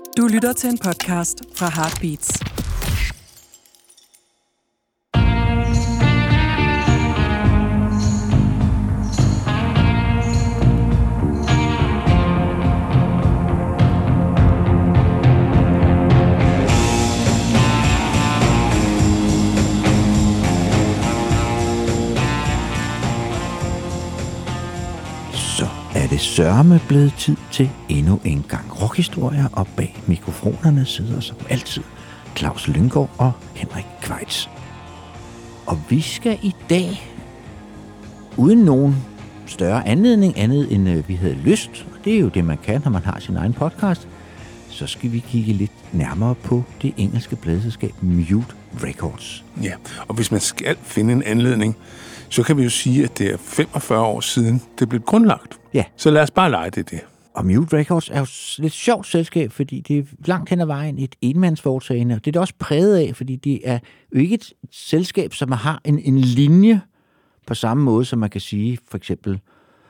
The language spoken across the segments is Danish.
Du lytter til en podcast fra Heartbeats. Det sørme blevet tid til endnu en gang rockhistorier, og bag mikrofonerne sidder som altid Claus Lynggaard og Henrik Kvejts. Og vi skal i dag, uden nogen større anledning andet end vi havde lyst, og det er jo det man kan, når man har sin egen podcast, så skal vi kigge lidt nærmere på det engelske pladeselskab Mute Records. Ja, og hvis man skal finde en anledning, så kan vi jo sige, at det er 45 år siden, det blev grundlagt. Ja. Så lad os bare lege det. Og Mute Records er jo lidt sjovt selskab, fordi det er langt hen ad vejen et enmandsforetagende, og det er det også præget af, fordi det er jo ikke et selskab, som har en linje på samme måde, som man kan sige for eksempel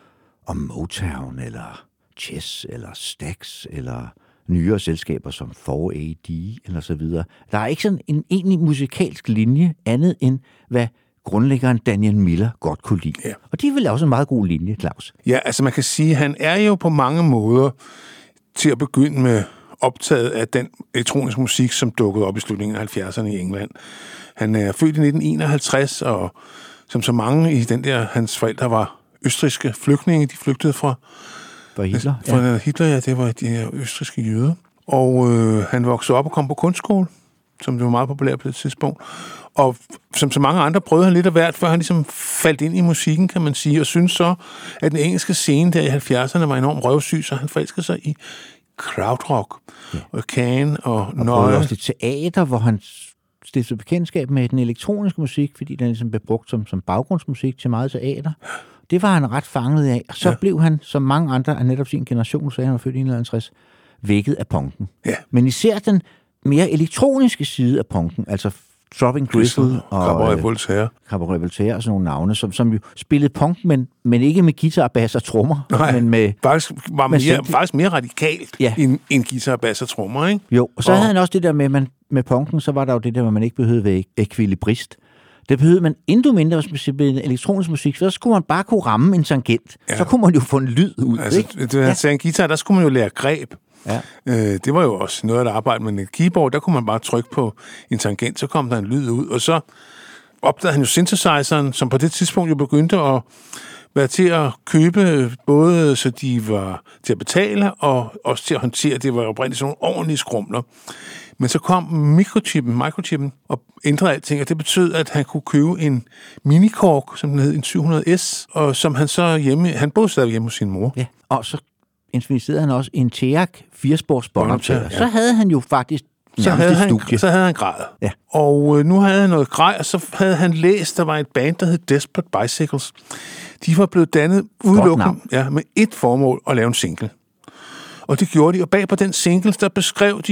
om Motown, eller Chess, eller Stax, eller nyere selskaber som 4AD, eller så videre. Der er ikke sådan en egentlig musikalsk linje, andet end hvad grundlæggeren Daniel Miller godt kunne lide. Ja. Og det er vel også en meget god linje, Claus. Ja, altså man kan sige, at han er jo på mange måder til at begynde med optaget af den elektroniske musik, som dukkede op i slutningen af 70'erne i England. Han er født i 1951, og som så mange i den der, hans forældre var østrigske flygtninge, de flygtede fra Hitler. Fra Hitler, ja, det var de her østrigske jøder. Og han voksede op og kom på kunstskole, som det var meget populært på det tidspunkt. Og som så mange andre prøvede han lidt af hvert, før han ligesom faldt ind i musikken, kan man sige, og synes så, at den engelske scene der i 70'erne var enormt røvsyg, så han forelskede sig i krautrock, og Can og Nøje. Og også det teater, hvor han stiftede bekendtskab med den elektroniske musik, fordi den ligesom blev brugt som baggrundsmusik til meget teater. Det var han ret fanget af, og så blev han, som mange andre af netop sin generation, så han var født i 1951, vækket af punken. Ja. Men især den mere elektroniske side af punken, altså Throbbing Gristle og Cabaret Voltaire. Cabaret Voltaire og sådan nogle navne, som jo spillede punk, men ikke med guitar, bass og trommer. Nej, men med, faktisk mere radikalt end guitar, bass og trommer, ikke? Jo, og så havde han også det der med punken, så var der jo det der, hvor man ikke behøvede være ekvilibrist. Det behøvede man endnu mindre, hvis man spillede elektronisk musik, så skulle man bare kunne ramme en tangent. Ja. Så kunne man jo få en lyd ud, altså, ikke? Han sagde en guitar, der skulle man jo lære greb. Ja. Det var jo også noget af det arbejde med et keyboard, der kunne man bare trykke på en tangent, så kom der en lyd ud, og så opdagede han jo synthesizeren, som på det tidspunkt jo begyndte at være til at købe, både så de var til at betale, og også til at håndtere, det var oprindeligt sådan nogle ordentlige skrumler. Men så kom microchippen, og ændrede alting, og det betød, at han kunne købe en minikorg, som den hed, en 700S, og som han så han boede stadig hjemme hos sin mor. Ja, og så installerede han også en TEAC 4-spors båndoptager. Så havde han jo faktisk så havde han græd. Ja. Og nu havde han noget grej, og så havde han læst, der var et band, der hed Desperate Bicycles. De var blevet dannet udelukkende med et formål, at lave en single. Og det gjorde de, og bag på den single, der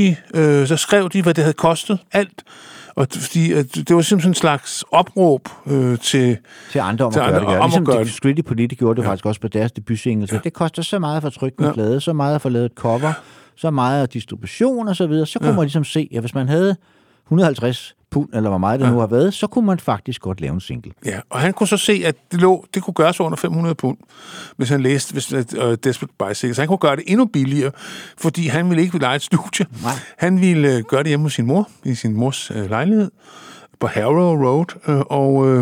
skrev de, hvad det havde kostet, alt. Og det var simpelthen en slags opråb til andre om at gøre det. Ligesom Discreet Politik gjorde det faktisk også på deres debutsingle. Så det koster så meget for at trykke en plade, så meget for at lave et cover, så meget af distribution og så videre. Så kunne man ligesom se, at hvis man havde 150 pund, eller hvor meget det nu har været, så kunne man faktisk godt lave en single. Ja, og han kunne så se, at det kunne gøres under 500 pund, hvis han læste Desperate Bicycles. Så han kunne gøre det endnu billigere, fordi han ville ikke lege et studie. Nej. Han ville gøre det hjemme hos sin mor, i sin mors lejlighed, på Harrow Road, og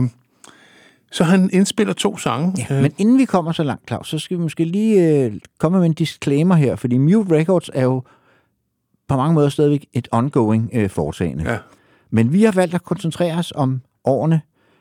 så han indspiller 2 sange. Ja, men inden vi kommer så langt, Claus, så skal vi måske lige komme med en disclaimer her, fordi Mute Records er jo på mange måder stadigvæk et ongoing foretagende. Ja. Men vi har valgt at koncentrere os om årene,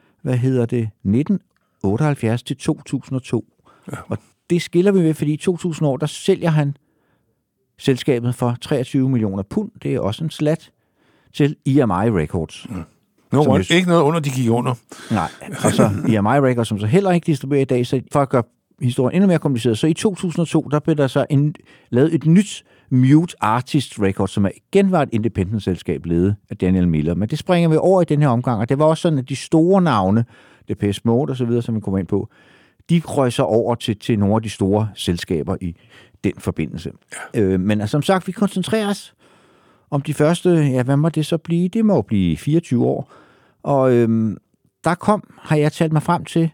1978 til 2002. Ja. Og det skiller vi ved, fordi i 2000 år, der sælger han selskabet for 23 millioner pund. Det er også en slat til EMI Records. Ja. Ikke noget under, de gik under. Nej, og så EMI Records, som så heller ikke distribuerer i dag, så for at gøre historien endnu mere kompliceret. Så i 2002, der blev der så lavet et nyt Mute Artist Records, som igen var et independent-selskab ledet af Daniel Miller. Men det springer vi over i den her omgang, og det var også sådan, at de store navne, Depeche Mode og så videre, som vi kommer ind på, de røg så over til nogle af de store selskaber i den forbindelse. Ja. Men som sagt, vi koncentrerer os om de første, ja, hvad må det så blive? Det må blive 24 år. Og der har jeg talt mig frem til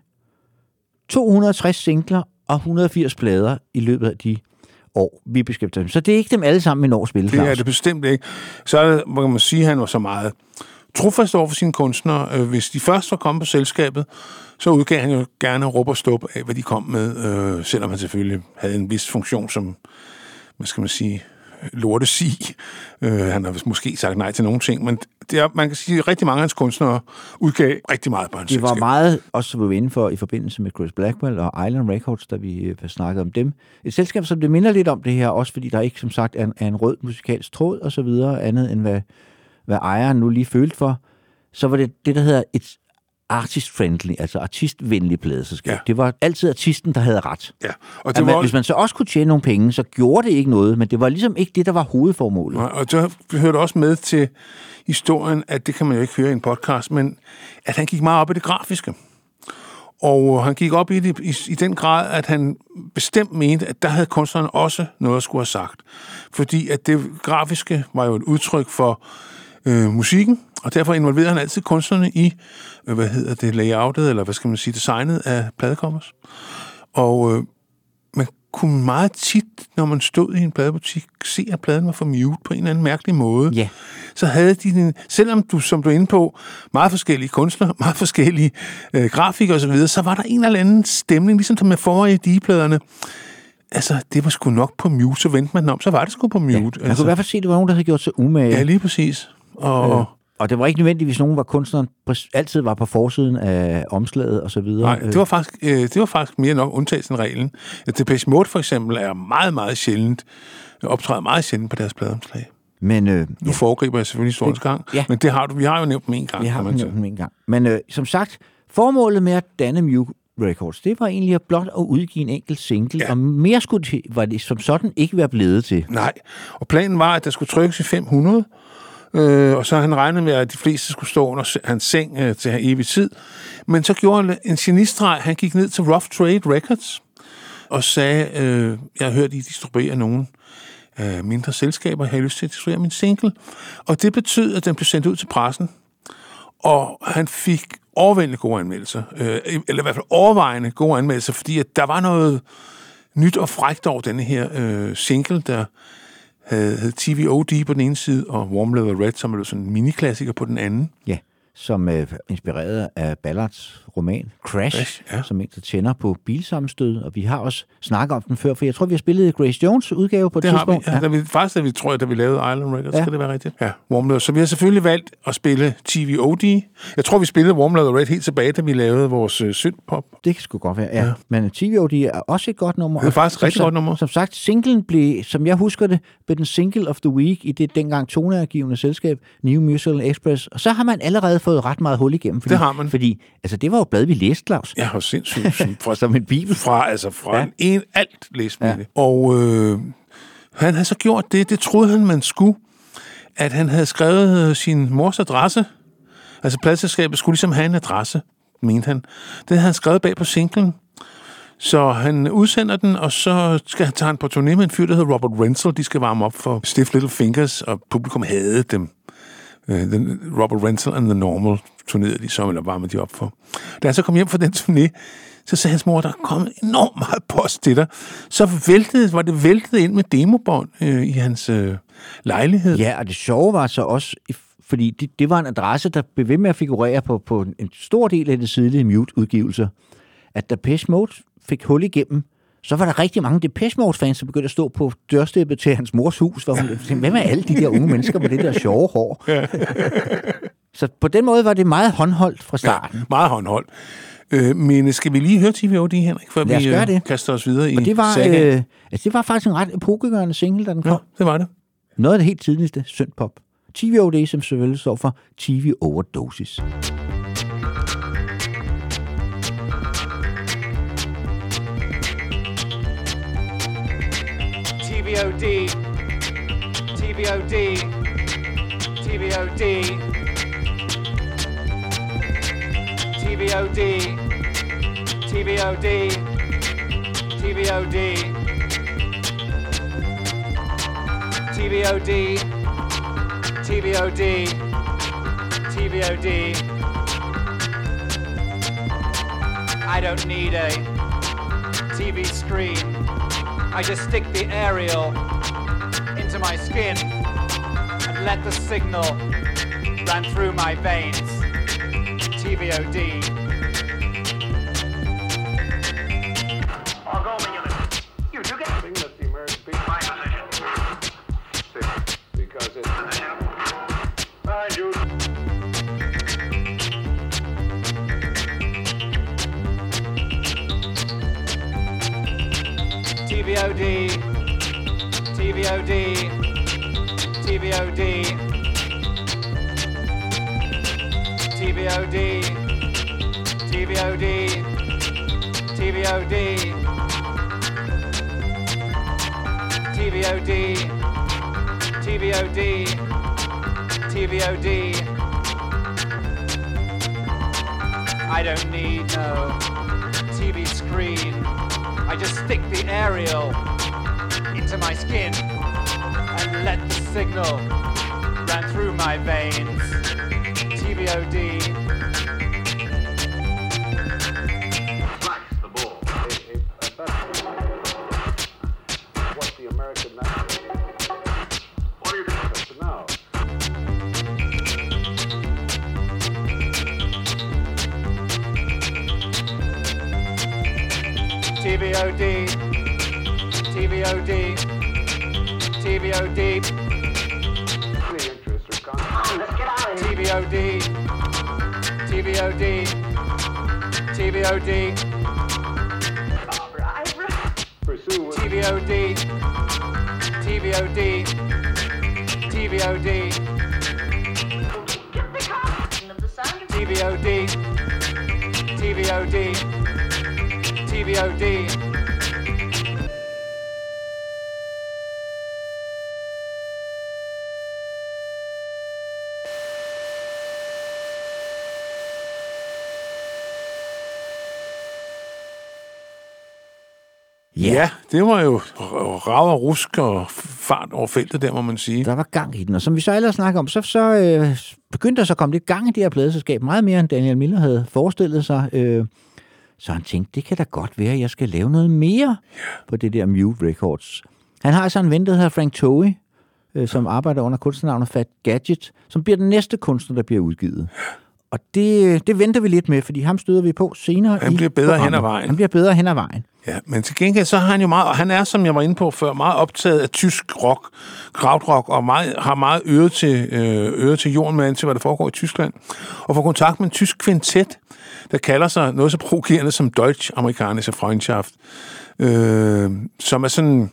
260 singler og 180 plader i løbet af de år, vi beskæftiger dem. Så det er ikke dem alle sammen, vi når at spille, Claus. Det er det bestemt ikke. Så er det, må man sige, at han var så meget trofast over for sine kunstnere. Hvis de først var kommet på selskabet, så udgav han jo gerne råb og stop af, hvad de kom med, selvom han selvfølgelig havde en vis funktion som, hvad skal man sige, lortesig. Han har måske sagt nej til nogle ting, men man kan sige, at rigtig mange af hans kunstnere udgav rigtig meget på hans selskab. Det var meget, også var vi inde for i forbindelse med Chris Blackwell og Island Records, da vi snakkede om dem. Et selskab, som det minder lidt om det her, også fordi der ikke, som sagt, er en rød musikalsk tråd og så videre, andet end hvad ejeren nu lige følte for. Så var det, der hedder et artist-friendly, altså artistvenlig pladeselskab. Ja. Det var altid artisten, der havde ret. Ja. Og det var... Hvis man så også kunne tjene nogle penge, så gjorde det ikke noget, men det var ligesom ikke det, der var hovedformålet. Nej, og så hørte også med til historien, at det kan man jo ikke høre i en podcast, men at han gik meget op i det grafiske. Og han gik op i det i den grad, at han bestemt mente, at der havde kunstneren også noget at skulle have sagt. Fordi at det grafiske var jo et udtryk for musikken, og derfor involverede han altid kunstnerne i, layoutet, eller hvad skal man sige, designet af pladecovers. Og man kunne meget tit, når man stod i en pladebutik, se, at pladen var for mute på en eller anden mærkelig måde. Ja. Så havde de, selvom du, som du er inde på, meget forskellige kunstnere, meget forskellige grafikere osv., så var der en eller anden stemning, ligesom med forrige digepladerne. Altså, det var sgu nok på mute, så vendte man om, så var det sgu på mute. Ja, man kunne i hvert fald se, at det var nogen, der havde gjort sig umage. Ja, lige præcis. Og det var ikke nødvendigvis, nogen var kunstneren altid var på forsiden af omslaget og så videre. Nej, det var faktisk mere nok undtagelsen reglen. Depeche Mode for eksempel er meget, meget sjældent, optræder meget sjældent på deres pladeomslag. Men nu foregriber jeg selvfølgelig historiens gang, men det har vi har jo nævnt dem en gang. Vi har nævnt dem en gang. Men som sagt, formålet med at danne Mew Records, det var egentlig blot at udgive en enkelt single, og mere var det som sådan ikke være blevet til. Nej, og planen var, at der skulle trykkes i 500, og så han regnede med, at de fleste skulle stå under hans seng til evig tid. Men så gjorde han en genistreg. Han gik ned til Rough Trade Records og sagde, jeg har hørt, I distribuerer nogle mindre selskaber, jeg har lyst til at distribuere min single. Og det betød, at den blev sendt ud til pressen. Og han fik overvældende gode anmeldelser, eller i hvert fald overvejende gode anmeldelser, fordi at der var noget nyt og frækt over denne her single, der hed TVOD på den ene side, og Warm Leather Red, som er sådan en mini-klassiker på den anden. Ja, som inspireret af Ballards roman Crash, som en, der tænder på bilsammenstød, og vi har også snakket om den før, for jeg tror, vi har spillet Grace Jones udgave på et tidspunkt. Det har vi, da vi lavede Island Records, skal det være rigtigt? Ja, Warm Leather. Så vi har selvfølgelig valgt at spille TVOD. Jeg tror, vi spillede Warm Leather Red helt tilbage, da vi lavede vores synthpop. Det kan sgu godt være, ja. Men TVOD er også et godt nummer. Det er faktisk et rigtig godt nummer. Som sagt, singlen blev, som jeg husker det, blev den single of the week i det dengang toneangivende selskab, New Musical Express. Og så har man allerede fået ret meget hul igennem. Fordi, det har man. Fordi, altså, det var jo blad, vi læste, Claus. Ja, og sindssygt. Som en bibel. Fra en alt læste vi det. Og han havde så gjort det troede han, man skulle, at han havde skrevet sin mors adresse. Altså, pladeselskabet skulle ligesom have en adresse, mente han. Det havde han skrevet bag på singlen. Så han udsender den, og så skal han tage han på turné med en fyr, der hedder Robert Renzel. De skal varme op for Stiff Little Fingers, og publikum havde dem. Robert Renzel and the Normal turnerede de så, eller varmede de op for. Da han så kom hjem fra den turné, så sagde hans mor, der kom enormt meget post til dig. Så var det væltet ind med demobånd i hans lejlighed. Ja, og det sjove var så også, fordi det var en adresse, der blev ved med at figurere på en stor del af det tidlige Mute-udgivelser, at da Depeche Mode fik hul igennem, så var der rigtig mange Depeche Mode-fans, der begyndte at stå på dørsteppet til hans mors hus, hvor hun tænkte, hvem er alle de der unge mennesker med det der sjove hår? Ja. Så på den måde var det meget håndholdt fra starten. Ja, meget håndholdt. Men skal vi lige høre TVOD, Henrik, før vi kaster os videre i sagen? Det var faktisk en ret epokegørende single, da den kom. Ja, det var det. Noget af det helt tidligste synthpop. TVOD, som selvfølgelig står for TV Overdoses. TVOD, TVOD, TVOD, TVOD, TVOD, TVOD, TVOD, TVOD, TVOD. I don't need a TV screen. I just stick the aerial into my skin and let the signal run through my veins. TVOD. You do get thing that the American people because it's behind you. TVOD, TVOD, TVOD, TVOD, TVOD, TVOD, TVOD, TVOD, TVOD. I don't need no TV screen. I just stick the aerial into my skin and let the signal run through my veins. TVOD. Slice the bull. What's the American national? What do you think of now? TVOD, TVOD, TVOD, Any interest or conflict? Let's get out of here. TVOD, TVOD, TVOD, Pursue with TVOD, TVOD, TVOD, Get the combination of the sound of TVOD, TVOD, TVOD. Ja, det var jo rav og rusk og fart over feltet der, må man sige. Der var gang i den, og som vi så ellers snakker om, så begyndte der så at komme lidt gang i det her pladeselskab, meget mere end Daniel Miller havde forestillet sig. Så han tænkte, det kan da godt være, at jeg skal lave noget mere på det der Mute Records. Han har altså en ven, der hedder Frank Towie, som arbejder under kunstnernavnet Fat Gadget, som bliver den næste kunstner, der bliver udgivet. Og det venter vi lidt med, fordi ham støder vi på senere. Han bliver bedre hen ad vejen. Han bliver bedre hen ad vejen. Ja, men til gengæld så har han jo meget, og han er, som jeg var inde på før, meget optaget af tysk rock, krautrock, og har meget øre til jorden med til, hvad der foregår i Tyskland. Og får kontakt med en tysk kvintet, der kalder sig noget så provokerende som Deutsch-Amerikanische Freundschaft, som er sådan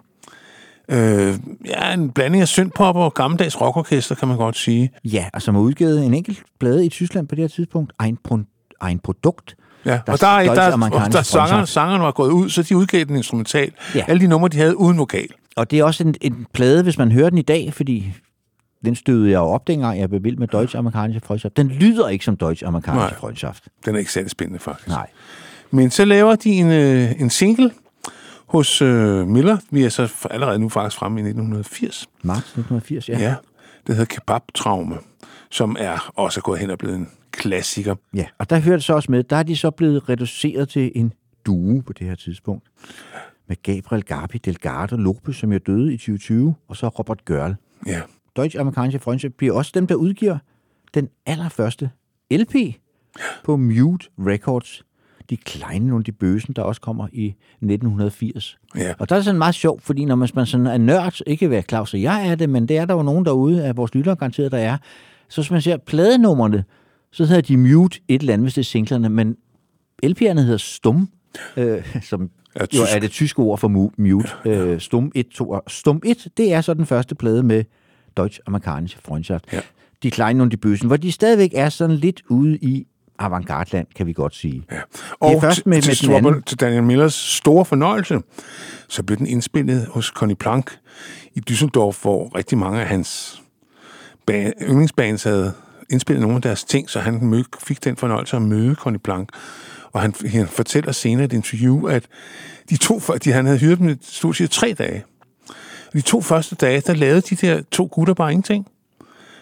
en blanding af synthpop og gammeldags rockorkester, kan man godt sige. Ja, og som har udgivet en enkelt plade i Tyskland på det her tidspunkt, Ein Produkt. Ja, og der sangeren var gået ud, så de udgav den instrumental. Ja. Alle de numre, de havde uden vokal. Og det er også en plade, hvis man hører den i dag, fordi den stødede jeg jo op, dengang jeg blev vild med Deutsch-Amerikanische Freundschaft. Den lyder ikke som Deutsch-Amerikanische Freundschaft. Den er ikke særlig spændende, faktisk. Nej. Men så laver de en single hos Miller. Vi er så allerede nu faktisk fremme i 1980. Marts 1980, ja. Ja, det hedder Kebab-traume, som er også gået hen og blevet en klassiker. Ja, og der hører det så også med, der er de så blevet reduceret til en duo på det her tidspunkt. Med Gabriel Garbi Delgado Lopez, som jo døde i 2020, og så Robert Gørl. Ja. Deutsch-Amerikanische Freundschaft bliver også dem, der udgiver den allerførste LP på Mute Records. De Kleine und die Bösen, der også kommer i 1980. Ja. Og der er sådan meget sjovt, fordi når man sådan er nørd, ikke være Claus og jeg er det, men det er der jo nogen derude af vores lyttere garanteret, der er. Så hvis man ser pladenummerne, så hedder de Mute et eller andet, hvis det er singlerne, men LP'erne hedder Stum, som jo er det tyske ord for Mute. Stum 1, 2 og Stum 1, det er så den første plade med Deutsch-Amerikanische Freundschaft. Ja. De Kleine und die Bösen, hvor de stadigvæk er sådan lidt ude i avantgarde-land, kan vi godt sige. Ja. Og først til Daniel Millers store fornøjelse, så blev den indspillet hos Conny Plank i Düsseldorf, hvor rigtig mange af hans yndlingsbands havde indspillet nogle af deres ting, så han fik den fornøjelse at møde Conny Plank. Og han fortæller senere i et interview, at han havde hyret dem stort set 3 dage. Og de 2 første dage, der lavede de der 2 gutter bare ingenting.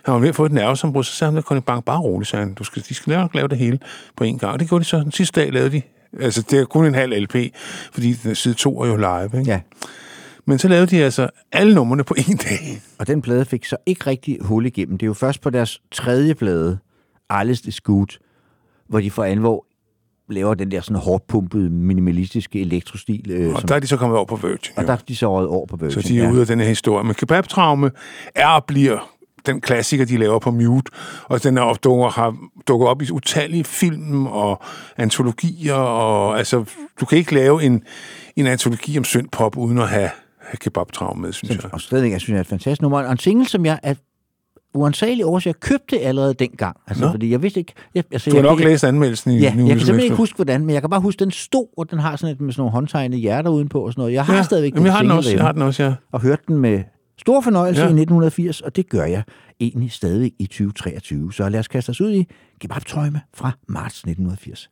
Han var ved at få et nervesambrud, så sagde han, Conny Bang, bare roligt, sagde han. De skal nok lave det hele på en gang. Og det gjorde de så. Den sidste dag lavede de. Altså, det er kun en halv LP, fordi side 2 er jo live, ikke? Ja. Men så lavede de altså alle numrene på en dag. Og den plade fik så ikke rigtig hul igennem. Det er jo først på deres 3. plade, Alles is Good, hvor de for alvor laver den der sådan hårdt pumpede, minimalistiske elektrostil. Og der er de så kommet over på Virgin. Og der er de så røget over på Virgin. Så de er ude af den her historie. Men Kebab-traume er og bliver den klassiker, de laver på Mute, og den har dukket op i utallige film og antologier, og altså, du kan ikke lave en antologi om syndpop, uden at have Kebab-traume med, synes jeg. Og stadigvæk, jeg synes, det er et fantastisk nummer. Og en single, som jeg er uansagelig årsag, jeg købte allerede dengang. Altså, fordi jeg vidste ikke... Du har nok læst anmeldelsen i jeg kan simpelthen ikke huske, hvordan, men jeg kan bare huske, den stod, og den har sådan med sådan nogle håndtegnede hjerter udenpå og sådan noget. Jeg har stadigvæk den single. Jeg har den også, ja. Og hørte den med stor fornøjelse i 1980, og det gør jeg egentlig stadig i 2023. Så lad os kaste os ud i Kebab-traume fra marts 1980.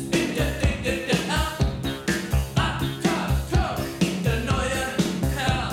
Der neue Herr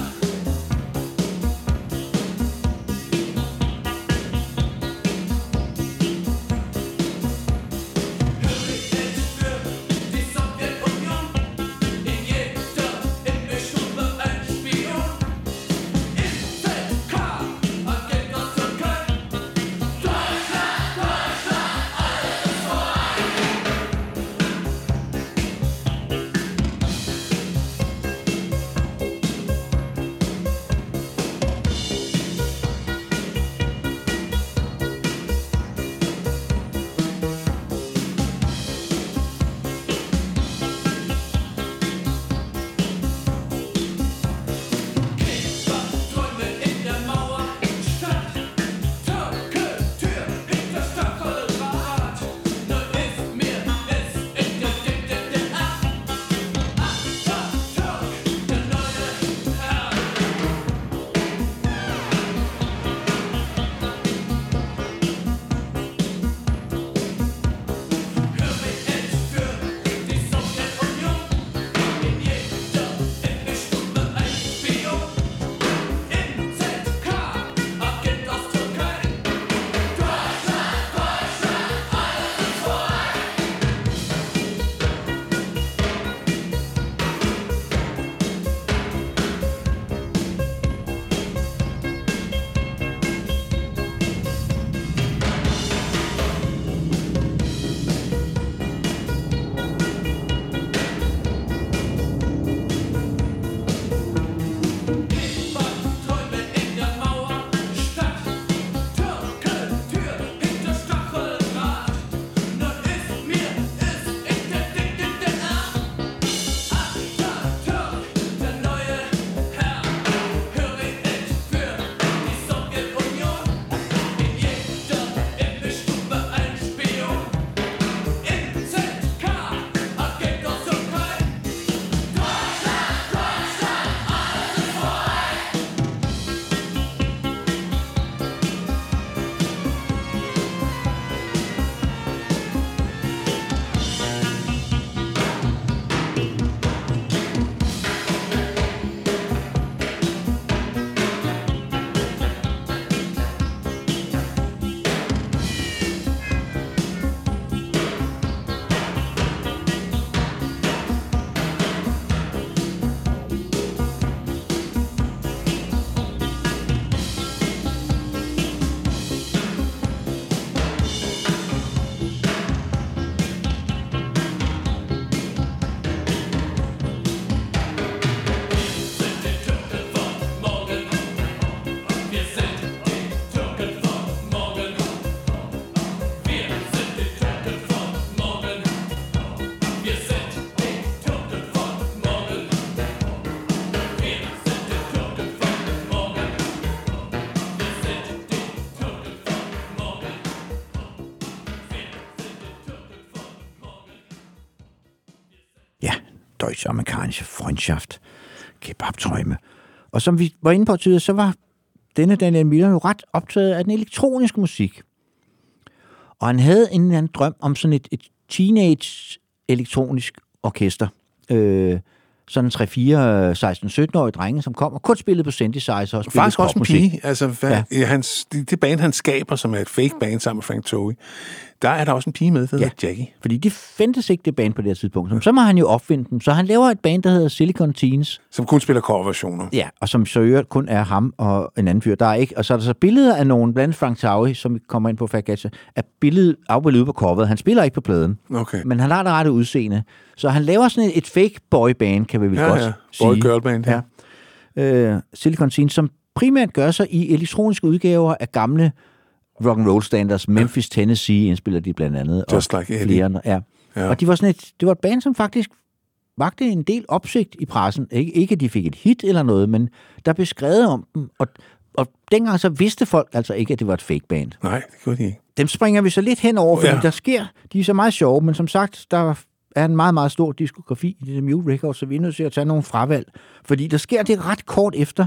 Deutsch-amerikanische Freundschaft, Kebabträume. Og som vi var inde på tidligere, så var denne Daniel Miller jo ret optaget af den elektroniske musik. Og han havde en eller anden drøm om sådan et teenage elektronisk orkester. Sådan 3-4, 16-17-årige drenge, som kom og kun spillede på synthesizer og spillede faktisk også en pige. Altså, ja. Det band, han skaber, som er et fake band sammen med Frank Toey, der er der også en pige med, der hedder Jackie. Fordi de fandtes ikke det band på det her tidspunkt. Så må han jo opfinde dem. Så han laver et band, der hedder Silicon Teens. Som kun spiller coverversioner. Ja, og som så kun er ham og en anden fyr. Der er ikke. Og så er der så billeder af nogen, blandt Frank Toey, som vi kommer ind på Fat Gadget, er afbildet på coveret. Han spiller ikke på pladen. Okay. Men han har det rette udseende. Så han laver sådan et fake boyband, kan vi vel godt sige. Boy-girl band, ja. Silicon Teens, som primært gør sig i elektroniske udgaver af gamle rock and roll standards. Memphis, Tennessee indspiller de blandt andet. Just og like flere andre. Ja. Og de var sådan det var et band, som faktisk vagte en del opsigt i pressen. Ikke at de fik et hit eller noget, men der blev skrevet om dem. Og dengang så vidste folk altså ikke, at det var et fake band. Nej, det gjorde de ikke. Dem springer vi så lidt hen over, fordi der sker, de er så meget sjove, men som sagt, der er en meget, meget stor diskografi i det der Mute Records, så vi er nødt til at tage nogle fravalg. Fordi der sker det ret kort efter,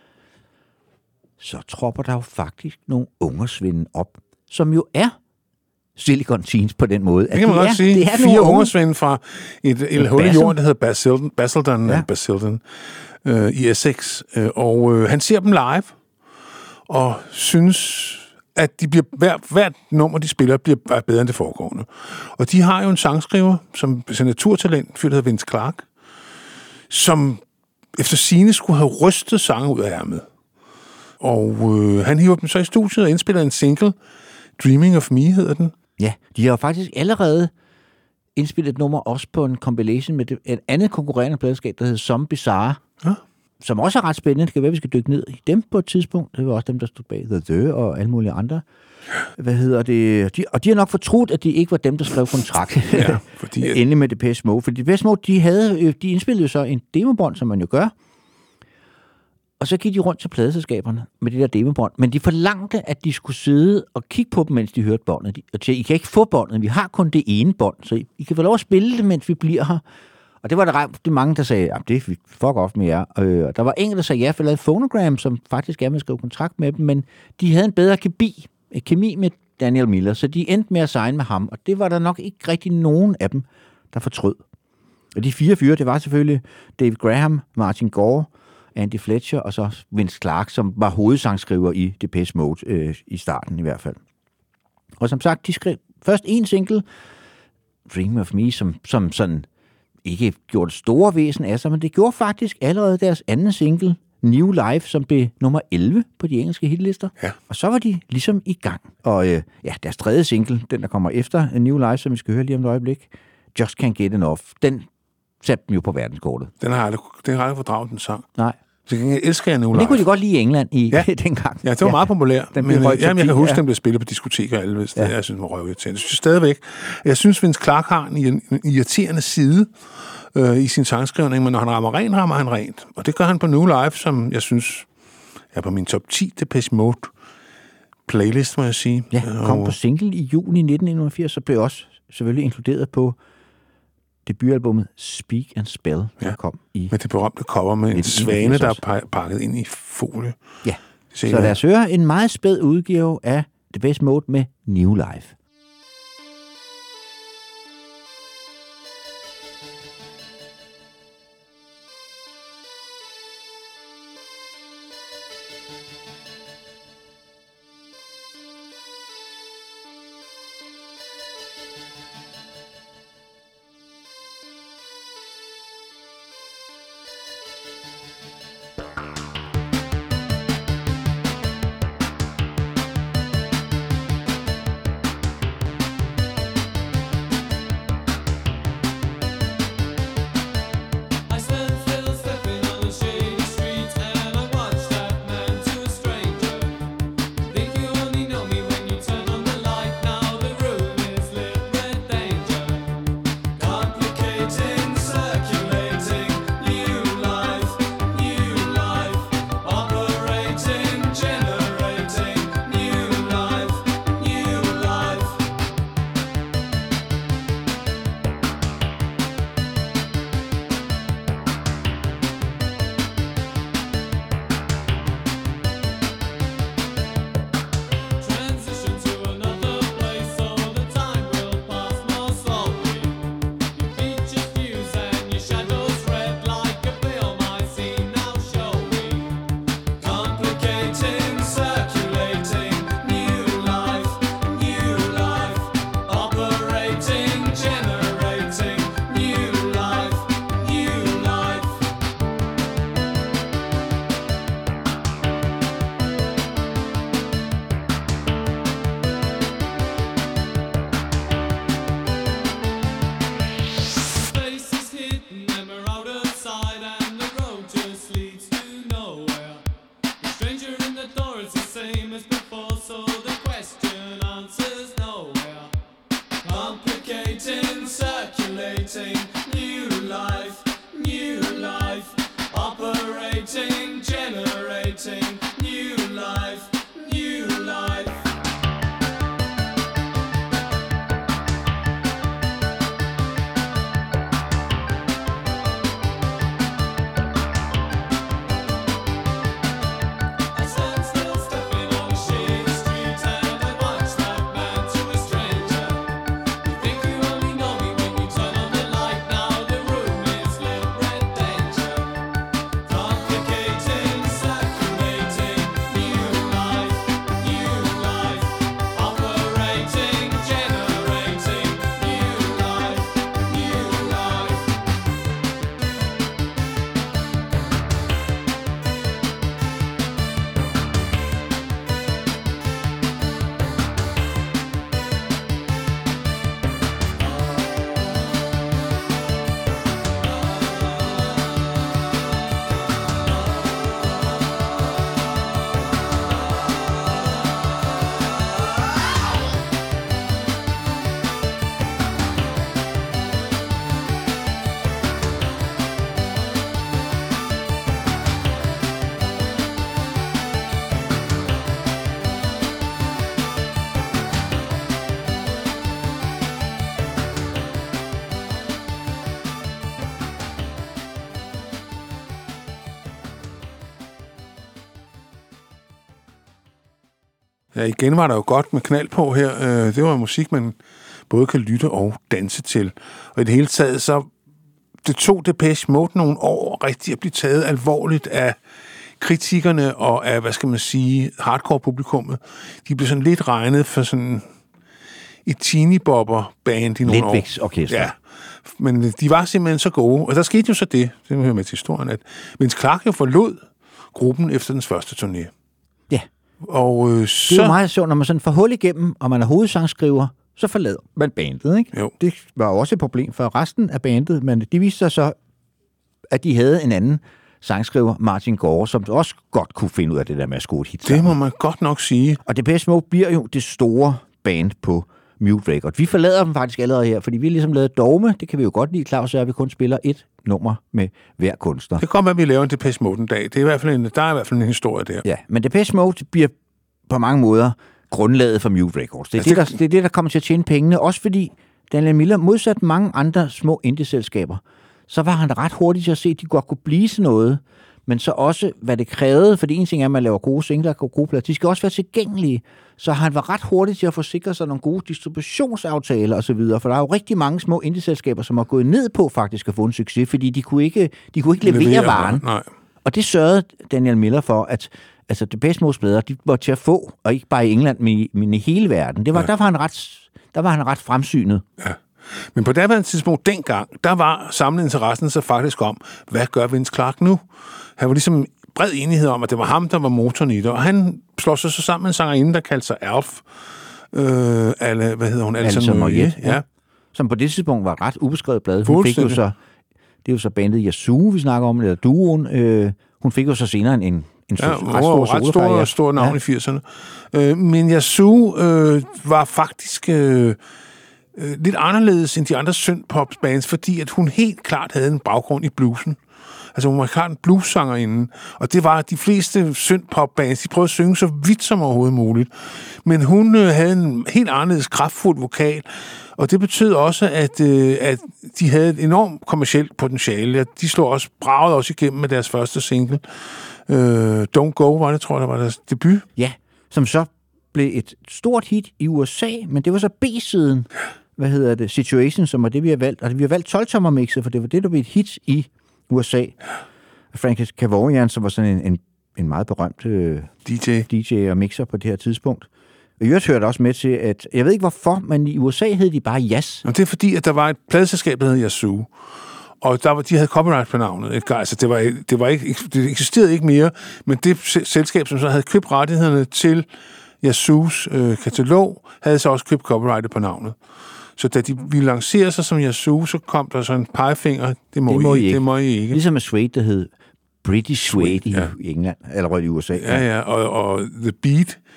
så tropper der jo faktisk nogle ungersvinde op, som jo er Silicon Teens på den måde. Det kan man godt sige. Det er 4 ungersvinde fra et hul i jorden, der hedder Basildon i Essex. Og han ser dem live, og synes, at de bliver, hvert nummer, de spiller, bliver bedre end det foregående. Og de har jo en sangskriver, som er naturtalent, fyr, der hedder Vince Clarke, som efter sigende skulle have rystet sange ud af ærmet. Og han hiver dem så i studiet og indspiller en single, Dreaming of Me hedder den. Ja, de har jo faktisk allerede indspillet et nummer også på en compilation med et andet konkurrerende pladeskab, der hedder Some Bizarre, som også er ret spændende. Det kan være, vi skal dykke ned i dem på et tidspunkt. Det var også dem, der stod bag The Dø og alle mulige andre. Hvad hedder det? Og de har nok fortrudt, at de ikke var dem, der skrev kontrakt. Ja, fordi endelig med Depeche Mode. Fordi Depeche Mode, de indspillede jo så en demobånd, som man jo gør. Og så gik de rundt til pladeselskaberne med det der demobånd. Men de forlangte, at de skulle sidde og kigge på dem, mens de hørte båndet. Og I kan ikke få båndet. Vi har kun det ene bånd, så I kan få lov at spille det, mens vi bliver her. Og det var der mange, der sagde, at det fuck off med jer. Og der var enkelte, der sagde ja, for lavede Phonogram, som faktisk gerne ville skrive kontrakt med dem, men de havde en bedre kemi med Daniel Miller, så de endte med at signe med ham. Og det var der nok ikke rigtig nogen af dem, der fortrød. Og de 4 fyre, det var selvfølgelig David Graham, Martin Gore, Andy Fletcher og så Vince Clarke, som var hovedsangskriver i Depeche Mode i starten i hvert fald. Og som sagt, de skrev først en single, Dream of Me, som sådan ikke gjorde det store væsen af sig, men det gjorde faktisk allerede deres anden single, New Life, som blev nummer 11 på de engelske hitlister. Ja. Og så var de ligesom i gang. Og deres tredje single, den der kommer efter New Life, som vi skal høre lige om et øjeblik, Just Can't Get Enough, den satte dem jo på verdenskortet. Den har aldrig fordraget den sang. Nej. Så jeg elsker jeg New Life. Men det kunne de godt lide i England dengang. Ja, det var meget populær. Jeg kan huske, den blev spillet på diskoteker og alle, hvis det jeg synes, var røvirriterende. Jeg synes stadigvæk, Vince Clarke har en irriterende side i sin sangskrivning, men når han rammer han rent. Og det gør han på New Life, som jeg synes er på min top 10 Depeche Mode playlist, må jeg sige. Ja, kom på single i juni 1981, så blev også selvfølgelig inkluderet på debutalbummet Speak and Spell, der kom i... Med det berømte cover med en svane, der er pakket ind i folie. Ja, så lad os høre en meget spæd udgave af Depeche Mode med New Life. Calculating new life, operating, generating new life, new life. I stand still stepping on a shady street and I watch that man to a stranger. You think you only know me when you turn on the light. Now the room is lit red danger. Complicating, circulating, new life, operating, generating, new life, new life. Ja, igen var der jo godt med knald på her. Det var musik, man både kan lytte og danse til. Og i det hele taget, så det tog Depeche Mode nogle år rigtig at blive taget alvorligt af kritikerne og af, hvad skal man sige, hardcore-publikummet. De blev sådan lidt regnet for sådan et teeny-bopper-band i nogle år. Letvægtsorkester. Ja, men de var simpelthen så gode. Og der skete jo så det må høre med til historien, at Vince Clarke jo forlod gruppen efter den første turné. Ja. Og Det er jo meget sjovt, når man sådan får hul igennem, og man er hovedsangskriver, så forlader man bandet, ikke? Jo. Det var jo også et problem for resten af bandet, men de viste sig så, at de havde en anden sangskriver, Martin Gore, som også godt kunne finde ud af det der med at score et hit sammen. Det må man godt nok sige. Og Depeche Mode bliver jo det store band på Mute Record. Vi forlader dem faktisk allerede her, fordi vi har ligesom lavet dogme. Det kan vi jo godt lide, Claus, at vi kun spiller et nummer med hver kunstner. Det kan godt være, at vi laver en Depeche Mode en dag. Det er i hvert fald der er i hvert fald en historie der. Ja, men Depeche Mode bliver på mange måder grundlaget for Mute Records. Det er det, der kommer til at tjene pengene. Også fordi Daniel Miller, modsat mange andre små indie-selskaber, så var han ret hurtigt til at se, at de godt kunne blive til noget, men så også, hvad det krævede, for det ene ting er, at man laver gode singler og gode plader. De skal også være tilgængelige, så han var ret hurtig til at forsikre sig nogle gode distributionsaftaler osv., for der er jo rigtig mange små indie-selskaber, som har gået ned på faktisk at få en succes, fordi de kunne ikke levere varen. Nej. Og det sørgede Daniel Miller for, at altså Depeche Mode's plader, de var til at få, og ikke bare i England, men i hele verden. Der var han ret fremsynet. Ja. Men på daværende tidspunkt dengang, der var samlet interessen så faktisk om, hvad gør Vince Clarke nu? Han var ligesom bred enighed om, at det var ham, der var motoren i det, og han slår sig så sammen med en sangerinde, der kaldte sig Alf. Hvad hedder hun? Alison Moyet, ja. Som på det tidspunkt var ret ubeskrevet blad. Hun fik jo så, det er jo så bandet Yazoo, vi snakker om, eller duoen. Hun fik jo så senere en ret stor navn i 80'erne. Men Yazoo var faktisk lidt anderledes end de andre synthpop-bands, fordi at hun helt klart havde en baggrund i bluesen. Altså hun var klart en blues-sangerinde, og det var de fleste synthpop-bands, de prøvede at synge så vidt som overhovedet muligt. Men hun havde en helt anderledes kraftfuld vokal, og det betød også, at de havde et enormt kommercielt potentiale. De slog også braget også igennem med deres første single. Don't Go, var det, tror jeg, der var deres debut. Ja, som så blev et stort hit i USA, men det var så B-siden, Situation, som var det, vi har valgt. Og vi har valgt 12-tommer-mixet, for det var det, der blev et hit i USA. Frank Kavorian, som var sådan en meget berømt DJ og mixer på det her tidspunkt. Og jeg hørte også med til, at jeg ved ikke hvorfor, men i USA hed de bare Jazz. Og det er fordi, at der var et pladeselskab, der hed Yazoo. Og de havde copyright på navnet. Altså, det eksisterede ikke mere, men det selskab, som så havde købt rettighederne til Yazoos katalog, havde så også købt copyrightet på navnet. Så da de ville lancere sig som Yazoo, så kom der så en pegefinger, det må I ikke. Ligesom med Suede, der hed British Suede i England, eller i USA. Ja, og The Beat,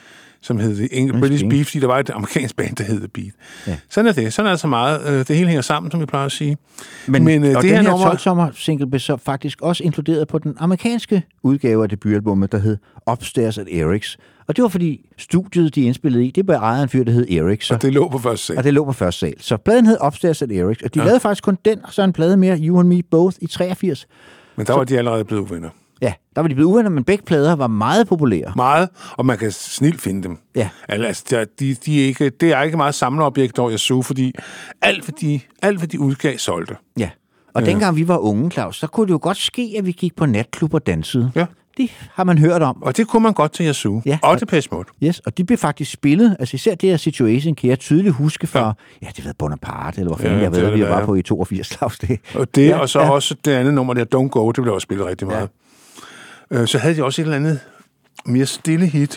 som hed The British Beat, fordi der var et amerikansk band, der hed The Beat. Ja. Sådan er det. Sådan er altså meget. Det hele hænger sammen, som vi plejer at sige. Men og det den her nummer 12-sommer-single blev så faktisk også inkluderet på den amerikanske udgave af debutalbummet, der hed Upstairs at Eric's. Og det var fordi studiet, de indspillede i, det var ejet en fyr, der hed Eric. Og det lå på første sal. Og det lå på første sal. Så pladen hed Upstairs at Eric's, og de lavede faktisk kun den, og så en plade mere, You and Me Both, i 83. Men der var de allerede blevet uvenner. Ja, der var de blevet uvenner, men begge plader var meget populære. Meget, og man kan snilt finde dem. Ja. Altså, det er ikke meget samleobjekt over Yazoo, fordi alt hvad de udgav, solgte. Ja, og dengang vi var unge, Claus, så kunne det jo godt ske, at vi gik på natklub og dansede. Ja. Det har man hørt om. Og det kunne man godt til Yazoo. Ja, og til Depeche Mode. Yes, og de blev faktisk spillet. Altså især det her Situation, kan jeg tydeligt huske fra, det ved Bonaparte, eller hvad fanden jeg ved, vi var på i 82, Claus. Og det, og så også det andet nummer der, Don't Go, det blev også spillet rigtig meget. Ja. Så havde de også et eller andet mere stille hit,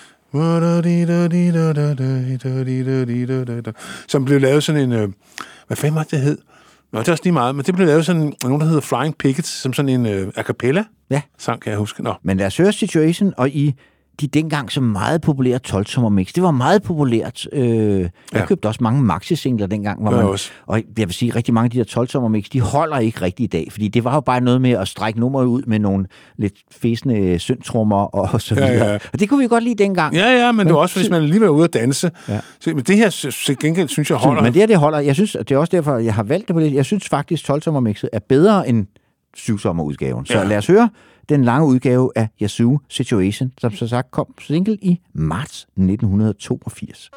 som blev lavet sådan en, hvad fanden var det hed? Nå, det er også lige meget, men det blev lavet sådan, nogen der hedder Flying Pickets, som sådan en a cappella sang, kan jeg huske. Nå. Men lad os høre Situation, og i de dengang så meget populære 12-sommer mix. Det var meget populært. Jeg købte også mange maxi-singler dengang. Hvor man, og jeg vil sige, rigtig mange af de der 12-sommer mix, de holder ikke rigtig i dag, fordi det var jo bare noget med at strække nummeret ud med nogle lidt fæsende syndtrummer og så videre. Ja. Og det kunne vi godt lide dengang. Ja, men det var også, hvis man lige var ude at danse. Ja. Så, men det her til gengæld, synes jeg, holder. Men det holder. Jeg synes, det er også derfor, jeg har valgt det på det. Jeg synes faktisk, 12-sommer mixet er bedre end 7-sommer-udgaven. Så lad os høre den lange udgave af Yazoo Situation, som så sagt kom single i marts 1982.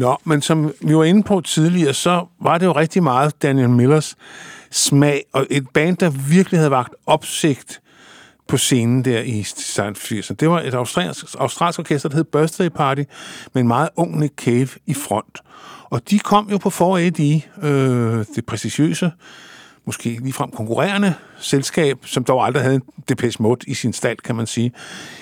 Nå, men som vi var inde på tidligere, så var det jo rigtig meget Daniel Millers smag, og et band, der virkelig havde vagt opsigt på scenen der i 80'erne. Det var et australsk orkester, der hed Birthday Party, med en meget ung Nick Cave i front. Og de kom jo på 4AD, det prestigiøse, måske ligefrem konkurrerende selskab, som dog aldrig havde Depeche Mode i sin stald, kan man sige.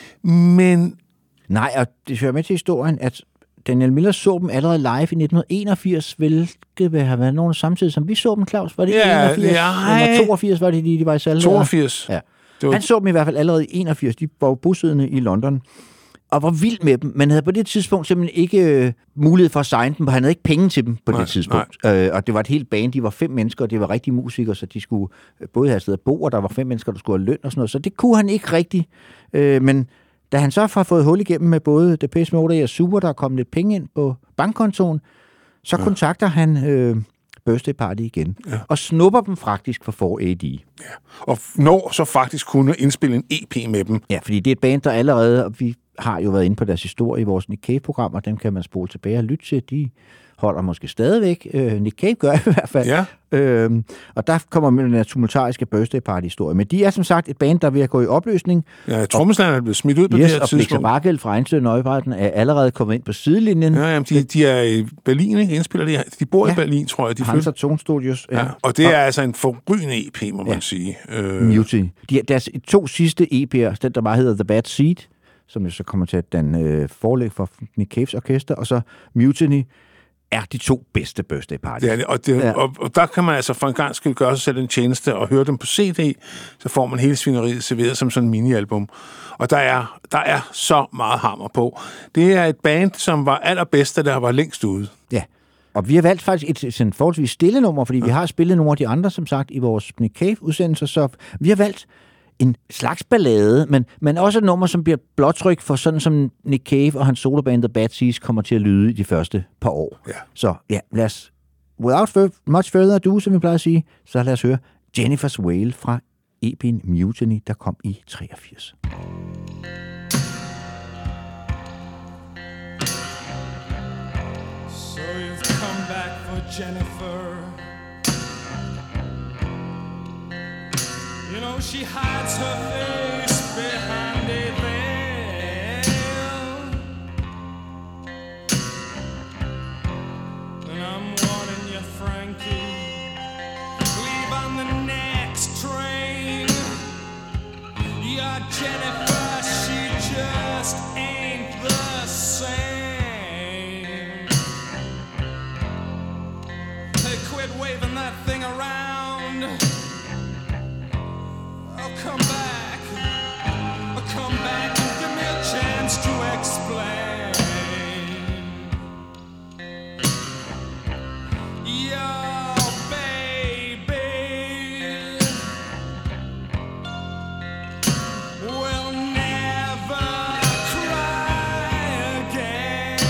Men... Nej, og det hører med til historien, at Daniel Miller så dem allerede live i 1981, hvilket vil have været nogen samtidig, som vi så dem, Claus. Var det 81? Eller 82 var det, de var i Salve? 82. Ja. Han så dem i hvert fald allerede i 81. De var jo bosiddende i London og var vild med dem. Man havde på det tidspunkt simpelthen ikke mulighed for at signe dem, for han havde ikke penge til dem på det tidspunkt. Og det var et helt band. De var 5 mennesker, og det var rigtige musikere, så de skulle både have et sted at bo, og der var 5 mennesker, der skulle have løn og sådan noget. Så det kunne han ikke rigtig. Men da han så har fået hul igennem med både Depeche Mode og Super, der er kommet lidt penge ind på bankkontoen, så kontakter han Birthday Party igen, og snupper dem faktisk for 4AD. Ja, og når så faktisk kunne indspille en EP med dem. Ja, fordi det er et band, der allerede, og vi har jo været inde på deres historie i vores Nick Cave-program, og dem kan man spole tilbage og lytte til. De holder måske stadigvæk. Nick Cave gør i hvert fald. Ja. Og der kommer med den tumultariske Birthday Party-historie. Men de er som sagt et band, der er ved at gå i opløsning. Ja, trommeslageren er blevet smidt ud på det her tidspunkt. Og Blixer Bargeld fra Einstein Neubarten er allerede kommet ind på sidelinjen. Ja, jamen, de er i Berlin, ikke? Indspiller de bor i Berlin, tror jeg. Hansa Tone Studios. Ja. Og det er altså en forrygende EP, må man sige. Mutiny. Deres 2 sidste EP'er, den der bare hedder The Bad Seed, som jo så kommer til at danne forlæg for Nick Caves orkester, og så Mutiny, er de 2 bedste Birthday Party. Det er det, og der kan man altså for en gang skyld gøre sig selv en tjeneste og høre dem på CD, så får man hele svineriet serveret som sådan en mini-album. Og der er så meget hammer på. Det er et band, som var allerbedst, da der var længst ude. Ja. Og vi har valgt faktisk et forholdsvis stille nummer, fordi vi har spillet nogle af de andre, som sagt, i vores Nick Cave-udsendelser, så vi har valgt en slags ballade, men også et nummer, som bliver blåtryk for sådan, som Nick Cave og hans soloband The Bad Seeds kommer til at lyde i de første par år. Ja. Så ja, lad os, without much further ado, som vi plejer at sige, så lad os høre Jennifer's Wail fra EP'en Mutiny, der kom i 83. So you've come back for Jennifer. You know she hides her face behind a veil, and I'm warning you, Frankie, leave on the next train. Your Jennifer, she just ain't the same. Hey, quit waving that thing around. Come back and give me a chance to explain. Your baby will never cry again.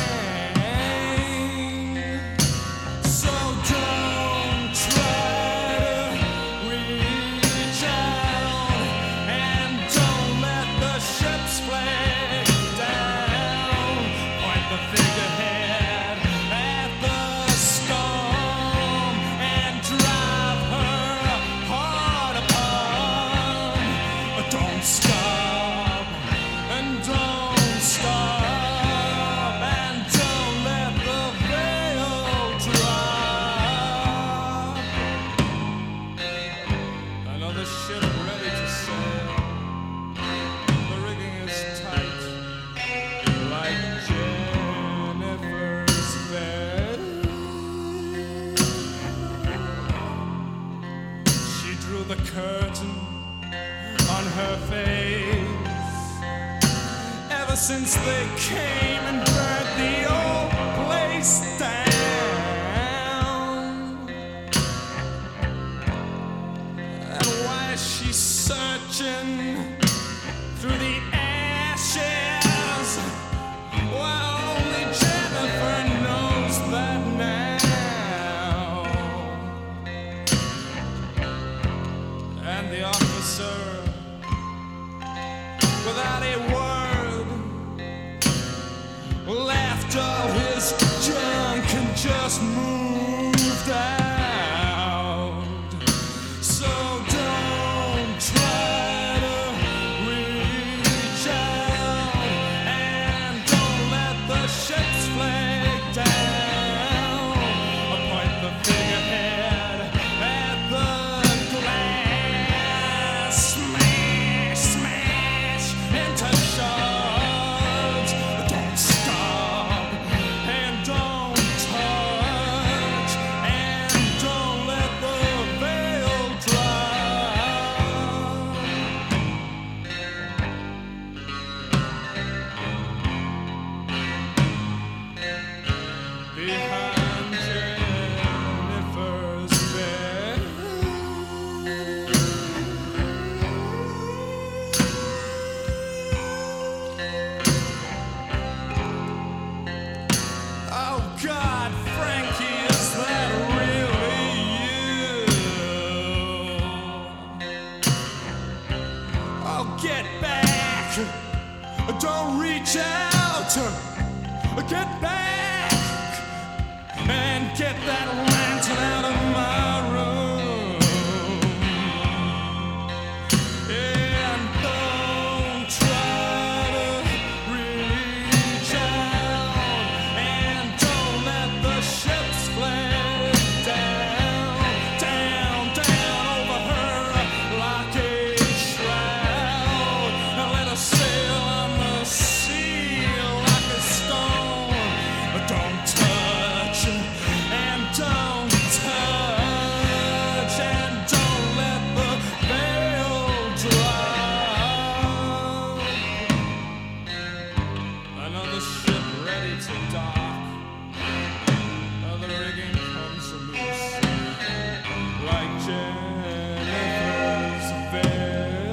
So don't try to reach out and don't let the ship's flag down. Point the figurehead at the storm and drive her hard upon. But don't stop and don't stop and don't let the veil drop. Another ship ready to sail. The rigging is tight, like Jennifer's bed. She drew the curtain on her face. Ever since they came and burnt the old place down. And why is she searching through the ashes? Well, only Jennifer knows that now. And the officer, without a word, left all his junk get back. Don't reach out. Get back and get that lantern out of my room. And don't try to reach out. And don't let the ships flag down, down, down over her like a shroud. Now let us sail on the sea like a stone. Don't touch and don't touch and don't let the veil drop. Another ship ready to dock. Another rigging comes loose like Jennifer's veil.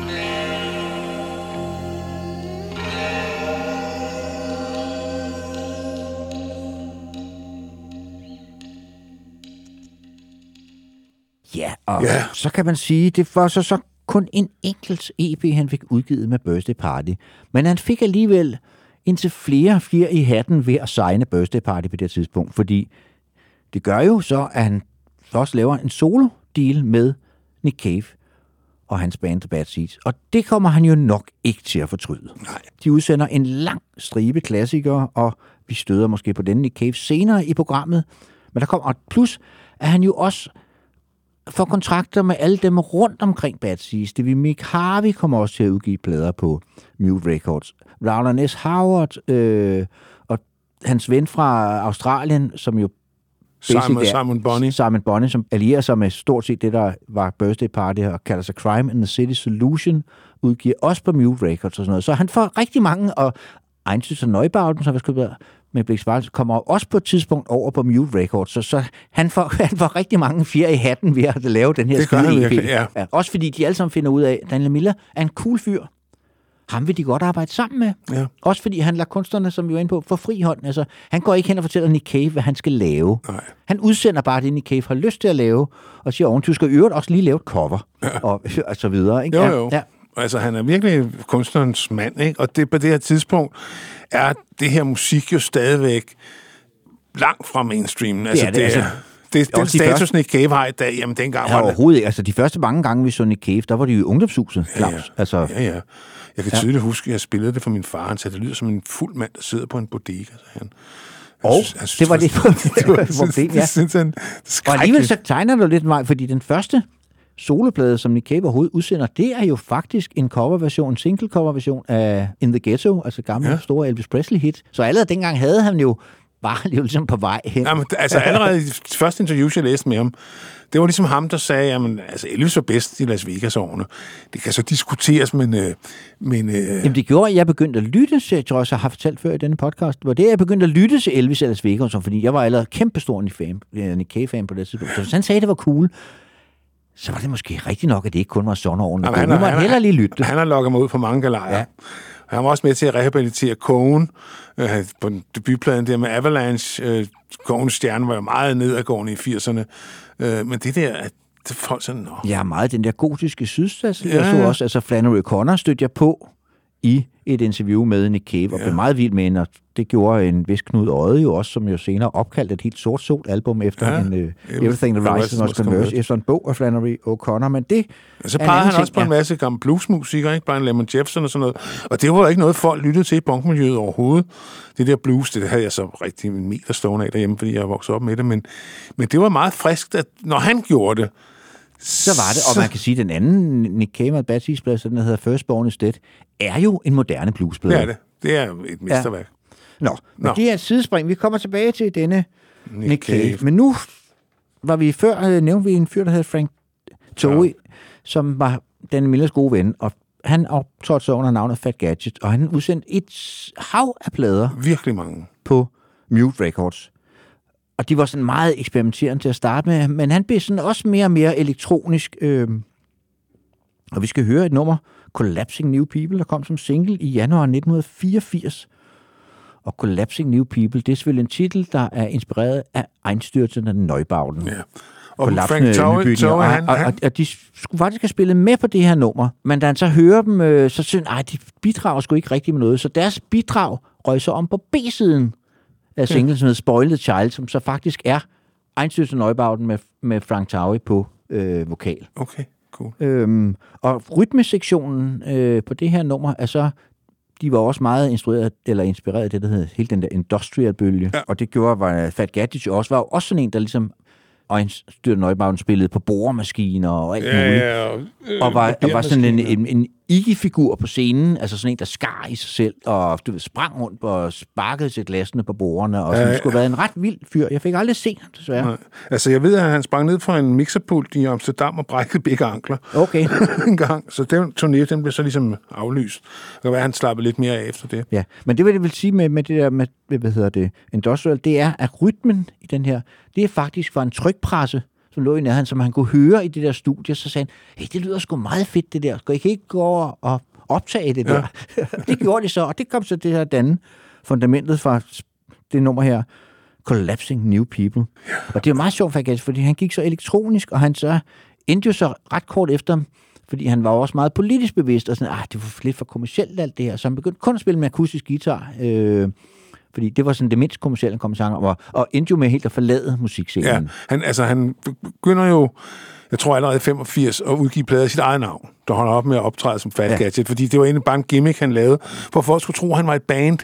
Ja, og Ja. så kan man sige, det var så kun en enkelt EP, han fik udgivet med Birthday Party. Men han fik alligevel indtil flere fjer i hatten ved at signe Birthday Party på det tidspunkt, fordi det gør jo så, at han også laver en solo-deal med Nick Cave og hans band The Bad Seeds. Og det kommer han jo nok ikke til at fortryde. Nej. De udsender en lang stribe klassikere, og vi støder måske på den Nick Cave senere i programmet. Men der kommer, og plus at han jo også får kontrakter med alle dem rundt omkring Bad Seeds. Det vil Mick Harvey kommer også til at udgive plader på Mute Records. Rowland S. Howard og hans ven fra Australien, som jo Simon Bonnie. Simon Bonnie, som allierer sig med stort set det, der var Birthday Party, og kalder sig Crime in the City Solution, udgiver også på Mute Records og sådan noget. Så han får rigtig mange, og Einstütz og Neubauten, som vi skulle med Blix Waltz, kommer også på et tidspunkt over på Mute Records, så han får rigtig mange fjer i hatten ved at lave den her Det gør han skide virkelig, EP. ja. Også fordi de alle sammen finder ud af, at Daniel Miller er en cool fyr. Ham vil de godt arbejde sammen med. Ja. Også fordi han lader kunstnerne, som vi var inde på, for fri hånd. Altså, han går ikke hen og fortæller Nick Cave, hvad han skal lave. Nej. Han udsender bare det, Nick Cave har lyst til at lave, og siger oven, du skal i øvrigt også lige lave et cover, og så videre. Ikke? Jo. Ja. Altså, han er virkelig kunstnerens mand, ikke? Og det, på det her tidspunkt er det her musik jo stadigvæk langt fra mainstreamen. Altså, det er den status, Nick Cave har i dag, jamen dengang Ja, var det... overhovedet ikke. Altså, de første mange gange, vi så Nick Cave, der var det jo i ungdomshuset, Claus. Altså, Ja. Jeg kan tydeligt huske, at jeg spillede det for min far. Han sagde, det lyder som en fuld mand, der sidder på en bodega, sagde han. det var det problem, ja. Det synes han Og skrækkeligt. alligevel så tegner det jo lidt vej, fordi den første soloplade, som Nick Cave overhovedet udsender, det er jo faktisk en coverversion, en single coverversion af In the Ghetto, altså gamle store Elvis Presley hit. Så allerede dengang havde han jo bare ligesom på vej hen. Jamen, altså allerede i de første interviews, jeg læste med ham, det var ligesom ham, der sagde, at altså, Elvis var bedst i Las Vegas-årene. Det kan så diskuteres, men Jamen, det gjorde, at jeg begyndte at lytte til, jeg tror også, jeg har fortalt før i denne podcast, hvor det jeg begyndte at lytte til Elvis i Las Vegas, fordi jeg var allerede kæmpestor Nick Cave-fan på det tidspunkt. Så hvis han sagde, det var cool, så var det måske rigtigt nok, at det ikke kun var sådan ordentligt. Nu må han heller lige lytte. Han har lukket mig ud på mange galejer. Ja. Han var også med til at rehabilitere Cohen på debutpladen der med Avalanche. Cohens stjerne var jo meget nedadgående i 80'erne. Men det der, at det folk sådan... Ja, meget den der gotiske sydstats. Jeg så også, altså Flannery O'Connor stødte jeg på i et interview med Nick Cave, og blev meget vild med hende, og det gjorde en vis Knud Odde jo også, som jo senere opkaldte et helt sort sol-album efter en Everything That Rises Must Converge, efter en bog af Flannery O'Connor, men det... Så pegede han også på en masse gamle bluesmusikere, ikke? Brian Lemon Jefferson og sådan noget, og det var ikke noget, folk lyttede til i punkmiljøet overhovedet. Det der blues, det havde jeg så rigtig en meter stående af derhjemme, fordi jeg voksede op med det, men det var meget friskt, at når han gjorde det, så var det, og man kan sige, at den anden Nick Cave og Bad Seeds-plade, den hedder Firstborn is Dead, er jo en moderne bluesplade. Det er det. Det er et mesterværk. Ja. Nå. Det er et sidespring. Vi kommer tilbage til denne Nick Cave. Men nu var vi før, nævnte vi en fyr, der hed Frank Towie, som var Daniel Millers gode ven, og han optrådte så under navnet Fat Gadget, og han udsendte et hav af plader. Virkelig mange. På Mute Records. Og de var sådan meget eksperimenterende til at starte med, men han blev sådan også mere og mere elektronisk. Og vi skal høre et nummer, Collapsing New People, der kom som single i januar 1984. Og Collapsing New People, det er selvfølgelig en titel, der er inspireret af Einstürzen og Neubauten. Ja. kollapsende Frank nybygninger. Og de skulle faktisk have spillet med på det her nummer, men da han så hører dem, så synes han, de bidrager sgu ikke rigtig med noget. Så deres bidrag røg så om på B-siden af singlen, som hedder Spoiled Child, som så faktisk er Einsüß og Neubauten med Frank Taui på vokal. Okay, cool. Og rytmesektionen på det her nummer er så, de var også meget inspireret af det, der hedder hele den der industrial-bølge. Ja. Og det gjorde Fat Gadget også. Var jo også sådan en, der ligesom Einsüß og Neubauten spillede på boremaskiner og alt muligt. Og var sådan en Iggy-figur på scenen, altså sådan en, der skar i sig selv, og sprang rundt og sparkede til glassene på bordene, og sådan, det skulle have været en ret vild fyr. Jeg fik aldrig set ham, desværre. Nej. Altså, jeg ved, at han sprang ned fra en mixerpult i Amsterdam og brækkede begge ankler. Okay. En gang. Så den turné, den blev så ligesom aflyst. Det kan være, han slappede lidt mere af efter det. Ja, men det vil sige med det der, med, industrial, det er, at rytmen i den her, det er faktisk fra en trykpresse, som lå i nærheden, som han kunne høre i det der studie, så sagde han, hey, det lyder sgu meget fedt, det der. Skal I ikke gå over og optage det der? Ja. Det gjorde de så, og det kom så det her danne fundamentet fra det nummer her, Collapsing New People. Ja. Og det er meget sjovt faktisk, fordi han gik så elektronisk, og han så endte jo så ret kort efter, fordi han var også meget politisk bevidst, og sådan, det var lidt for kommercielt alt det her, så han begyndte kun at spille med akustisk guitar, fordi det var sådan det mindst kommercielle, han kom i sang om, og endte jo med helt at forlade musikscenen. Ja, han begynder jo, jeg tror allerede 85, at udgive plader af sit eget navn, da han op med at optræde som Fat Gadget, fordi det var egentlig bare en gimmick, han lavede, for folk skulle tro, at han var et band.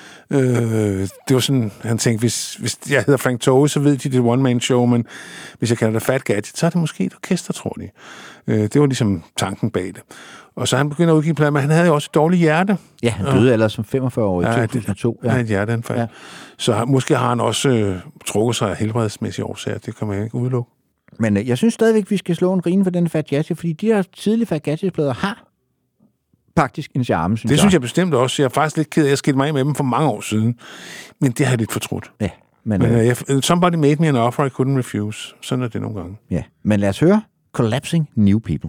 Det var sådan, han tænkte, hvis jeg hedder Frank Taui, så ved de, det er one-man-show, men hvis jeg kalder det Fat Gadget, så er det måske et orkester, tror de. Det var ligesom tanken bag det. Og så han begyndte at udgive plader, men han havde jo også et dårligt hjerte. Ja, han døde ellers som 45 år i 2002. Ja, et hjerteanfald. Ja. Så måske har han også trukket sig af helbredsmæssige årsager. Det kan man ikke udelukke. Men jeg synes stadigvæk, vi skal slå en rine for den Fat Gadget, fordi de her tidlige Fat Gadget-plader har faktisk en charme, synes jeg. Det synes jeg bestemt også. Jeg er faktisk lidt ked af, jeg skilte mig af med dem for mange år siden. Men det har jeg lidt fortrudt. Ja, men somebody made me an offer I couldn't refuse. Sådan er det nogle gange. Ja, men lad os høre Collapsing New People.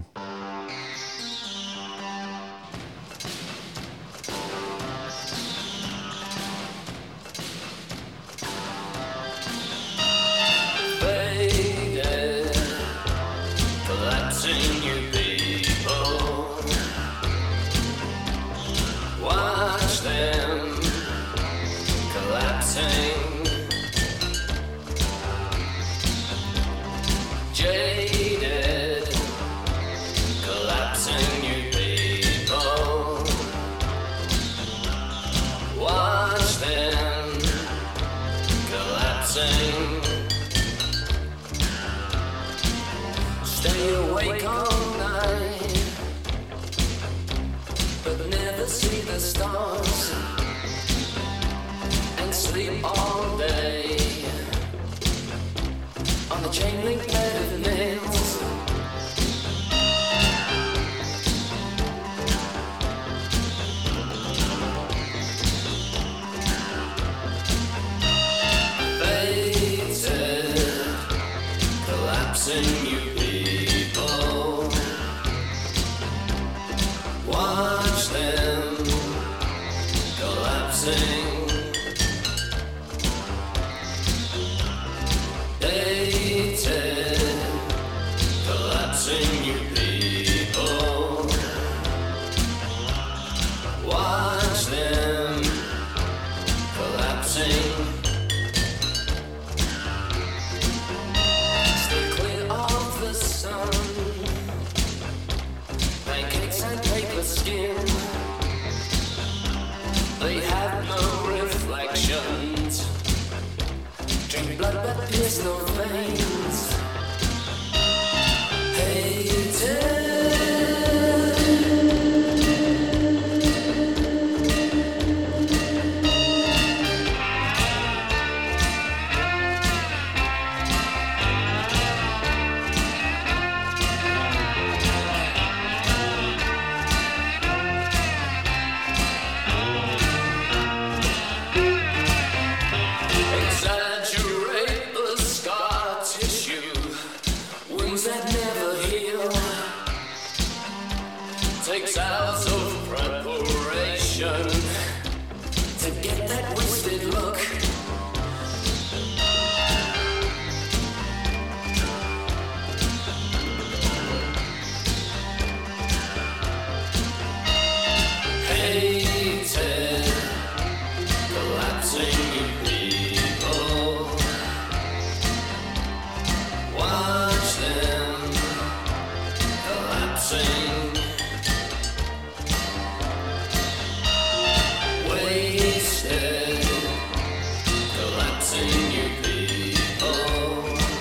collapsing. Wasted, collapsing you people.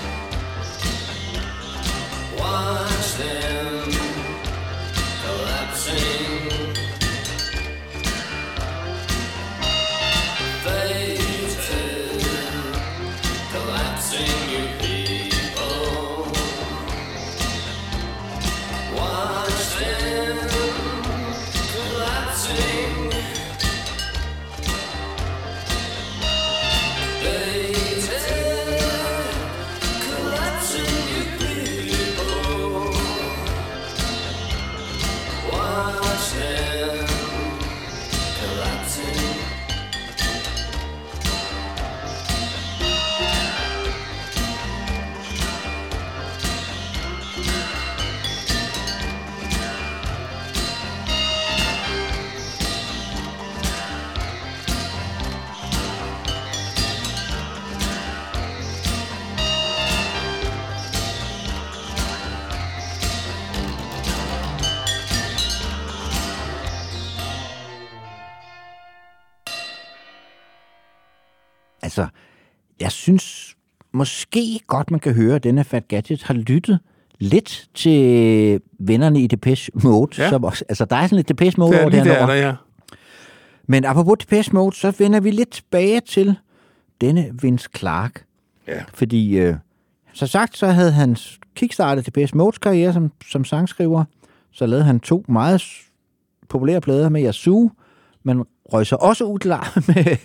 Watch them collapsing. Fated, collapsing you people. Watch them collapsing. Altså, jeg synes måske godt, man kan høre, at denne Fat Gadget har lyttet lidt til vennerne i Depeche Mode. Ja. Som også, altså, der er sådan lidt Depeche Mode Det er over lige det her der, nummer. ja. Men apropos Depeche Mode, så vender vi lidt tilbage til denne Vince Clarke. Ja. Fordi, så sagt, så havde han kickstartet Depeche Modes karriere som sangskriver. Så lavede han 2 meget populære plader med Yazoo, men røg så også uklar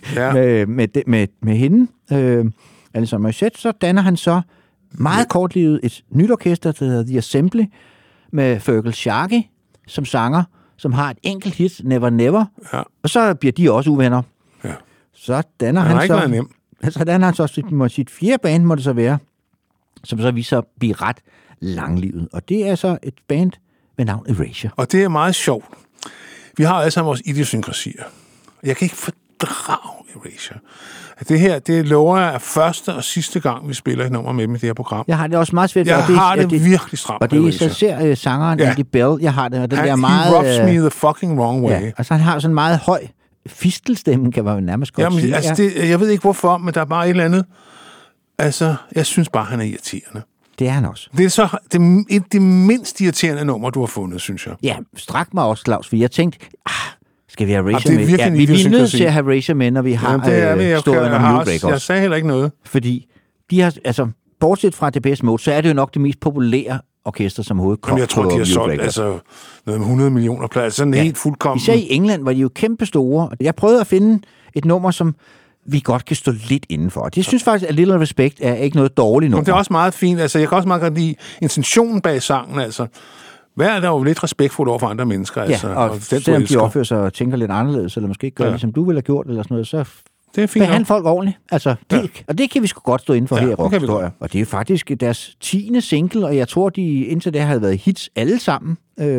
med hende, Alison Morissette. Så danner han så meget kortlivet et nyt orkester, der hedder The Assembly, med Fergal Sharkey som sanger, som har et enkelt hit, Never Never. Ja. Og så bliver de også uvenner. Ja. Så danner Han har han ikke så... været nem. Så danner han så sit 4. band, må det så være, som så viser at blive ret langlivet. Og det er så et band med navn Erasure. Og det er meget sjovt. Vi har alle sammen vores idiosynkrasier. Jeg kan ikke fordrage Erasure. Det her, det lover jeg, er første og sidste gang, vi spiller et nummer med dem i det her program. Jeg har det også meget svært. Jeg har det virkelig stramt. Og det er Erasure. især sangeren Andy Bell, jeg har det. Og den der He meget, rubs me the fucking wrong way. Ja, altså han har sådan en meget høj fistelstemme, kan man jo nærmest godt sige. Altså, det, jeg ved ikke hvorfor, men der er bare et eller andet. Altså, jeg synes bare, han er irriterende. Det er han også. Det er så det mindst irriterende nummer, du har fundet, synes jeg. Ja, strak mig også, Claus, for jeg tænkte, skal vi have det er Erasure med? virkelig Ja, en vi er nødt idiosynkrasi. til at have Erasure med, når vi har historien om New Breakers. Jeg sagde heller ikke noget. Fordi de har, altså, bortset fra Depeche Mode, så er det jo nok det mest populære orkester, som overhovedet kom. Jeg tror, de har solgt altså, noget med 100 millioner pladser. Sådan helt fuldkommen. Især i England var de jo kæmpe store. Jeg prøvede at finde et nummer, som vi godt kan stå lidt indenfor. Det synes faktisk, at Little Respect er ikke noget dårligt nummer. Men det er også meget fint. Altså, jeg kan også meget godt lide intentionen bag sangen. Altså, vær der jo lidt respektfuld over for andre mennesker. Altså, ja, og selvom de opfører sig og tænker lidt anderledes, eller måske ikke gør ligesom du ville have gjort, eller sådan noget, så det er fint. behandle folk ordentligt. Altså, og det kan vi sgu godt stå inden for her i Rockhistorie. Og det er faktisk deres 10. single, og jeg tror, de indtil det havde været hits alle sammen.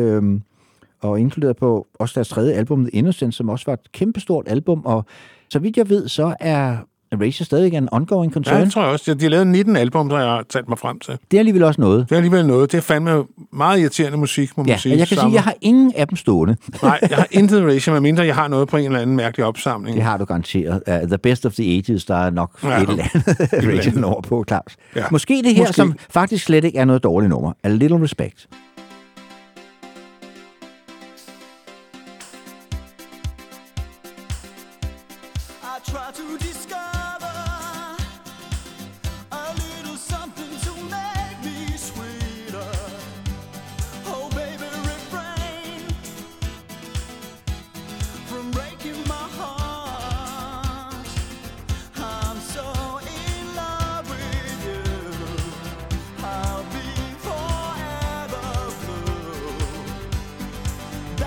Og inkluderet på også deres 3. album, The Innocence, som også var et kæmpestort album. Og så vidt jeg ved, så er Erasure stadig en ongoing concern. Ja, det tror jeg også. De har lavet 19 album, der jeg har talt mig frem til. Det er alligevel også noget. Det er alligevel noget. Det er fandme meget irriterende musik, må man sige. Ja, jeg kan sige, at jeg har ingen af dem stående. Nej, jeg har intet Erasure, medmindre jeg har noget på en eller anden mærkelig opsamling. Det har du garanteret. The Best of the 80's, der er nok et eller andet Erasure over på, Claus. Ja. Måske det her, som faktisk slet ikke er noget dårligt nummer. A Little Respect.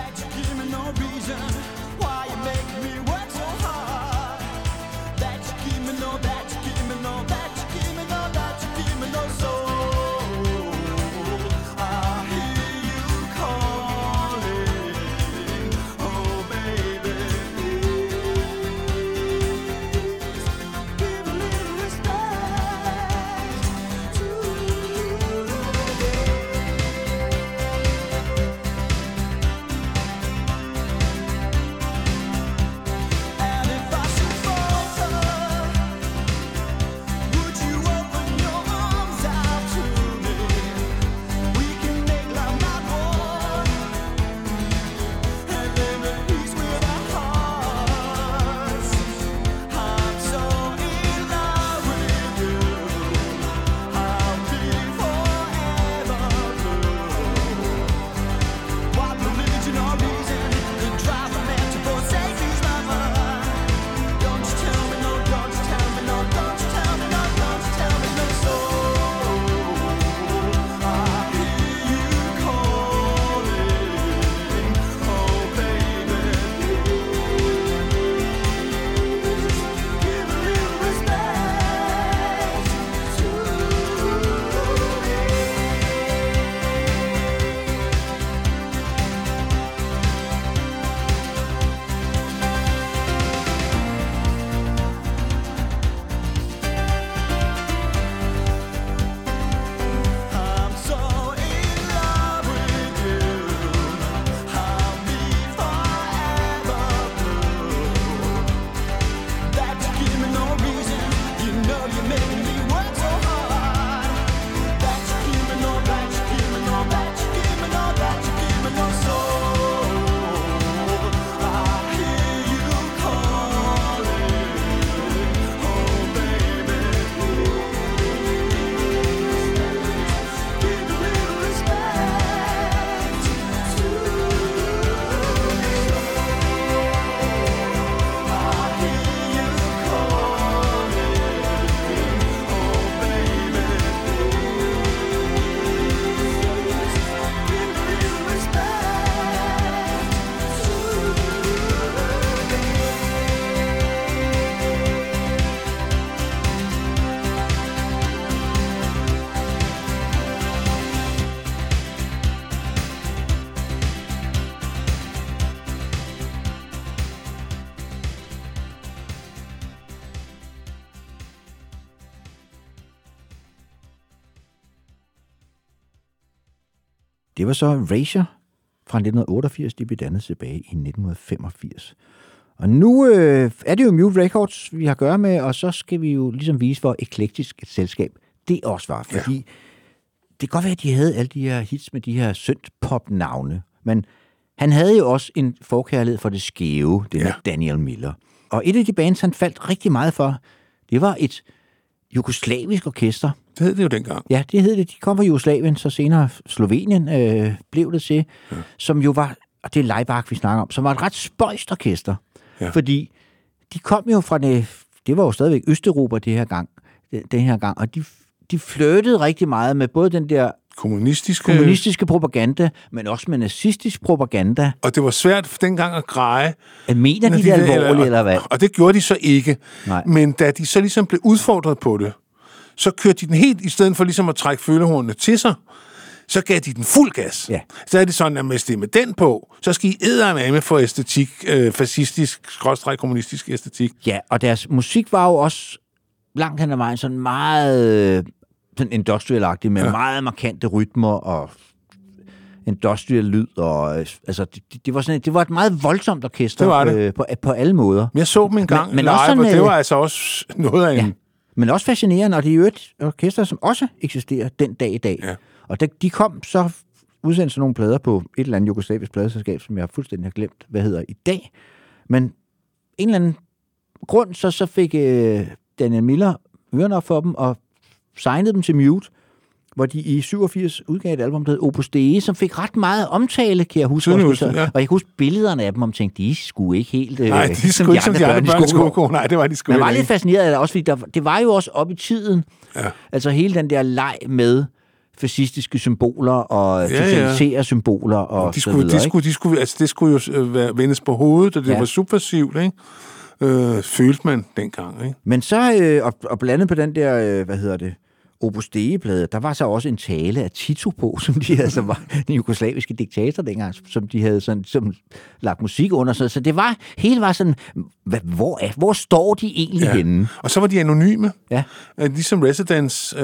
Reason why you make me work so hard. That you keep Det var så Erasure fra 1988, de blev dannet tilbage i 1985. Og nu er det jo Mute Records, vi har at gøre med, og så skal vi jo ligesom vise, hvor eklektisk et selskab det også var. Fordi det kan godt være, at de havde alle de her hits med de her synth-pop-navne, men han havde jo også en forkærlighed for det skæve, det med Daniel Miller. Og et af de bands, han faldt rigtig meget for, det var et jugoslavisk orkester. Det hed det jo dengang. Ja, det hed det. De kom fra Jugoslavien, så senere Slovenien blev det til, som jo var, og det er Laibach, vi snakker om, som var et ret spøjst orkester. Ja. Fordi de kom jo fra det var jo stadigvæk Østeuropa den her gang, og de flirtede rigtig meget med både den der kommunistiske propaganda, men også med nazistisk propaganda. Og det var svært dengang at greje. Mener de det alvorligt, eller hvad? Og det gjorde de så ikke. Nej. Men da de så ligesom blev udfordret på det, så kørte de den helt, i stedet for ligesom at trække følehornene til sig, så gav de den fuld gas. Ja. Så er det sådan, at hvis det er med den på, så skal I eddermame for æstetik, fascistisk, kommunistisk æstetik. Ja, og deres musik var jo også langt hen ad vejen sådan meget sådan industrial-agtig, med meget markante rytmer og industrial lyd. Og, altså, det var et meget voldsomt orkester. Det var det. På alle måder. Jeg så dem en gang men live, også sådan, og det var altså også noget af en... Men også fascinerende, og det er jo et orkester, som også eksisterer den dag i dag. Ja. Og de kom så udsendt sådan nogle plader på et eller andet jugoslavisk pladeselskab, som jeg fuldstændig har glemt, hvad hedder i dag. Men en eller anden grund, så fik Daniel Miller ørerne op for dem, og signede dem til Mute, hvor de i 87 udgav et album, der hed Opus Dei, som fik ret meget omtale, kan jeg huske. Og jeg kan huske billederne af dem, og tænkte, de skulle ikke helt... Nej, de skulle ikke som de andre børn skulle gå. Nej, det var de skulle. Men jeg var lidt fascineret af det også, fordi det var jo også op i tiden. Ja. Altså hele den der leg med fascistiske symboler og totalitære symboler og så videre. Det skulle jo vendes på hovedet, og det var subversivt, ikke? Følte man dengang, ikke? Men så, og blandet på den der, Opus Dei-plade, der var så også en tale af Tito på, som de havde, som var den jugoslaviske diktator dengang, som de havde sådan, som lagt musik under. Så det var, hele var sådan, hvor står de egentlig henne? Og så var de anonyme. Ja. Ligesom Residence,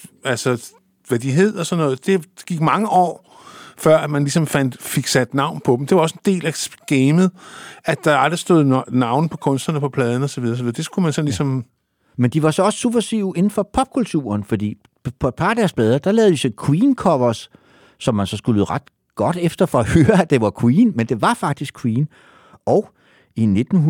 altså hvad de hed og sådan noget. Det gik mange år, før at man ligesom fik sat navn på dem. Det var også en del af gamet, at der aldrig stod navn på kunstnerne på pladen og så videre. Det skulle man sådan ligesom... Men de var så også subversive inden for popkulturen, fordi på et par af deres plader, der lavede de så Queen-covers, som man så skulle lyde ret godt efter for at høre, at det var Queen, men det var faktisk Queen. Og i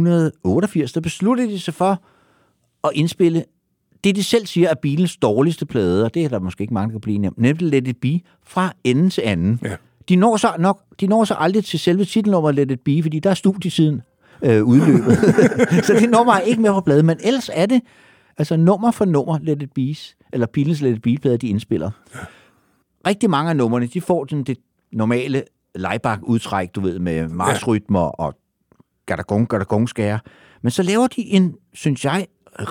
1988, der besluttede de sig for at indspille det, de selv siger er Beatles dårligste plade, og det er der måske ikke mange, der kan blive nemt, nemlig Let It Be, fra ende til anden. Ja. De når så aldrig til selve titelnummeret Let It Be, fordi der er studietiden udløbet. Så det nummer er ikke med på plade, men ellers er det altså nummer for nummer Let It Be's, eller Beatles Let It Be-plader, de indspiller. Ja. Rigtig mange af numrene, de får sådan det normale Laibach-udtræk, du ved, med marsrytmer og gadagong-skære. Men så laver de en, synes jeg,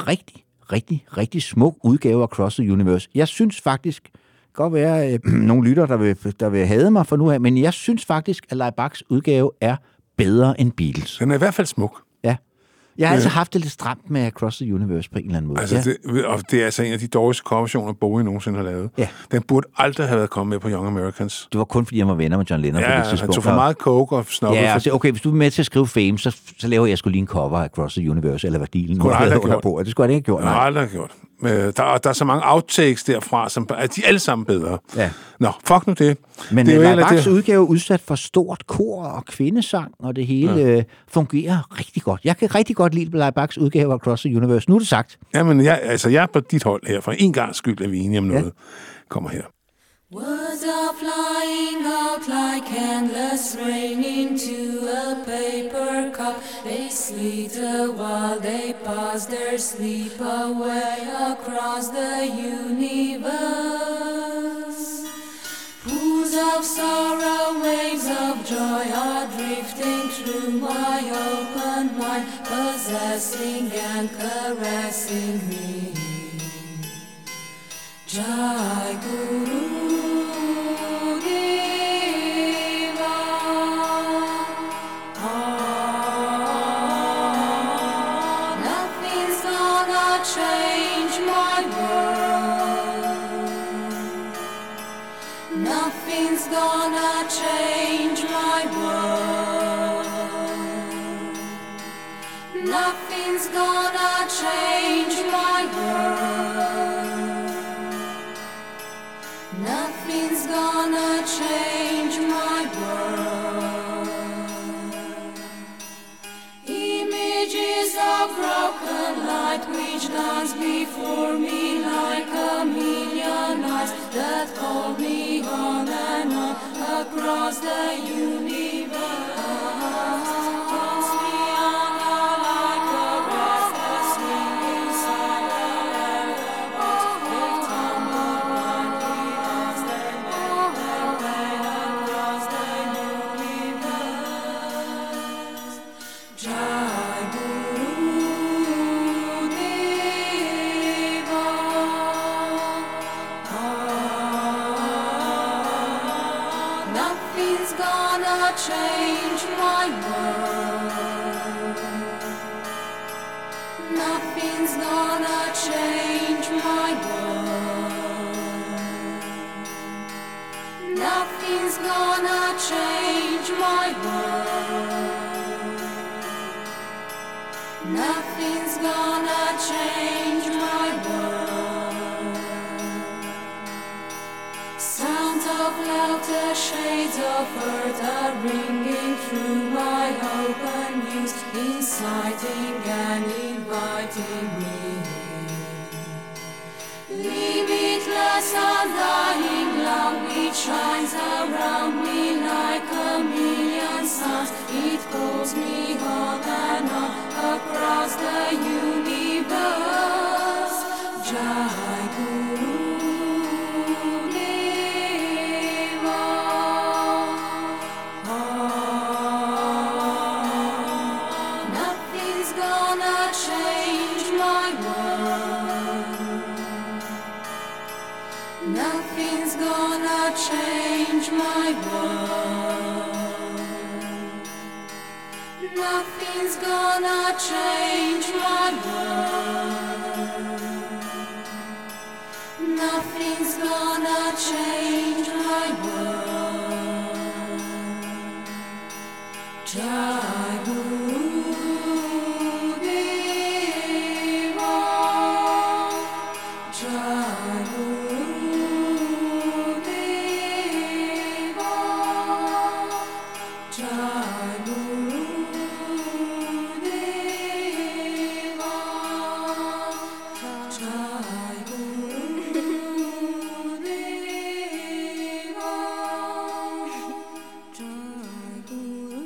rigtig smuk udgave af Across the Universe. Jeg synes faktisk, godt være nogle lytter, der vil hade mig for nu af, men jeg synes faktisk, at Laibachs udgave er bedre end Beatles. Den er i hvert fald smuk. Ja. Jeg har altså haft det lidt stramt med Across the Universe på en eller anden måde. Altså, det er altså en af de dårligste coverversioner, Bowie nogensinde har lavet. Ja. Den burde aldrig have været kommet med på Young Americans. Det var kun, fordi jeg var venner med John Lennon på det tidspunkt. Ja, han tog for meget coke og snobbede. Ja, altså, okay, hvis du er med til at skrive Fame, så laver jeg sgu lige en cover af Across the Universe, eller hvad dealen nu havde under på. Det skulle jeg ikke have gjort. Nej, aldrig have gjort. Der er så mange outtakes derfra, som er de alle sammen bedre. Ja. Nå, fuck nu det. Men Laibachs udgave er udsat for stort kor og kvindesang, og det hele fungerer rigtig godt. Jeg kan rigtig godt lide Laibachs udgave af Across the Universe. Nu er det sagt. Jamen, jeg er på dit hold her, for en gang skyld er vi enige om noget. Kommer her. Words are flying out like endless rain into a paper cup. They slither while they pass their sleep away across the universe. Pools of sorrow, waves of joy are drifting through my open mind, possessing and caressing me. Jai Guru Deva, nothing's gonna change my world. Nothing's gonna Nothing's gonna change my world. Nothing's gonna change my world. Images of broken light which dance before me like a million eyes that hold me on and on across the universe. Holds me under like a breath, a singing silent lullaby. They tumble lightly as they make their way across the universe. Jai Guru Deva. Nothing's gonna change my world. Nothing's gonna change my world. Nothing's gonna change my world. Nothing's gonna change my world. Sounds of laughter, shades of earth are ringing through my open views, inciting and inviting me. Limitless, undying love, it shines around me like a million suns. It pulls me on and on across the universe. Jai Guru Deva. Nothing's gonna change my world. Nothing's gonna change my world. Nothing's gonna change my world. Nothing's gonna change my world. Jai Guru Deva. Jai Guru Deva. Jai Guru Deva. Jai Guru Deva. Jai Guru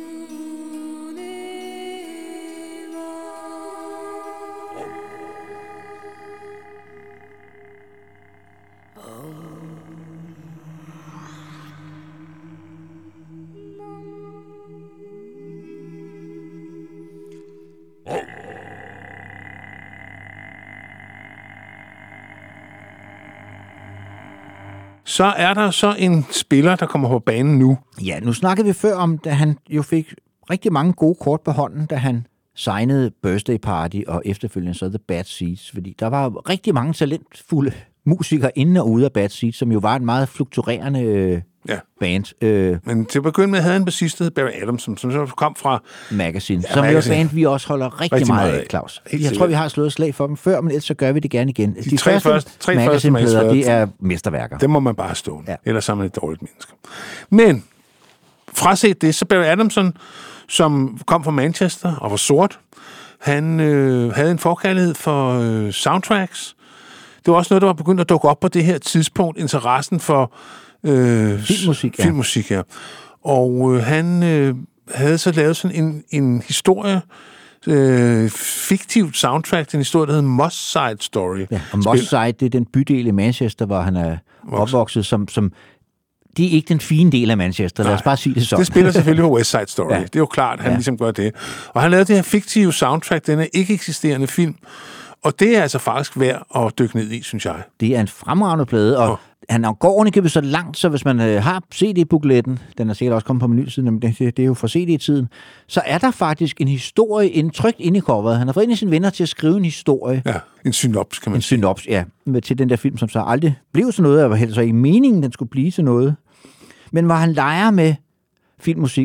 Så er der så en spiller, der kommer på banen nu. Ja, nu snakkede vi før om, da han jo fik rigtig mange gode kort på hånden, da han signede Birthday Party og efterfølgende så The Bad Seeds, fordi der var rigtig mange talentfulde musikere inde og ude af Bad Seeds, som jo var en meget fluktuerende band. Men til at begynde med havde han bassist, der hed Barry Adams, som så kom fra Magazine, som jo er band, vi også holder rigtig meget af, Claus. Jeg tror, vi har slået slag for dem før, men ellers så gør vi det gerne igen. De tre første Magazine-plader, det er mesterværker. Det må man bare stå. Ja. Ellers er man et dårligt menneske. Men fraset det, så Barry Adamson, som kom fra Manchester og var sort, han havde en forkærlighed for soundtracks. Det var også noget, der var begyndt at dukke op på det her tidspunkt, interessen for filmmusik, ja. Og han havde så lavet sådan en historie, fiktivt soundtrack til en historie, der hedder Moss Side Story. Ja, og Moss Side, det er den bydel i Manchester, hvor han er opvokset, som det er ikke den fine del af Manchester, lad os bare sige det sådan. Det spiller selvfølgelig på West Side Story. Ja. Det er jo klart, at han ligesom gør det. Og han lavede det her fiktive soundtrack, den er ikke eksisterende film, og det er altså faktisk værd at dykke ned i, synes jeg. Det er en fremragende plade, og han går ordentligt så langt, så hvis man har CD-bukletten, den er sikkert også kommet på menusiden, men det er jo fra CD-tiden, så er der faktisk en historie trykt inde i coveret. Han har fået en af sine venner til at skrive en historie. Ja, en synops, kan man sige. En synops, ja, til den der film, som så aldrig blev sådan noget, og så i meningen, den skulle blive til noget. Men hvor han leger med filmmusik, og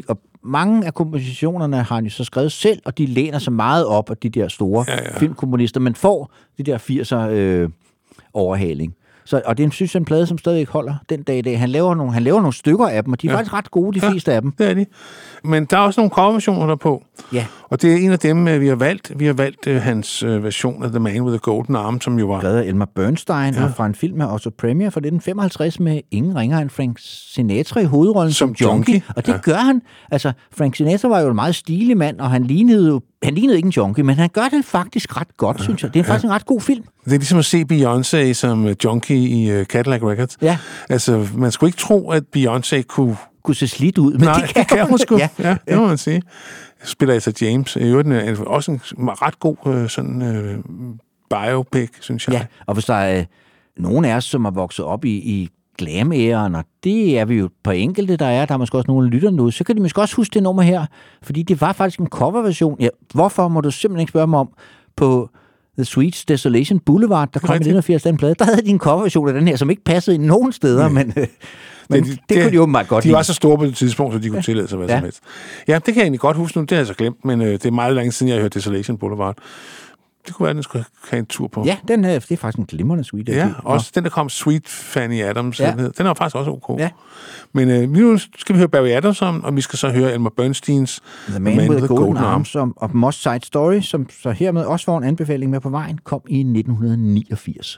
mange af kompositionerne har han jo så skrevet selv, og de læner sig meget op af de der store filmkomponister. Man får de der 80'er overhaling. Så, og det er synes jeg, en plade, som stadig holder den dag i dag. Han laver nogle stykker af dem, og de er faktisk ret gode, de fleste af dem. Det er de. Men der er også nogle coverversioner derpå. Ja. Og det er en af dem, vi har valgt. Vi har valgt hans version af The Man with the Golden Arm, som jo var... Skrevet af Elmer Bernstein, og fra en film af Otto Preminger fra 1955 med ingen ringer end Frank Sinatra i hovedrollen som junkie. Og det gør han. Altså, Frank Sinatra var jo en meget stilig mand, og han lignede ikke en junkie, men han gør det faktisk ret godt, synes jeg. Det er faktisk en ret god film. Det er ligesom at se Beyoncé som junkie i Cadillac Records. Ja. Altså, man skulle ikke tro, at Beyoncé kunne se slidt ud, men nej, det kan hun sgu. Ja, det må man sige. Spiller altså James. I øvrigt er også en ret god sådan biopic, synes jeg. Ja, og hvis der er nogen af os, som har vokset op i glam-æren, og det er vi jo på enkelte, der er måske også nogle lytter nu, så kan de måske også huske det nummer her, fordi det var faktisk en coverversion. Ja, hvorfor må du simpelthen ikke spørge mig om på The Sweets Desolation Boulevard, der kom i 1980 den plade, der havde de en coverversion af den her, som ikke passede i nogen steder, men det kunne de åbenbart godt lide. De var så store på det tidspunkt, så de kunne tillade sig hvad som helst. Ja, det kan jeg egentlig godt huske nu, det har jeg så glemt, men det er meget længe siden, jeg har hørt Desolation Boulevard. Det kunne være, at den skulle have en tur på. Ja, det er faktisk en glimrende Sweet. Ja, også den, der kom Sweet Fanny Adams, den er faktisk også ok. Ja. Men nu skal vi høre Barry Adams om, og vi skal så høre Elmer Bernsteins The Man with the Golden Arms og Must Side Story, som så hermed også får en anbefaling med på vejen, kom i 1989.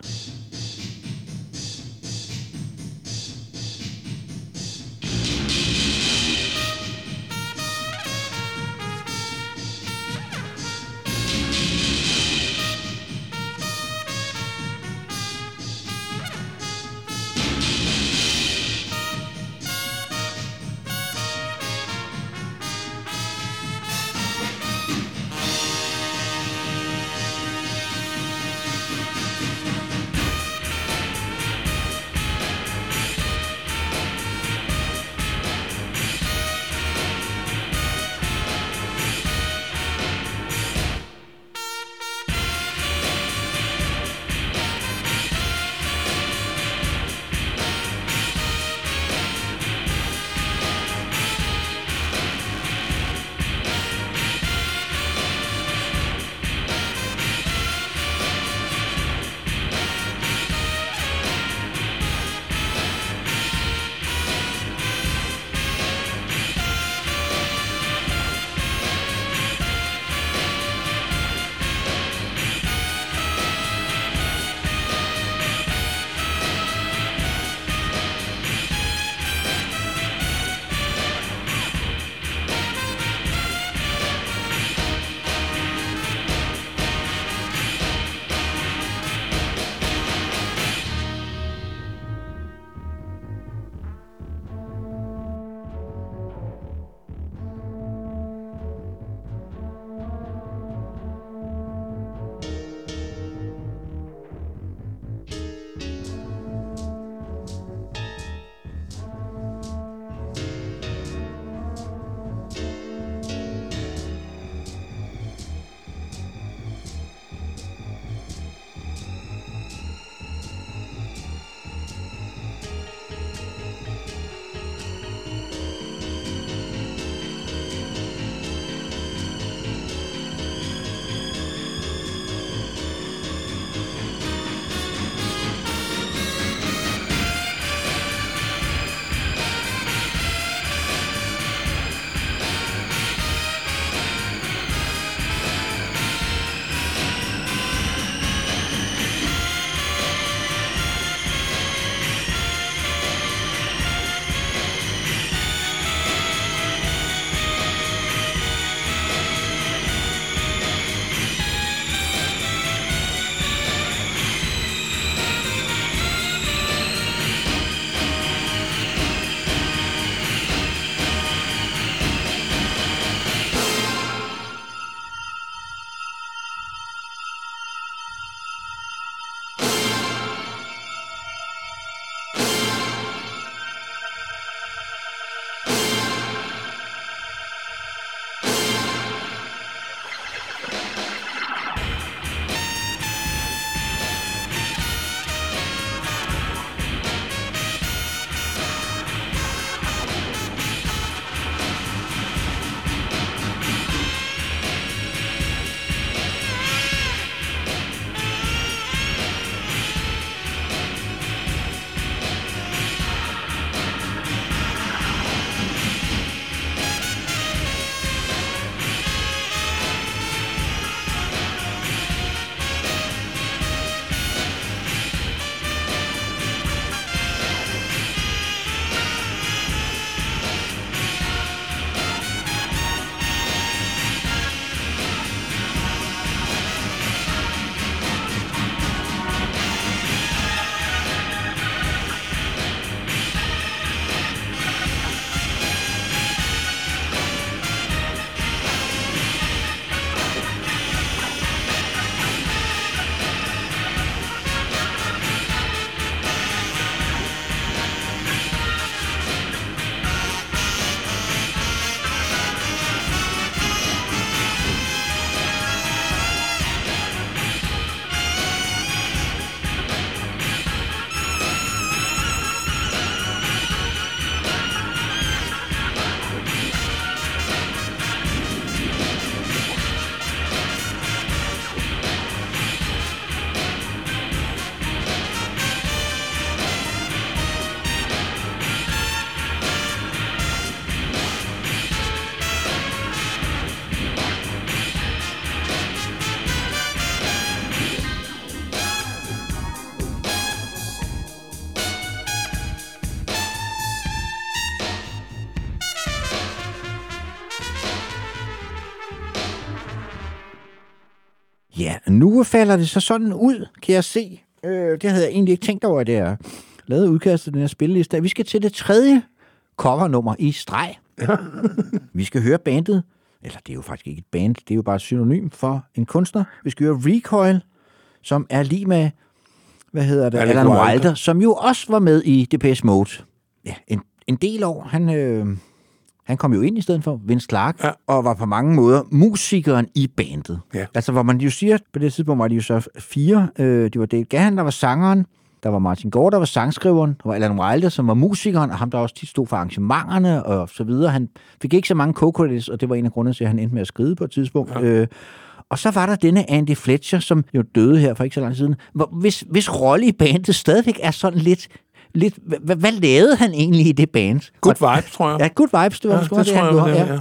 Ja, nu falder det så sådan ud, kan jeg se. Det havde jeg egentlig ikke tænkt over, at jeg lavede udkastet den her spilleliste. Vi skal til det 3. covernummer i streg. Vi skal høre bandet, eller det er jo faktisk ikke et band, det er jo bare et synonym for en kunstner. Vi skal høre Recoil, som er lige med, Alan Wilder, som jo også var med i Depeche Mode. Ja, en del år. Han kom jo ind i stedet for Vince Clarke, og var på mange måder musikeren i bandet. Ja. Altså, hvor man jo siger, på det tidspunkt var de jo så 4. Det var Dave Gahan, der var sangeren, der var Martin Gore, der var sangskriveren, der var Alan Wilder, som var musikeren, og ham, der også tit stod for arrangementerne, og så videre. Han fik ikke så mange co-credits, og det var en af grundene til, at han endte med at skrive på et tidspunkt. Ja. Og så var der denne Andy Fletcher, som jo døde her for ikke så lang tid siden, hvis rolle i bandet stadigvæk er sådan lidt hvad lavede han egentlig i det band? Good vibes, tror jeg. Ja, good vibes, det var det, han gjorde.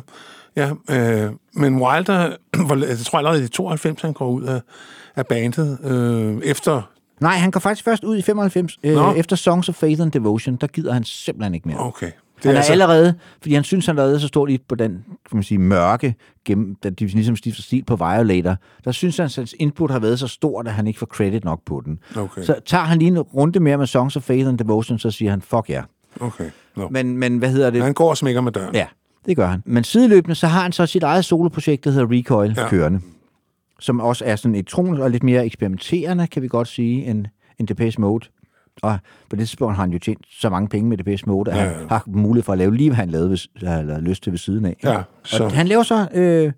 Men Wilder, jeg tror allerede i 92, han går ud af bandet efter... Nej, han går faktisk først ud i 95, efter Songs of Faith and Devotion, der gider han simpelthen ikke mere. Okay. Han er allerede, fordi han synes, han lavede så stort lidt på den, kan man sige, mørke, da de ligesom stifter stil på Violator. Der synes han, at hans input har været så stort, at han ikke får credit nok på den. Okay. Så tager han lige en runde mere med Songs of Faith and Devotion, så siger han, fuck ja. Okay. No. Men hvad hedder det? Han går og smækker med døren. Ja, det gør han. Men sideløbende, så har han så sit eget soloprojekt, der hedder Recoil, kørende. Som også er sådan elektronisk og lidt mere eksperimenterende, kan vi godt sige, end Depeche Mode. Og på det tidspunkt har han jo tjent så mange penge med Depeche Mode, at han har mulighed for at lave lige, hvad han havde lyst til ved siden af. Ja, så. Og han laver så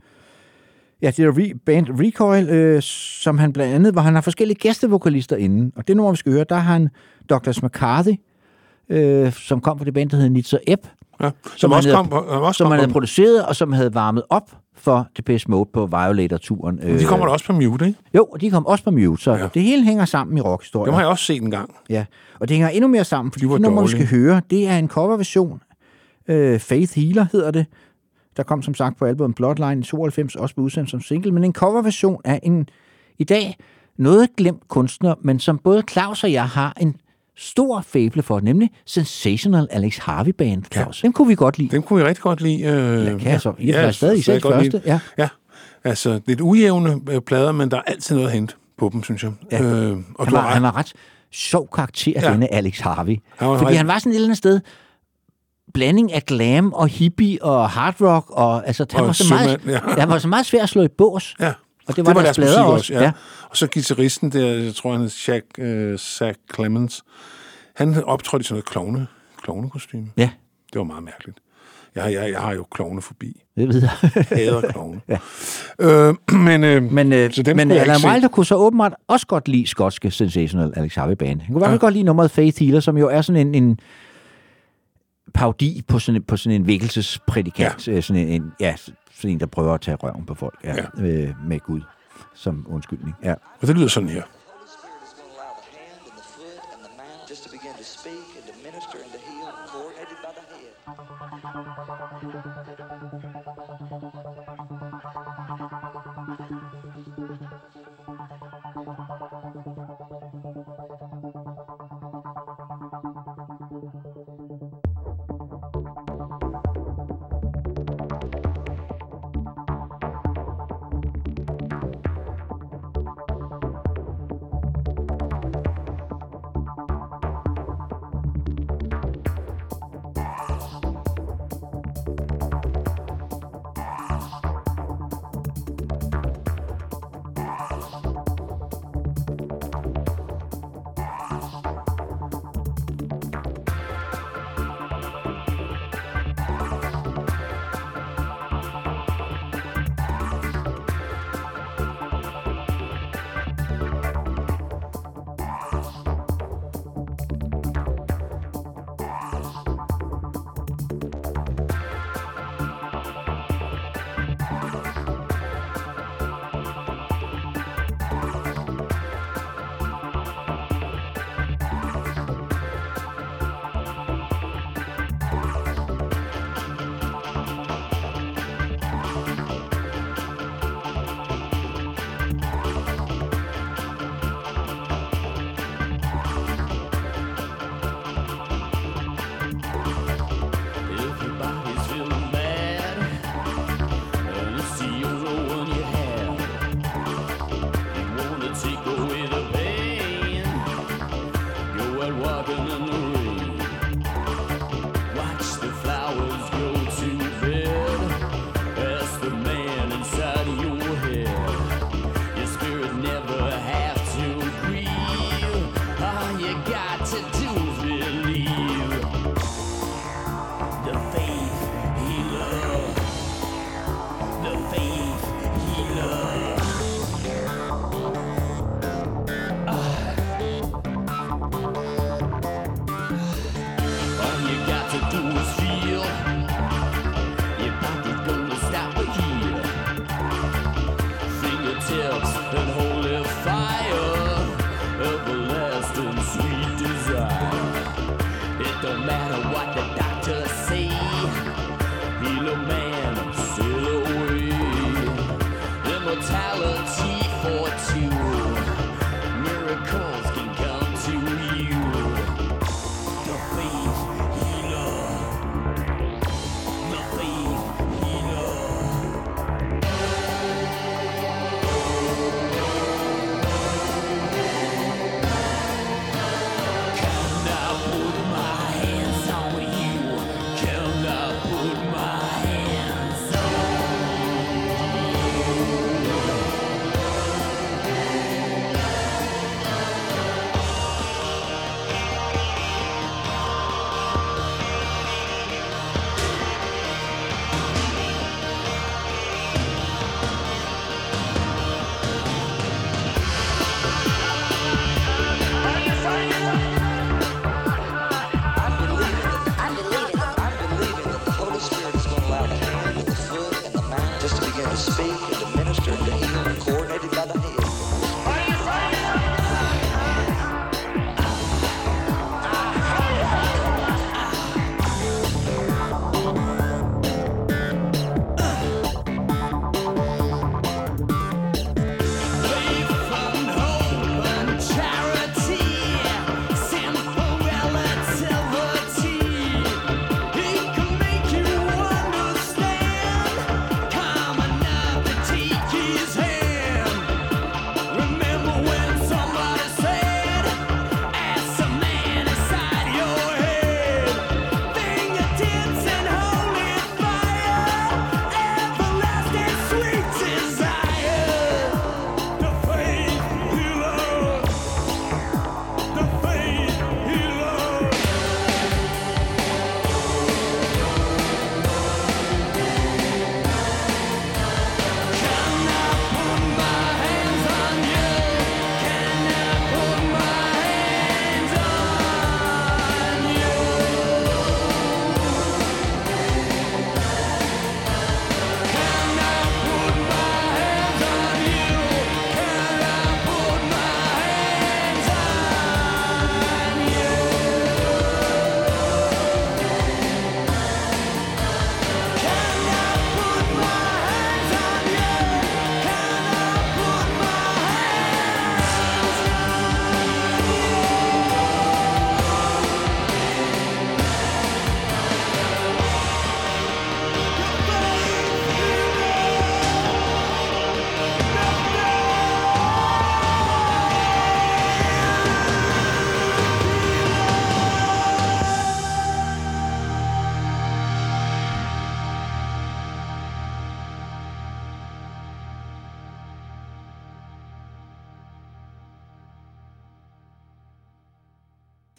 det er band Recoil, som han blandt andet, hvor han har forskellige gæstevokalister inde. Og det nummer, vi skal høre, der har han Douglas McCarthy, som kom fra det band, der hedder Nitzer Ebb. Ja, som han havde produceret, og som havde varmet op for Depeche Mode på Violator-turen. De kommer da også på Mute, ikke? Jo, de kom også på Mute, så det hele hænger sammen i rockhistorien. Dem har jeg også set en gang. Ja, og det hænger endnu mere sammen, fordi det nummer, vi skal høre, det er en coverversion. Faith Healer hedder det. Der kom som sagt på albumet Bloodline i 92, også på udsendt som single, men en coverversion af en, i dag, noget glemt kunstner, men som både Claus og jeg har en stor fable for, nemlig Sensational Alex Harvey Band, Claus. Den kunne vi godt lide. Den kunne vi rigtig godt lide. Stadig selv første. Ja, altså lidt ujævne plader, men der er altid noget at hente på dem, synes jeg. Ja. Han var ret sjov karakter, denne Alex Harvey. Fordi han var sådan et eller andet sted blanding af glam og hippie og hard rock, og altså, han var så meget svær at slå i bås. Ja. Og det var deres musik også. Ja. Og så guitaristen der, jeg tror han hed Zach Clemens, han optrådte i sådan noget klovnekostyme. Ja. Det var meget mærkeligt. Jeg har jo klovnefobi. Det ved jeg. Hader klovne. Ja. Men Alan Wilder kunne så åbenbart også godt lide skotske Sensational Alex Harvey Band. Han kunne i hvert fald godt lide nummeret Faith Healer, som jo er sådan en parodi på sådan en vækkelsesprædikant. Sådan en, der prøver at tage røven på folk med Gud som undskyldning. Ja. Og det lyder sådan her.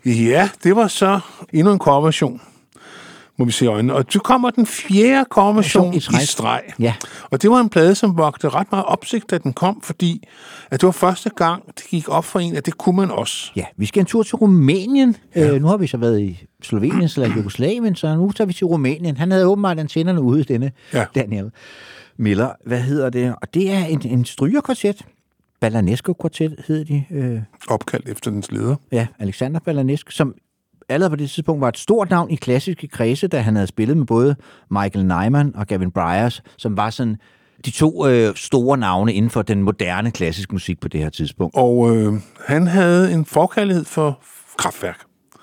Ja, det var så endnu en coverversion, må vi se i øjnene. Og så kommer den 4. coverversion i streg. Ja. Og det var en plade, som vogte ret meget opsigt, da den kom, fordi at det var første gang, det gik op for en, at det kunne man også. Ja, vi skal en tur til Rumænien. Nu har vi så været i Slovenien eller Jugoslavien, så nu tager vi til Rumænien. Han havde åbenbart antennerne ude, denne Daniel Miller. Hvad hedder det? Og det er en strygerkvartet. Balanescu-kvartet hed de. Opkaldt efter dens leder. Ja, Alexander Balanescu, som allerede på det tidspunkt var et stort navn i klassiske kredse, da han havde spillet med både Michael Nyman og Gavin Bryars, som var sådan de to store navne inden for den moderne klassiske musik på det her tidspunkt. Og han havde en forkærlighed for Kraftwerk.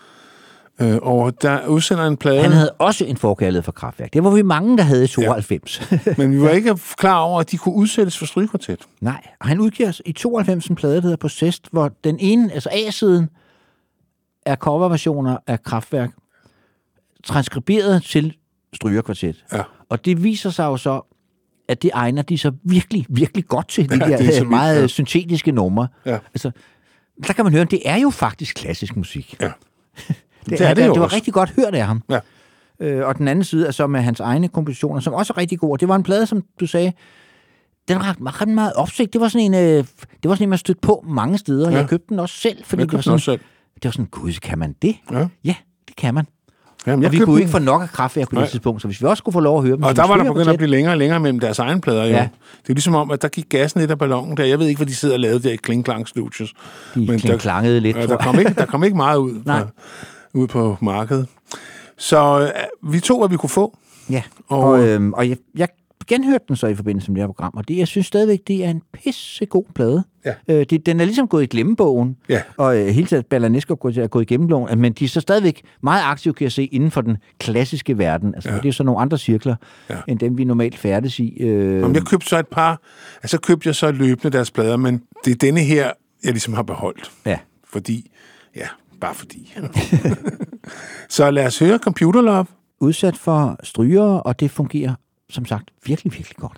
Og der udsender en plade... Han havde også en forkærlighed for Kraftwerk. Det var vi mange, der havde i 92. Ja. Men vi var ikke klar over, at de kunne udsættes for strygekvartet. Nej, og han udgiver i 92 en plade, der hedder Possessed, hvor den ene, altså A-siden, er coverversioner af Kraftwerk, transkriberet til strygerkvartet. Ja. Og det viser sig jo så, at det egner de så virkelig, virkelig godt til de der meget syntetiske numre. Ja. Altså, der kan man høre, at det er jo faktisk klassisk musik. Ja. Det var rigtig godt hørt af ham. Ja. Og den anden side er så med hans egne kompositioner, som også er rigtig gode. Det var en plade, som du sagde, den var ret meget opsigt. Det var sådan en, man stødte på mange steder. Ja. Jeg købte den også selv, fordi det var sådan, gud, kan man det? Ja, det kan man. Jamen, og vi kunne ikke få nok af Kraftwerk på det tidspunkt, så hvis vi også skulle få lov at høre dem... Og der var der begyndt at blive længere og længere mellem deres egne plader. Ja. Jo. Det er ligesom om, at der gik gassen lidt af ballonen der. Jeg ved ikke, hvad de sidder og lavede der i Kling-Klang-studios. Men klangede lidt. Der kom ikke meget ud på markedet. Så vi tog, hvad vi kunne få. Ja, og jeg genhørte den så i forbindelse med det her program, og jeg synes stadigvæk, det er en pissegod plade. Ja. Den er ligesom gået i glemmebogen, og hele tiden Balanescu er gået i glemmebogen, men de er så stadigvæk meget aktive, kan jeg se, inden for den klassiske verden. Altså, det er så nogle andre cirkler, end dem, vi normalt færdes i. Jeg købte så et par, altså købte jeg så løbende deres plader, men det er denne her, jeg ligesom har beholdt. Ja. Fordi, bare fordi. Så lad os høre Computer Love. Udsat for strygere, og det fungerer som sagt virkelig, virkelig godt.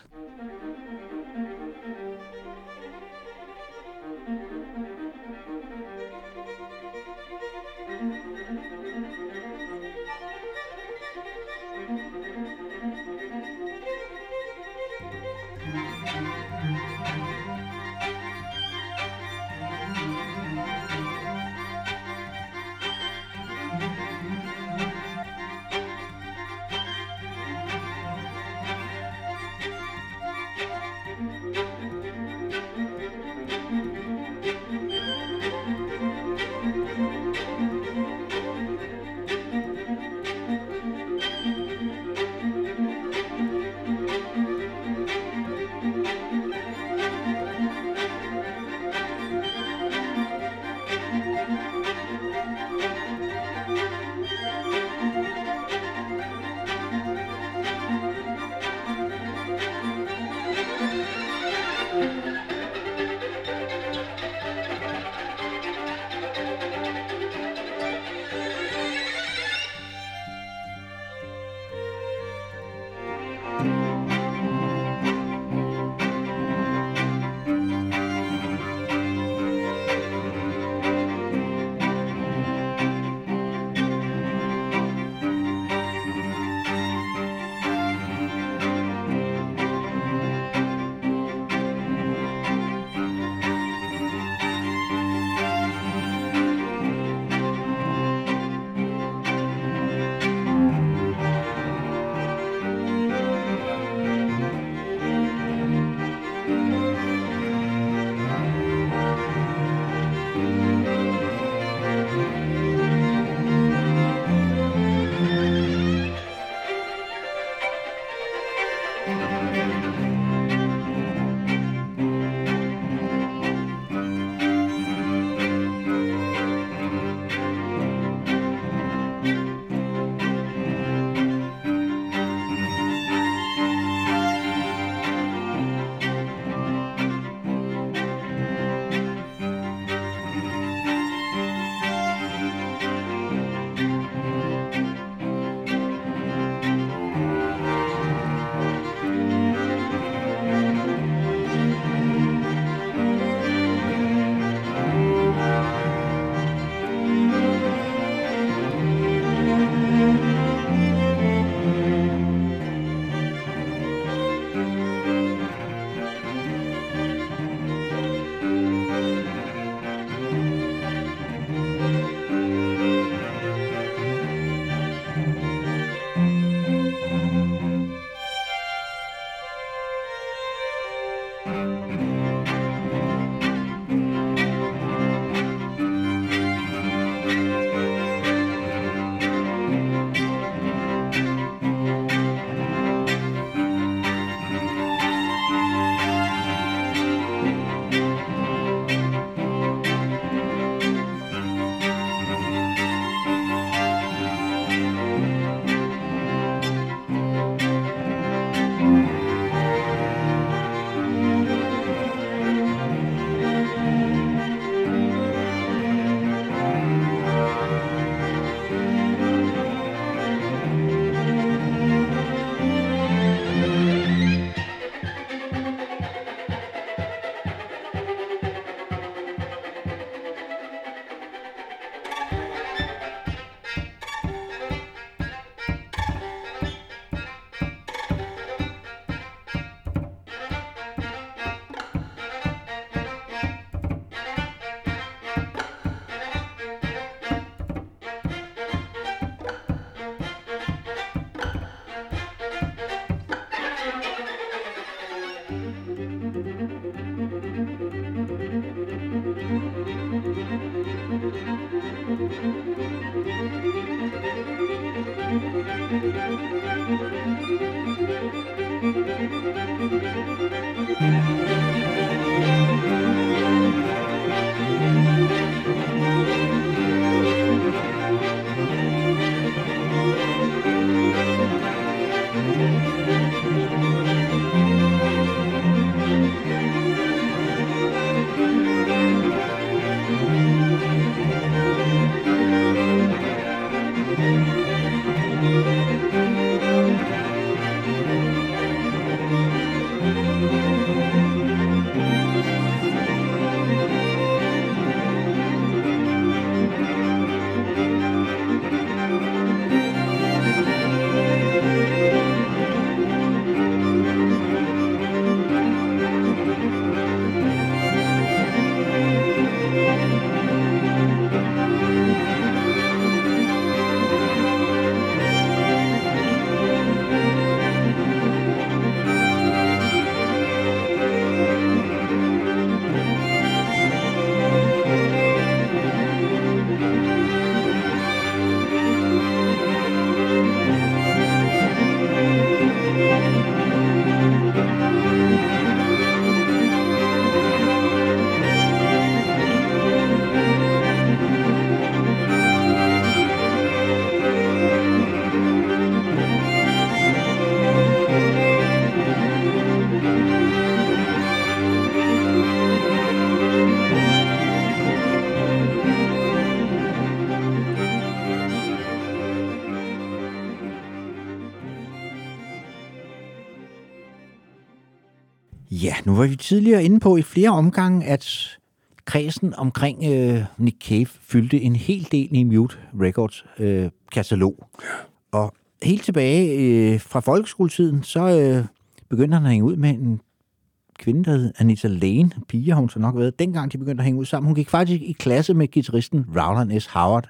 Ja, nu var vi tidligere inde på i flere omgange, at kredsen omkring Nick Cave fyldte en hel del i Mute Records katalog. Og helt tilbage fra folkeskoletiden, så begyndte han at hænge ud med en kvinde, der hed Anita Lane. Pige har hun så nok været. Dengang de begyndte at hænge ud sammen. Hun gik faktisk i klasse med guitaristen Rowland S. Howard.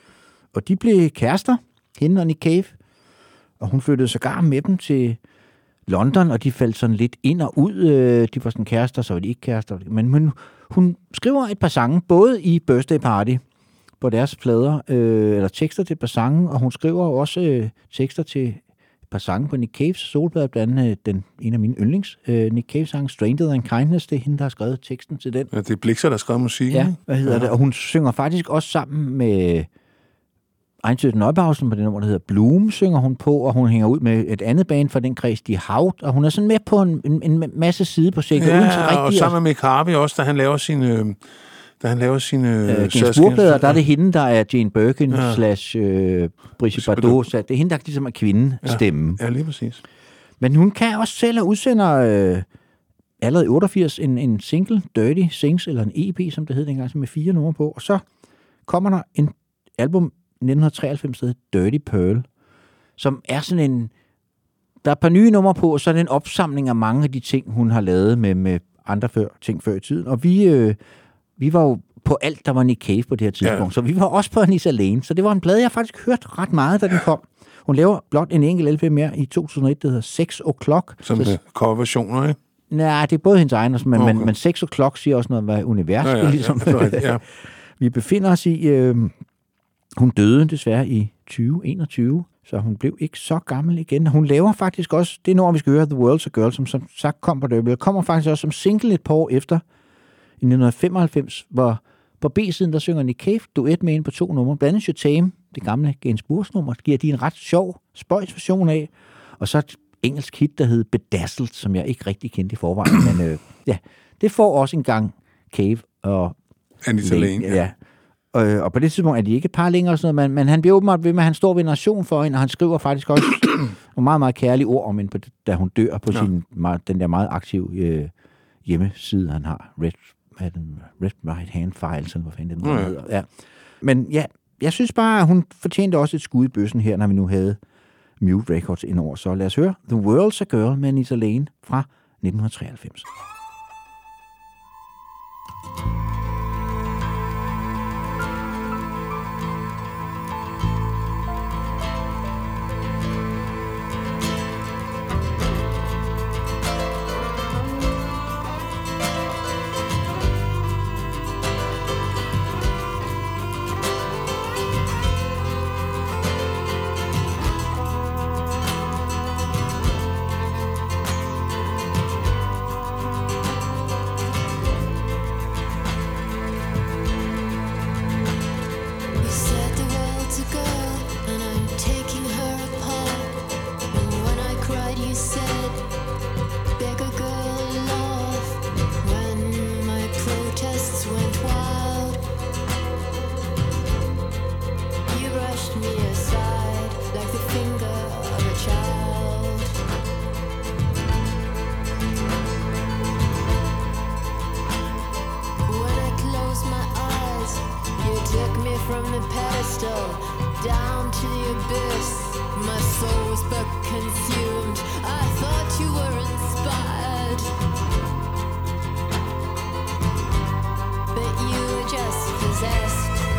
Og de blev kærester, hende og Nick Cave. Og hun flyttede sågar med dem til London, og de faldt sådan lidt ind og ud. De var sådan kærester, så var de ikke kærester. Men hun skriver et par sange, både i Birthday Party på deres plader, eller tekster til et par sange, og hun skriver også tekster til et par sange på Nick Caves soloplade, blandt andet en af mine yndlings, Nick Cave-sange, Stranger Than Kindness, det er hende, der har skrevet teksten til den. Ja, det er Blixer, der har skrevet musikken. Ja, hvad hedder det? Og hun synger faktisk også sammen med Einstøtten Nøjbausen på det nummer, der hedder Bloom, synger hun på, og hun hænger ud med et andet band fra den kreds, de Haut, og hun er sådan med på en masse sideprojekter. Ja, og sammen med Mick Harvey også, da han laver sine Gainsbourg-plader, der er det hende, der er Jane Birkin slash Brigitte Bardot, så det er hende, der ligesom er kvindestemme. Ja, lige præcis. Men hun kan også selv og udsender allerede i 88 en single, Dirty Sings, eller en EP, som det hed dengang, som med 4 numre på, og så kommer der en album 1993, der hedder Dirty Pearl, som er sådan en, der er et par nye numre på, og så er det en opsamling af mange af de ting, hun har lavet med andre ting før i tiden, og vi var jo på alt, der var Nick Cave på det her tidspunkt, så vi var også på Anita Lane, så det var en plade, jeg faktisk hørte ret meget, da den kom. Hun laver blot en enkelt LP mere i 2001, der hedder 6 O'Clock. Som det coverversioner, ikke? Nej, det er både hendes egen, men 6 O'Clock siger også noget om, hvad universet ligesom. Ja. Vi befinder os i. Hun døde desværre i 2021, så hun blev ikke så gammel igen. Hun laver faktisk også, det er når vi skal høre, The World's a Girl, som sagt kom på det. Kommer faktisk også som single et par år efter, i 1995, hvor på B-siden, der synger Nick Cave duet med en på 2 numre. Blandt andet Tame, det gamle Gainsbourg-nummer, giver de en ret sjov, spøjs version af. Og så et engelsk hit, der hed Bedazzled, som jeg ikke rigtig kendte i forvejen. Men det får også en gang Cave og Anita Lane. Ja. Og på det tidspunkt er de ikke et par længere, sådan noget, men han bliver åbenbart ved med, at han står ved en nation for hende, og han skriver faktisk også nogle meget, meget kærlige ord om hende, da hun dør på den der meget aktive hjemmeside, han har. Red Right Hand Files, eller hvad fanden det hedder. Ja. Men ja, jeg synes bare, at hun fortjente også et skud i bøssen her, når vi nu havde Mute Records indover. Så lad os høre The World's a Girl med Anita Lane fra 1993. soul was but consumed. I thought you were inspired, but you were just possessed.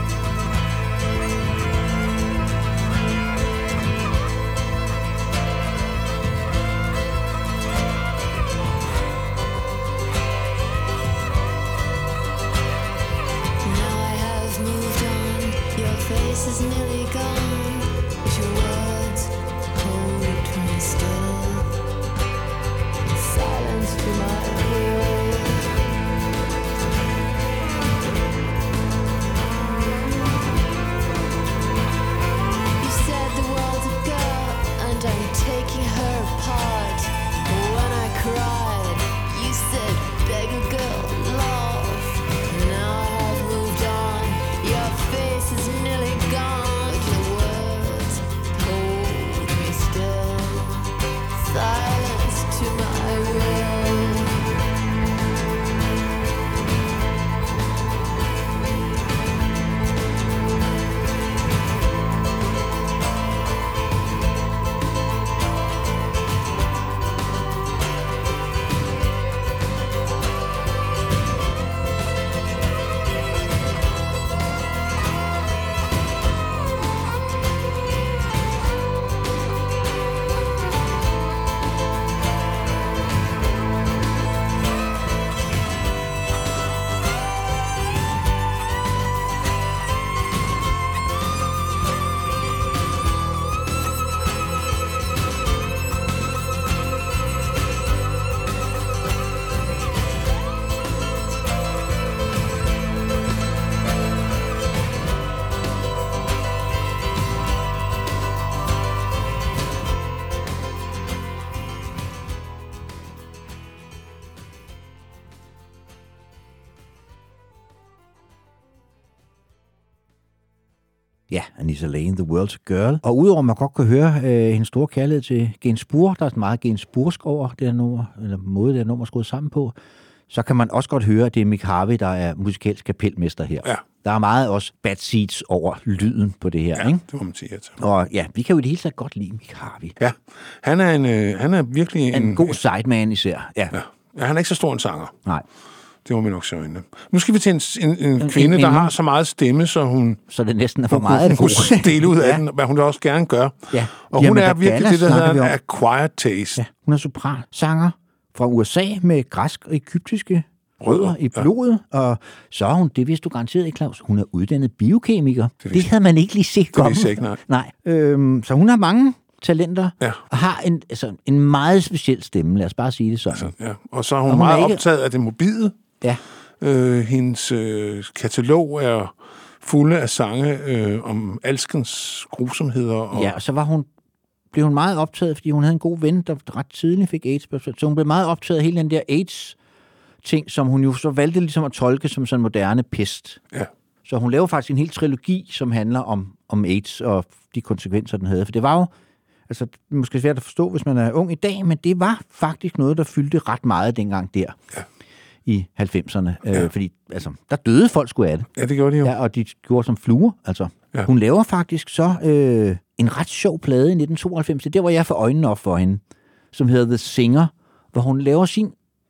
Face is nearly gone, but your words hold me still. Silence to my will. You said the world's a girl, and I'm taking her apart. When I cried, you said, beg a girl, love. Now I have moved on. Your face is nearly gone, but your words hold me still. Silence to my will. Ja, Anissa Lane, The World's Girl. Og udover at man godt kan høre hendes store kærlighed til Gainsbourg, der er meget Gainsbourgsk over det her nummer, eller måde det her nummer er skruet sammen på, så kan man også godt høre, at det er Mick Harvey, der er musikalsk kapelmester her. Ja. Der er meget også bad seats over lyden på det her, Ja, ikke? det må man sige. Altså. Og ja, vi kan jo i det hele taget godt lide Mick Harvey. Ja, han er virkelig En god sideman især. Ja. Ja, han er ikke så stor en sanger. Nej. Det må vi nok se øjnene. Nu skal vi til en kvinde, der har så meget stemme, så hun... Så det næsten er for meget af det gode. Hun gode. dele ud af den, hvad hun da også gerne gør. Ja. Og hun er virkelig det, der hedder en acquired taste. Ja, hun er sopransanger fra USA med græsk og egyptiske rødder i blodet, og så er hun, det vidste du garanteret ikke, Claus, hun er uddannet biokemiker. Det havde man ikke lige set komme. Det vidste ikke, nej. Så hun har mange talenter, Ja. og har en meget speciel stemme, lad os bare sige det sådan. Altså, ja. Og så er hun meget optaget af det mobile. Ja. Hendes katalog er fulde af sange om alskens grusomheder. Og Ja, og så blev hun meget optaget, fordi hun havde en god ven, der ret tidligt fik AIDS. Så hun blev meget optaget af hele den der AIDS-ting, som hun jo så valgte ligesom at tolke som sådan en moderne pest. Ja. Så hun laver faktisk en hel trilogi, som handler om AIDS og de konsekvenser, den havde. For det var jo, altså det er måske svært at forstå, hvis man er ung i dag, men det var faktisk noget, der fyldte ret meget dengang der. Ja. I 90'erne, fordi altså, der døde folk sgu af det. Ja, det gjorde de jo. Ja, og de gjorde som fluer, altså. Ja. Hun laver faktisk så en ret sjov plade i 1992, det er der, hvor jeg får øjnene op for hende, som hedder The Singer, hvor hun laver sin,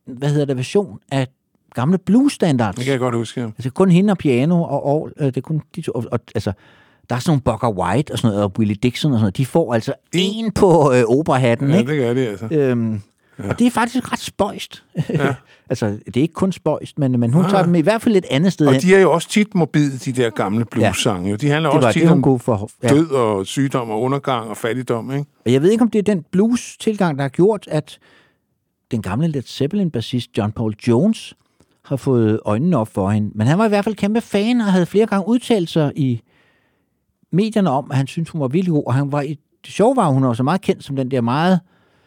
version af gamle blues-standards. Det kan jeg godt huske, ja. Altså kun hende og piano, og det er kun de to, og altså, der er sådan nogle Booker White og sådan noget, og Willie Dixon og sådan noget, de får altså en på operahatten, ja, ikke? det gør de altså. Ja. Og det er faktisk ret spøjst. Ja. Altså, det er ikke kun spøjst, men hun tager dem i hvert fald et andet sted og hen. de er jo også tit morbide, de der gamle blues-sange. Ja. De handler også tit om død og sygdom og undergang og fattigdom, ikke? Og jeg ved ikke, om det er den blues-tilgang, der har gjort, at den gamle Led Zeppelin-bassist John Paul Jones har fået øjnene op for hende. Men han var i hvert fald kæmpe fan, og havde flere gange udtalt sig i medierne om, at han syntes, hun var virkelig god. Og han var det sjove var, hun var så meget kendt som den der meget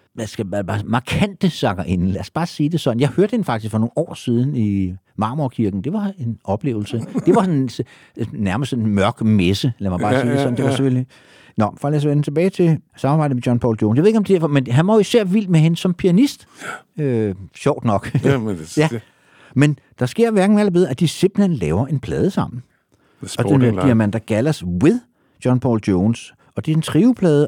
markante sangerinde. Lad os bare sige det sådan. Jeg hørte hende faktisk for nogle år siden i Marmorkirken. Det var en oplevelse. Det var sådan, nærmest en mørk messe, lad mig bare sige det sådan. Det var selvfølgelig... Nå, for lad os vende tilbage til samarbejdet med John Paul Jones. Jeg ved ikke, om det er, men han var jo især vild med hende som pianist. Sjovt nok. Ja, men det. Men der sker hverken eller bedre, at de simpelthen laver en plade sammen. Og den er Diamanda Gallas with John Paul Jones. Og det er en trioplade, og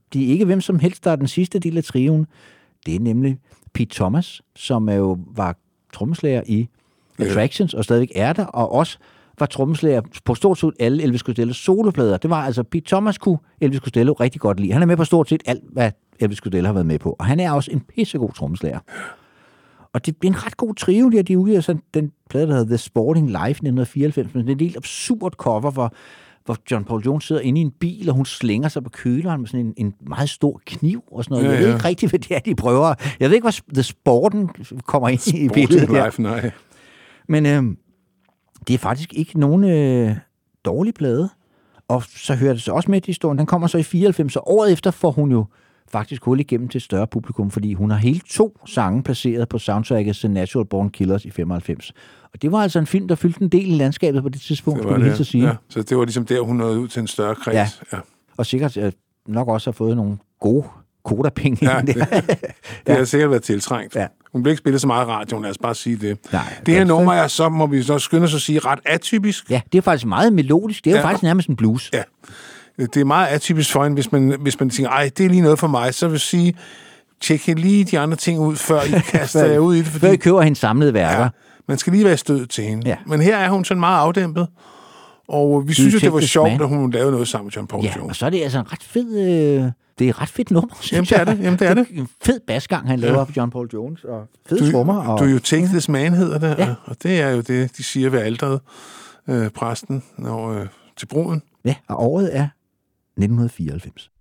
det er ikke hvem som helst, der er den sidste del af trioen. Det er nemlig Pete Thomas, som jo var trommeslager i Attractions, og stadigvæk er der, og også var trommeslager på stort set alle Elvis Costellos soloplader. Det var altså, Pete Thomas kunne Elvis Costello rigtig godt lide. Han er med på stort set alt, hvad Elvis Costello har været med på. Og han er også en pissegod trommeslager. Og det bliver en ret god trio, de udgiver sådan den plade, der hedder The Sporting Life 1994, men det er en helt absurd cover, hvor John Paul Jones sidder inde i en bil, og hun slænger sig på køleren med sådan en meget stor kniv og sådan noget. Ja, ja. Jeg ved ikke rigtigt, hvad det er, de prøver. Jeg ved ikke, hvor The Sporten kommer ind i billedet her. Life, nej. Men det er faktisk ikke nogen dårlig plade. Og så hører det så også med i historien. Den kommer så i 94, så året efter får hun jo faktisk hul igennem til et større publikum, fordi hun har hele 2 sange placeret på soundtracket The Natural Born Killers i 95. Og det var altså en film, der fyldte en del i landskabet på det tidspunkt, skulle vi helt sige. Ja. Så det var ligesom der, hun nåede ud til en større kreds. Ja. Og sikkert nok også har fået nogle gode kodapenge. Ja, det har sikkert været tiltrængt. Ja. Hun blev ikke spillet så meget i radioen, lad os bare sige det. Nej, det her nummer er så, må vi så skynde os at sige, ret atypisk. Ja, det er faktisk meget melodisk. Det er jo faktisk nærmest en blues. Ja. Det er meget atypisk for hende, hvis man tænker, ej, det er lige noget for mig, så vil sige, tjek lige de andre ting ud, før I kaster jer ud i det. Fordi, før I køber hendes samlede værker. Ja, man skal lige være stød til hende. Ja. Men her er hun sådan meget afdæmpet, og vi synes jo, det var sjovt, at hun lavede noget sammen med John Paul Jones. Ja, og så er det altså en ret fed... Det er et ret fedt nummer, synes jeg. Jamen, det er det. En fed basgang, han laver for John Paul Jones, og fede trommer. Og... Du er jo Take This Man, hedder det, ja. Og det er jo det, de siger ved alderet, præsten, til bruden. Ja, og året er 1994.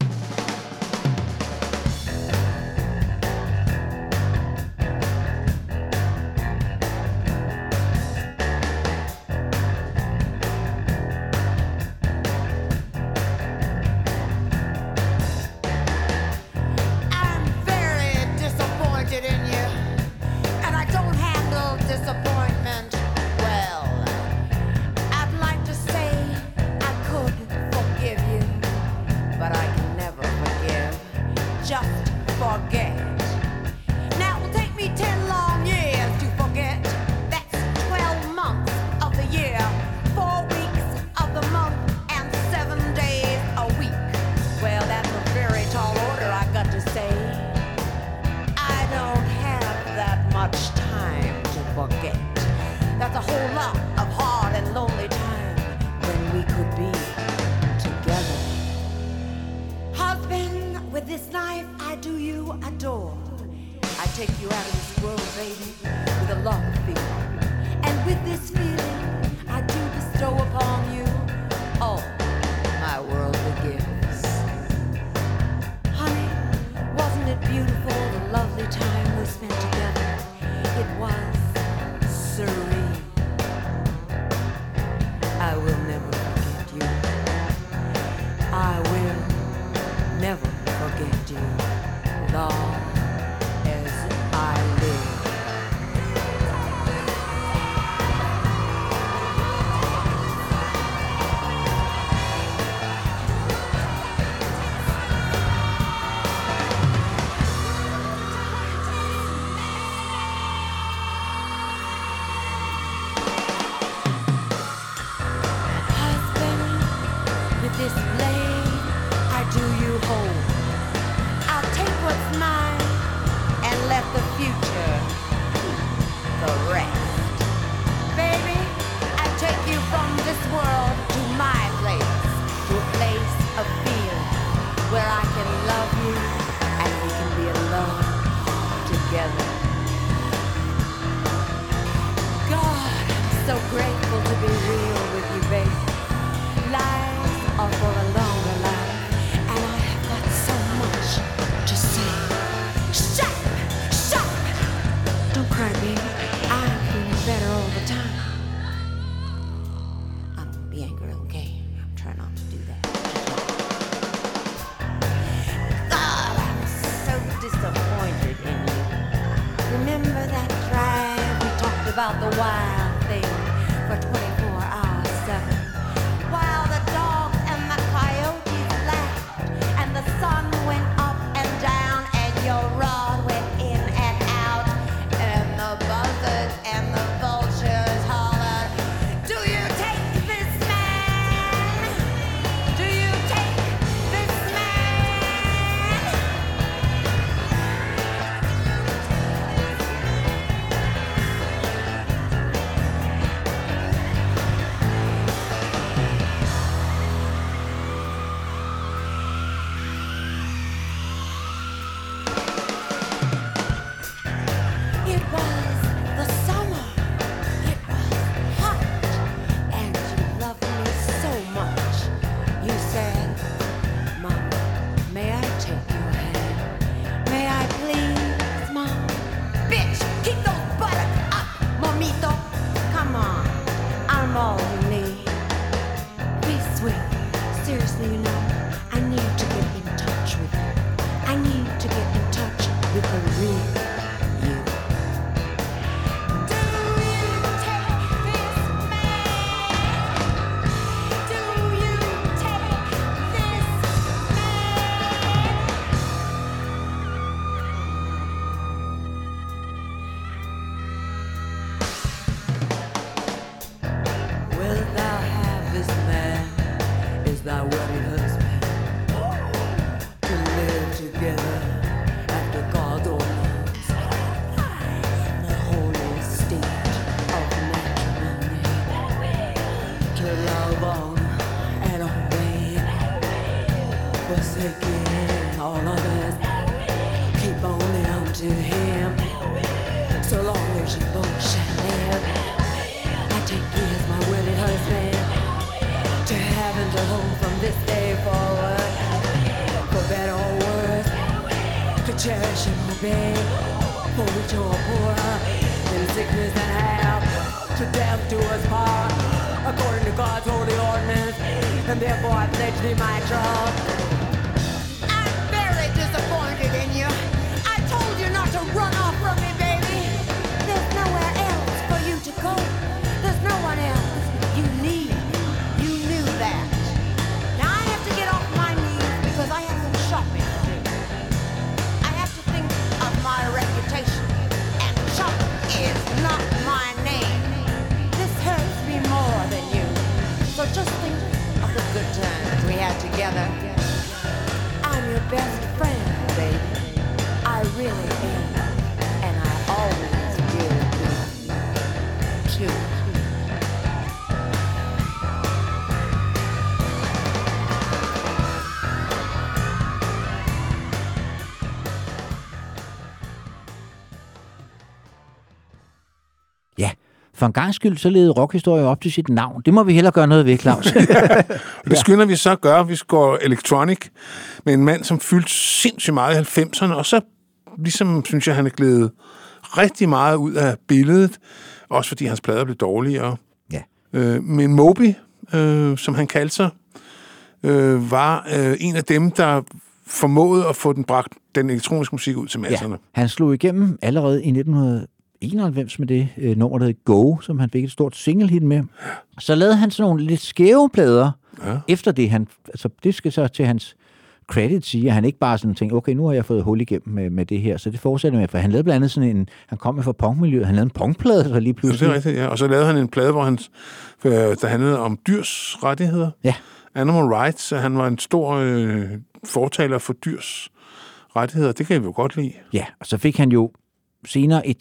About the wild thing for 24 hours, 7. While the dogs and the coyotes laughed, and the sun went up and down, and your rod went in and out, and the buzzards and the vultures hollered, do you take this man? Do you take this man? thy wedded husband to live together after God's ordinance in the holy state of matrimony, to love on and obey, forsaking all others, keep only unto him, so long as you both shall live. I take thee as my wedded husband, to heaven to home from this day forward, for better or worse, to cherish and obey, for richer or poorer, in sickness and health, to death do us part, according to God's holy ordinance, and therefore I pledge thee my troth. I'm very disappointed in you. I told you not to run off from me, baby. There's nowhere else for you to go. There's no one else you need. You knew that. Now I have to get off my knees because I have some shopping to do. I have to think of my reputation, and Chuck is not my name. This hurts me more than you. So just think of the good times we had together. I'm your best friend, baby. I really am. And I always will be. Too. Ja, for en gang skyld, så leder rockhistorie op til sit navn. Det må vi hellere gøre noget ved, Claus. Det skynder vi så at gøre. Vi går electronic med en mand, som fyldte sindssygt meget i 90'erne, og så ligesom, synes jeg, han er glædet rigtig meget ud af billedet, også fordi hans plader blev dårligere. Ja. Men Moby, som han kaldte sig, var en af dem, der formåede at få den elektroniske musik ud til masserne. Ja, han slog igennem allerede i 1991 med det nummer, der hed Go, som han fik et stort single-hit med. Så lavede han sådan nogle lidt skæve plader. Ja. Efter det, altså det skal så til hans credit sige, at han ikke bare sådan tænkte, okay, nu har jeg fået hul igennem med det her, så det fortsætter med, for han lavede blandt andet sådan en, han kom med fra punkmiljøet, han lavede en punkplade, så lige pludselig. Det er rigtigt, ja. Og så lavede han en plade, hvor der handlede om dyrs rettigheder. Ja. Animal rights, han var en stor fortaler for dyrs rettigheder, det kan vi jo godt lide. Ja, og så fik han jo senere et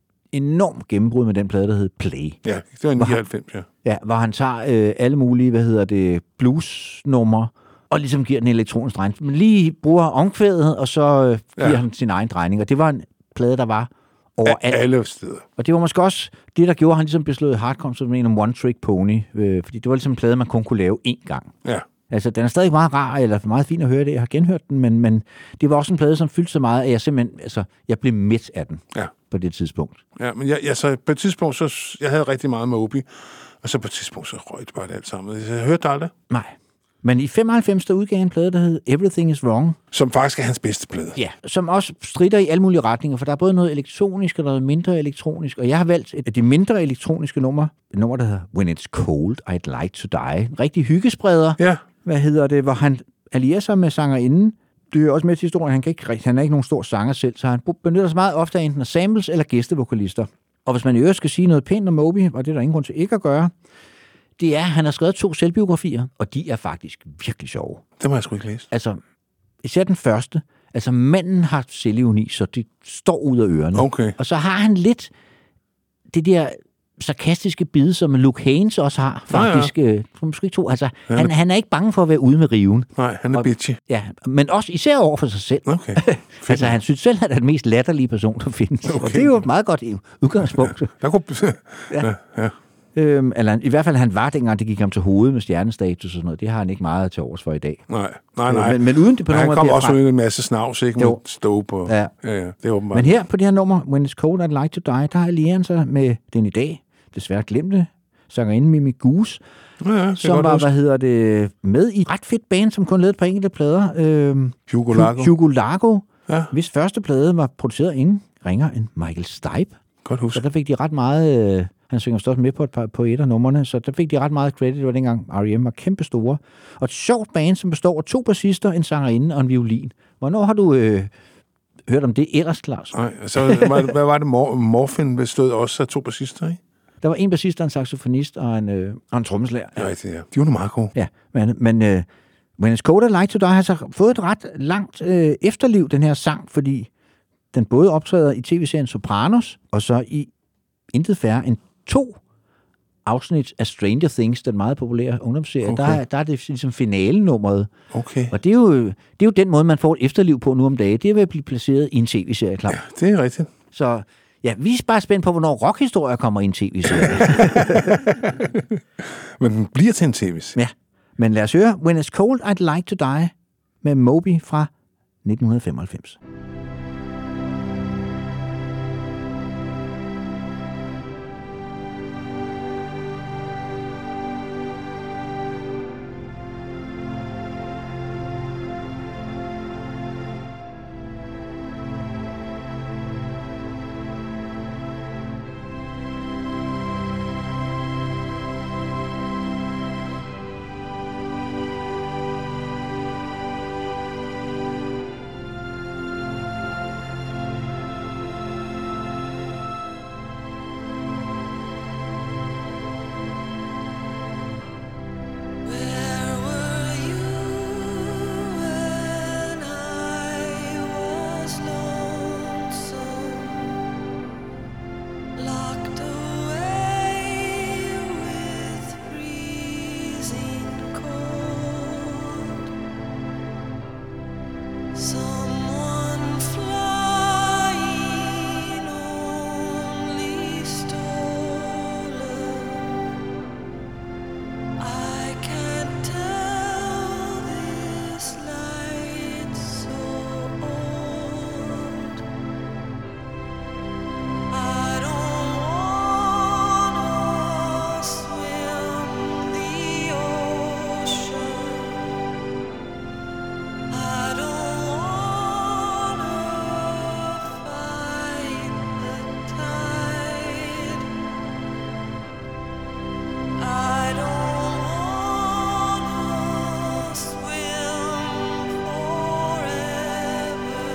enormt gennembrud med den plade, der hed Play. Ja, det var 99, ja. Ja, hvor han tager alle mulige, bluesnumre, og ligesom giver den elektronisk drejning. Men lige bruger omkvædet, og så giver han sin egen drejning. Og det var en plade, der var overalt. Alle steder. Og det var måske også det, der gjorde, at han ligesom beslød hardcore som en one-trick pony. Fordi det var ligesom en plade, man kun kunne lave én gang. Ja. Altså, den er stadig meget rar, eller meget fin at høre det. Jeg har genhørt den, men det var også en plade, som fyldte så meget, at jeg simpelthen, jeg blev midt af den på det tidspunkt. Ja, men så på et tidspunkt, jeg havde rigtig meget Moby, og så på et tidspunkt, så røg det bare det alt sammen. Jeg hørte det aldrig. Nej. Men i 95, der udgav en plade, der hed Everything is Wrong. Som faktisk er hans bedste plade. Ja, som også stritter i alle mulige retninger, for der er både noget elektronisk og noget mindre elektronisk, og jeg har valgt et af de mindre elektroniske numre, et nummer, der hedder When It's Cold, I'd Like to Die. En rigtig hyggespreder. Ja. Hvor han allierer sig med sangerinden. Det hører også med til historien, han er ikke nogen stor sanger selv, så han benytter sig meget ofte af enten samples eller gæstevokalister. Og hvis man i øvrigt skal sige noget pænt om Moby, og det er der ingen grund til ikke at gøre, det er, at han har skrevet 2 selvbiografier, og de er faktisk virkelig sjove. Det må jeg sgu ikke læse. Altså, især den første. Altså, manden har selvironi, så det står ud af ørerne. Okay. Og så har han lidt det der sarkastiske bid, som Luke Haynes også har, faktisk. Ja. Måske to. Altså, han er ikke bange for at være ude med riven. Nej, han er bitchy. Ja, men også især over for sig selv. Okay. Altså, han synes selv, at han er den mest latterlige person, der findes. Okay. Og det er jo et meget godt udgangspunkt. Ja. Eller i hvert fald, han var dengang, det gik ham til hovedet med stjernestatus og sådan noget. Det har han ikke meget til overs for i dag. Nej. Men uden det på han kom også med en masse snavs, ikke? Med stå på. Ja. Det er åbenbart. Men her på det her nummer, When It's Cold, I'd Like to Die, der allierer han sig med den i dag, desværre glemte, sangerinde Mimi Goose, som var, med i et ret fedt band, som kun lavede et par enkelte plader. Hugo Largo, hvis første plade var produceret ingen ringer end Michael Stipe. Godt husk. Så der fik de ret meget... Han synger også med på et af numrene, så der fik de ret meget credit. Det var dengang R.E.M. var kæmpe store. Og et sjovt band, som består af 2 bassister, en sangerinde og en violin. Hvornår har du hørt om det ellers, Claus? Nej, altså, hvad var det? Morphin bestod også af 2 bassister, ikke? Der var en bassist, en saxofonist og en trommeslager. Ja, det er. De var nu meget gode. Ja, men When It's Cold I Like To Die har så fået et ret langt efterliv, den her sang, fordi den både optræder i tv-serien Sopranos, og så i intet færre end 2 afsnit af Stranger Things, den meget populære ungdomsserie. Okay. Der er det ligesom finalenummeret. Okay. Og det er jo den måde, man får et efterliv på nu om dagen. Det er ved at blive placeret i en tv-serie, klart. Ja, det er rigtigt. Så ja, vi er bare spændt på, hvornår rockhistorier kommer i en tv-serie. Men den bliver til en tv-serie. Ja, men lad os høre When It's Cold I'd Like To Die med Moby fra 1995. Where were you when I was lonesome, locked away with freezing cold? Someone flying, only stolen. I can't tell this light so old. I don't wanna swim the ocean. I don't wanna fight the tide. I don't wanna swim forever.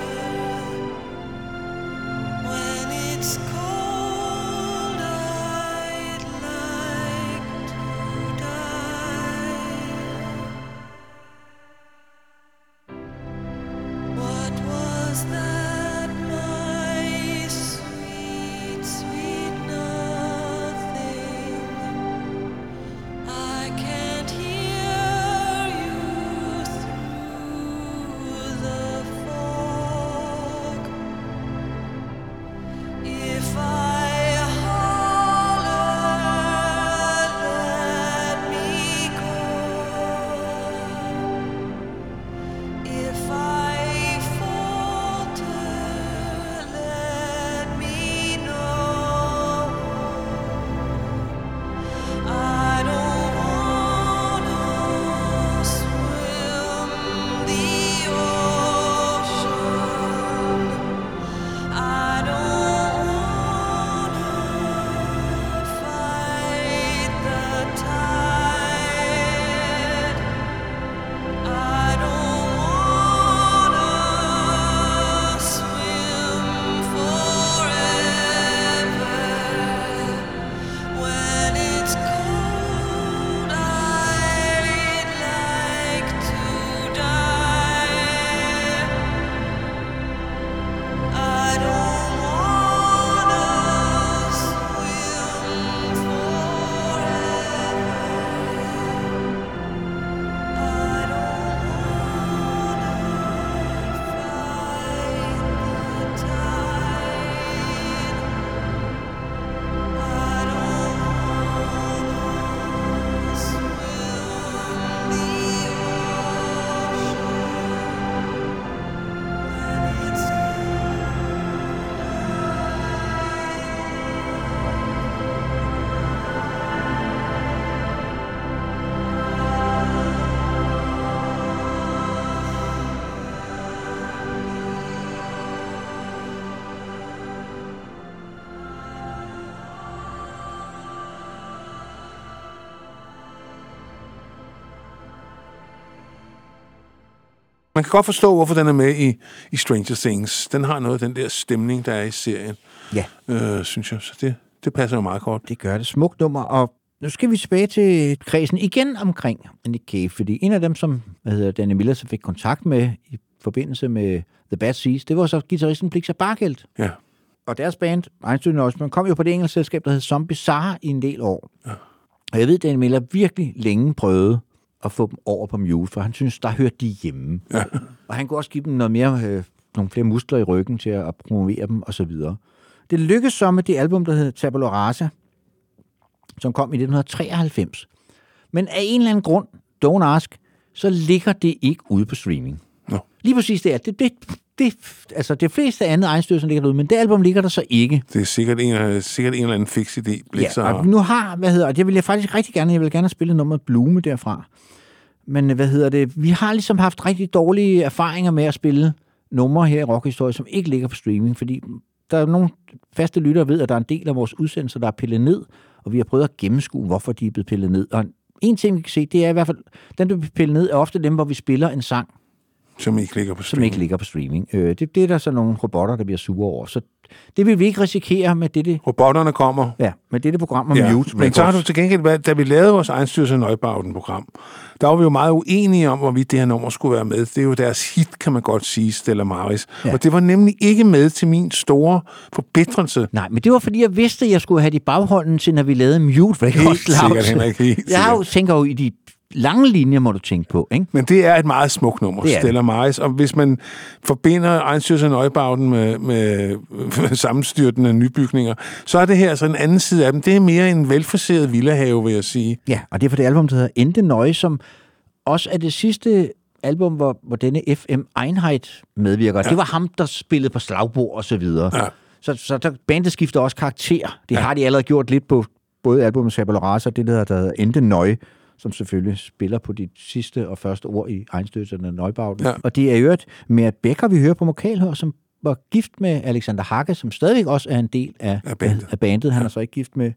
When it's cold, I'd like to die. What was that, my sweet, sweet nothing? I can't hear you through the fog. If I holler, let me go. If I falter, let me know. I don't wanna swim the ocean. I don't wanna fight the tide. I don't wanna swim forever. When it's cold, I'd like to die. I don't wanna swim forever. I don't wanna fight the tide. I don't wanna swim the ocean. When it's Man kan godt forstå, hvorfor den er med i Stranger Things. Den har noget af den der stemning, der er i serien, Ja. synes jeg. Så det Det passer jo meget godt. Det gør det. Smukt nummer, og nu skal vi tilbage til kredsen igen omkring Nick Cave, fordi en af dem, som Danny Miller så fik kontakt med i forbindelse med The Bad Seeds, det var så guitaristen Blixa Bargeld. Ja. Og deres band, Einstødende Osman, kom jo på det engelske selskab, der hed Zombie Bizarre i en del år. Ja. Og jeg ved, at Danny Miller virkelig længe prøvede at få dem over på Mute, for han synes, der hørte de hjemme. Ja. Og han kunne også give dem noget mere, nogle flere muskler i ryggen til at promovere dem, og så videre. Det lykkedes så med det album, der hed Tabula Rasa, som kom i 1993. Men af en eller anden grund, don't ask, så ligger det ikke ude på streaming. No. Lige præcis det er. Altså, det fleste andet egenstyr, som ligger derude, men det album ligger der så ikke. Det er sikkert en eller anden fix idé. Ja, og nu har, og det vil jeg faktisk rigtig gerne, jeg vil gerne spille nummeret Blume derfra. Men vi har ligesom haft rigtig dårlige erfaringer med at spille numre her i Rockhistorie, som ikke ligger på streaming, fordi der er nogle faste lyttere ved, at der er en del af vores udsendelser, der er pillet ned, og vi har prøvet at gennemskue, hvorfor de er blevet pillet ned. Og en ting, vi kan se, det er i hvert fald, den, der bliver pillet ned, er ofte dem, hvor vi spiller en sang, som ikke ligger på streaming. Det er der så nogle robotter, der bliver sure over. Så det vil vi ikke risikere med dette... Robotterne kommer. Ja, med dette program om Mute. Men så har du til gengæld, da vi lavede vores Einstürze Neubauten-program, der var vi jo meget uenige om, hvorvidt det her nummer skulle være med. Det er jo deres hit, kan man godt sige, Stella Maris. Ja. Og det var nemlig ikke med til min store forbedrelse. Nej, men det var fordi, jeg vidste, at jeg skulle have det i baghånden til, når vi lavede Mute. Helt sikkert, Henrik. Jeg tænker jo i de lange linjer, må du tænke på, ikke? Men det er et meget smukt nummer, Stella Maris. Og hvis man forbinder Einstürze Neubauten med sammenstyrtende nybygninger, så er det her altså en anden side af dem. Det er mere en velforseret villahave, vil jeg sige. Ja, og det er for det album, der hedder Ende Nøje, som også er det sidste album, hvor denne FM Einheit medvirker. Ja. Det var ham, der spillede på slagbord og så videre. Ja. Så der, bandet skifter også karakter. Det har de allerede gjort lidt på både albumet Tabula Rasa og det, der hedder Ende Nøje, som selvfølgelig spiller på de sidste og første ord i Einstødende Neubauten. Ja. Og det er jo Mert Becker, vi hører på vokalhør, som var gift med Alexander Hacke, som stadigvæk også er en del af bandet. Han er så ikke gift med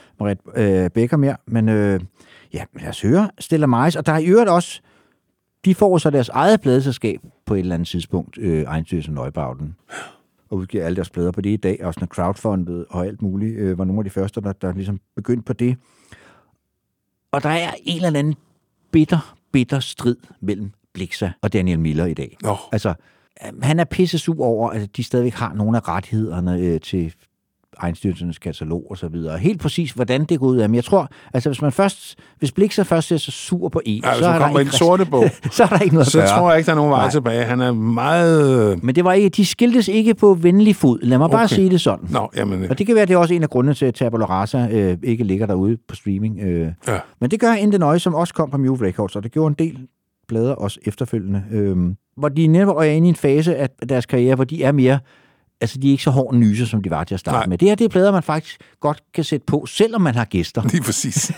Mert Becker mere. Men lad os høre Stella Maris. Og der er i øvrigt også, de får så deres eget pladeselskab på et eller andet tidspunkt, Einstødende Neubauten. Og udgiver alle deres plader på det i dag, også når crowdfundet og alt muligt var nogle af de første, der ligesom begyndte på det. Og der er en eller anden bitter strid mellem Blixa og Daniel Miller i dag. Altså, han er pissesur over, at de stadigvæk har nogle af rettighederne til Einstürzendes katalog og så videre. Helt præcis, hvordan det går ud af. Men jeg tror, altså hvis Blixa først ser så sur på en, så er der ikke sorte bog. Så er der ikke noget at gøre. Så tror jeg ikke, der er nogen vej tilbage. Han er meget... Men det var ikke, de skiltes ikke på venlig fod. Lad mig bare sige det sådan. Jamen... Og det kan være, det er også en af grundene til, at Tabula Rasa ikke ligger derude på streaming. Men det gør Ende Nøje, som også kom på Mute Records, og det gjorde en del plader også efterfølgende. Hvor de netop er inde i en fase af deres karriere, hvor de er mere... Altså, de er ikke så hårde nyser, som de var til at starte med. Det her, det er plader, man faktisk godt kan sætte på, selvom man har gæster. Lige præcis.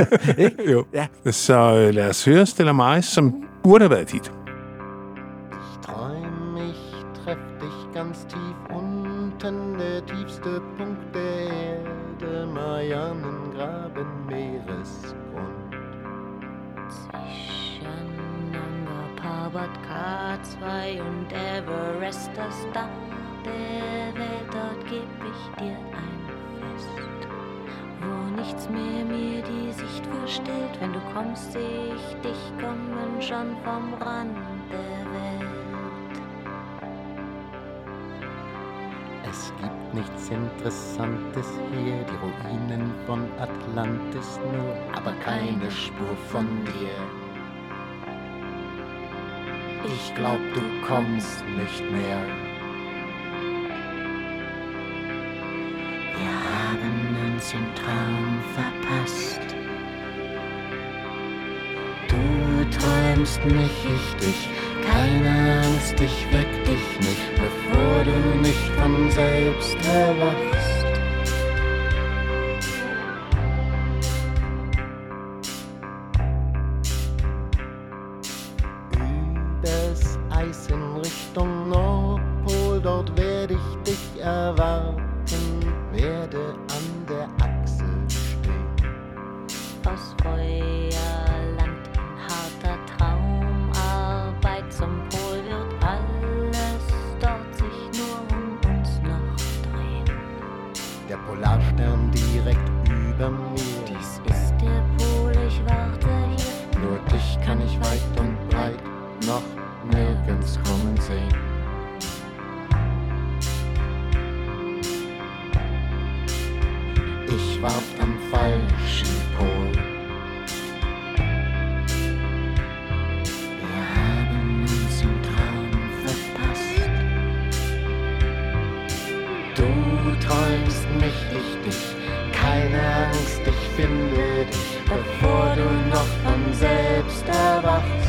Jo. Ja. Så lad os høre Stella Maris, som burde have været dit. Ich träum, ich treff dich ganz tief unten, der tiefste Punkt der Erde, Marianengraben, Meeresgrund. Zwischen Nanga Parbat, K2 und Everest, das Dach der Welt, dort geb ich dir ein Fest, wo nichts mehr mir die Sicht verstellt. Wenn du kommst, seh ich dich kommen schon vom Rand der Welt. Es gibt nichts Interessantes hier, die Ruinen von Atlantis nur, aber keine Spur von dir. Ich glaub, du kommst nicht mehr. Wir haben uns im Traum verpasst. Du träumst mich, ich dich. Keine Angst, ich weck dich nicht, bevor du nicht von selbst erwachst. Übers Eis in Richtung Nordpol, dort werde ich dich erwarten, werde an der Achse stehen. Aus Feuerland in harter Traumarbeit zum Pol wird alles dort sich nur um uns noch drehen. der Polarstern direkt über mir. Dies ist der Pol, ich warte hier. Nur dich kann ich weit und breit noch nirgends kommen sehen. Ich war am falschen Pol. Wir haben uns im Traum verpasst. Du träumst mich, ich dich. Keine Angst, ich finde dich, bevor du noch von selbst erwachst.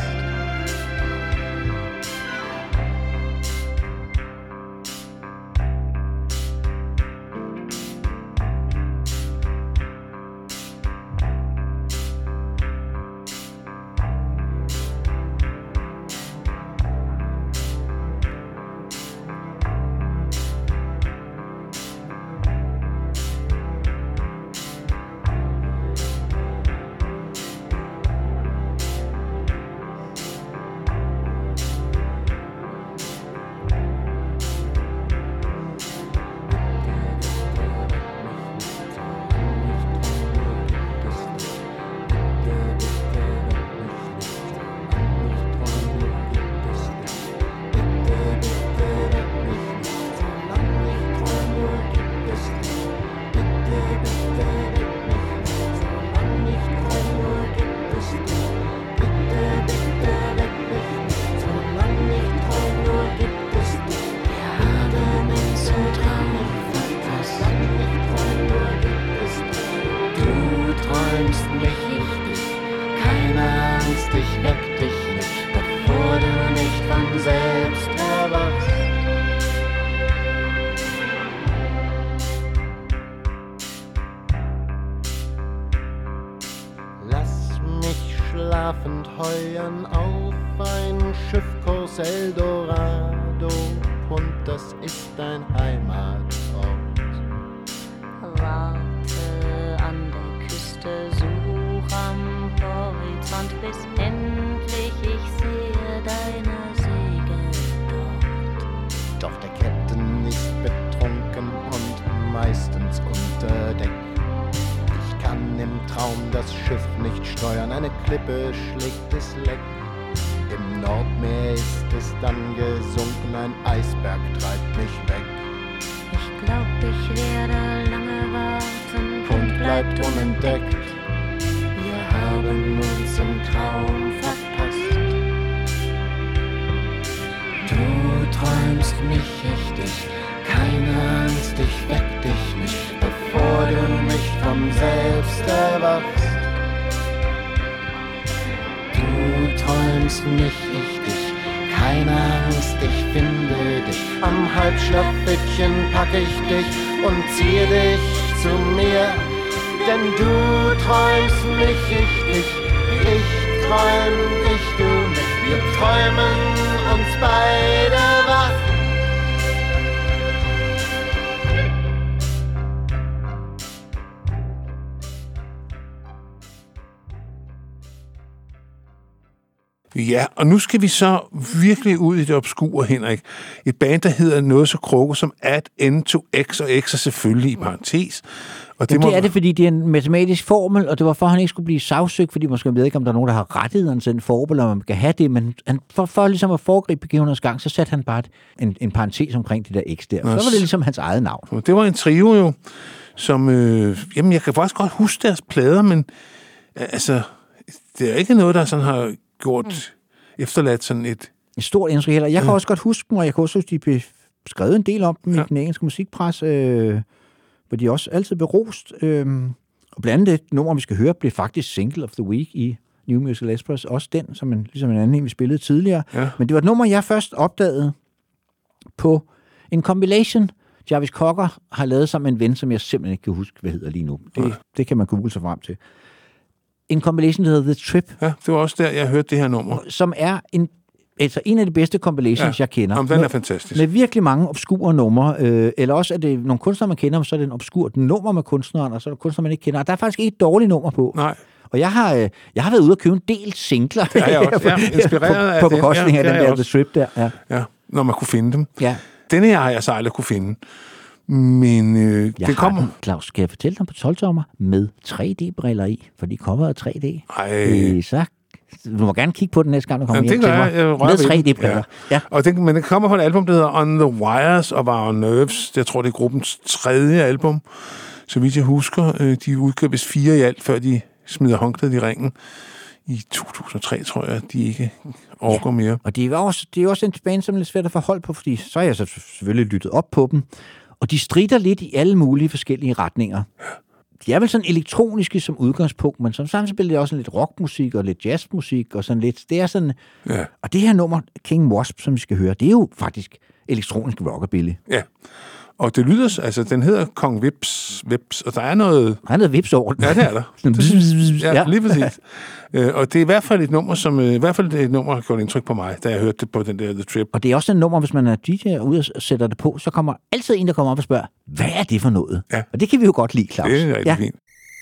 Schlafend heuern auf ein Schiffkurs Eldorado und das ist dein Heimatort. Warte an der Küste, such am Horizont, bis endlich ich sehe deine Segel dort. Doch der Captain ist betrunken und meistens unter Deck. Ich kann im Traum das Schiff nicht steuern, eine Klippe schlägt es leck. Im Nordmeer ist es dann gesunken, ein Eisberg treibt mich weg. Ich glaub, ich werde lange warten Und bleibt unentdeckt. Wir haben uns im Traum verpasst. Du träumst mich, ich dich, keine Angst, ich weck dich nicht, bevor du mich vom Selbst erwachst. Du träumst mich, ich dich, keine Angst, ich finde dich. Am Halbschlafbettchen pack ich dich und ziehe dich zu mir. Denn du träumst mich, ich dich, ich träum dich, du mich. Wir träumen uns beide wach. Ja, og nu skal vi så virkelig ud i det obskure, Henrik. Et band, der hedder noget så krukket som Add N to X, og X er selvfølgelig i parentes. Og det er det, fordi det er en matematisk formel, og det var for, at han ikke skulle blive sagsøgt, fordi måske ved ikke, om der er nogen, der har rettigheden til en formel, og man kan have det, men han, for ligesom at foregribe begivenhedens gang, så satte han bare en parentes omkring det der X der. Så var det ligesom hans eget navn. Det var en trio jo, som, jamen jeg kan faktisk godt huske deres plader, men altså, det er ikke noget, der sådan har gjort efterladt sådan et stort indtryk heller. Jeg kan også godt huske dem, og jeg kan også huske, de blev skrevet en del om dem i den engelske musikpres, hvor de også altid blev rost. Og blandt andet det nummer, vi skal høre, blev faktisk Single of the Week i New Musical Express. Også den, som ligesom en anden, vi spillede tidligere. Ja. Men det var et nummer, jeg først opdagede på en compilation, Jarvis Cocker har lavet sammen med en ven, som jeg simpelthen ikke kan huske, hvad hedder lige nu. Det kan man google sig frem til. En compilation, der hedder The Trip. Ja, det var også der, jeg hørte det her nummer. Som er en af de bedste compilations, jeg kender. Jamen, den er fantastisk. Med virkelig mange obskure numre. Eller også er det nogle kunstnere, man kender, så er det en obskurt nummer med kunstneren, og så er der kunstnere, man ikke kender. Og der er faktisk et dårligt nummer på. Nej. Og jeg har været ude og købe en del singler. Inspireret på bekostning af den der The Trip der. Ja, når man kunne finde dem. Ja. Denne her har jeg så aldrig kunne finde. Men det kommer... Claus, skal jeg fortælle dig på 12-tommer med 3D-briller i? For de coveret 3D. Ej. Så du må gerne kigge på den næste gang, du kommer hjem til mig. Med 3D-briller. Ja. Og men det kommer fra et album, der hedder On the Wires of Our Nerves. Jeg tror, det er gruppens 3. album. Så vidt jeg husker, de udgav vist 4 i alt, før de smider håndklædet i ringen. I 2003, tror jeg, de ikke overgår mere. Og det er også en band, som er lidt svært at forholde på, fordi så har jeg så selvfølgelig lyttet op på dem. Og de strider lidt i alle mulige forskellige retninger. De er vel sådan elektroniske som udgangspunkt, men som samtidig bliver det også lidt rockmusik og lidt jazzmusik og sådan lidt. Det er sådan... Ja. Og det her nummer, King Wasp, som vi skal høre, det er jo faktisk elektronisk rockabilly. Ja. Og det lyder, altså den hedder Kong Vips, og der er noget... Der er noget vips over den. Ja, det er der. Ja, lige præcis. Og det er i hvert fald et nummer, som har gjort indtryk på mig, da jeg hørte det på den der The Trip. Og det er også et nummer, hvis man er DJ og ude og sætter det på, så kommer altid en, der kommer op og spørger, hvad er det for noget? Ja. Og det kan vi jo godt lide, Claus. Det er rigtig fint.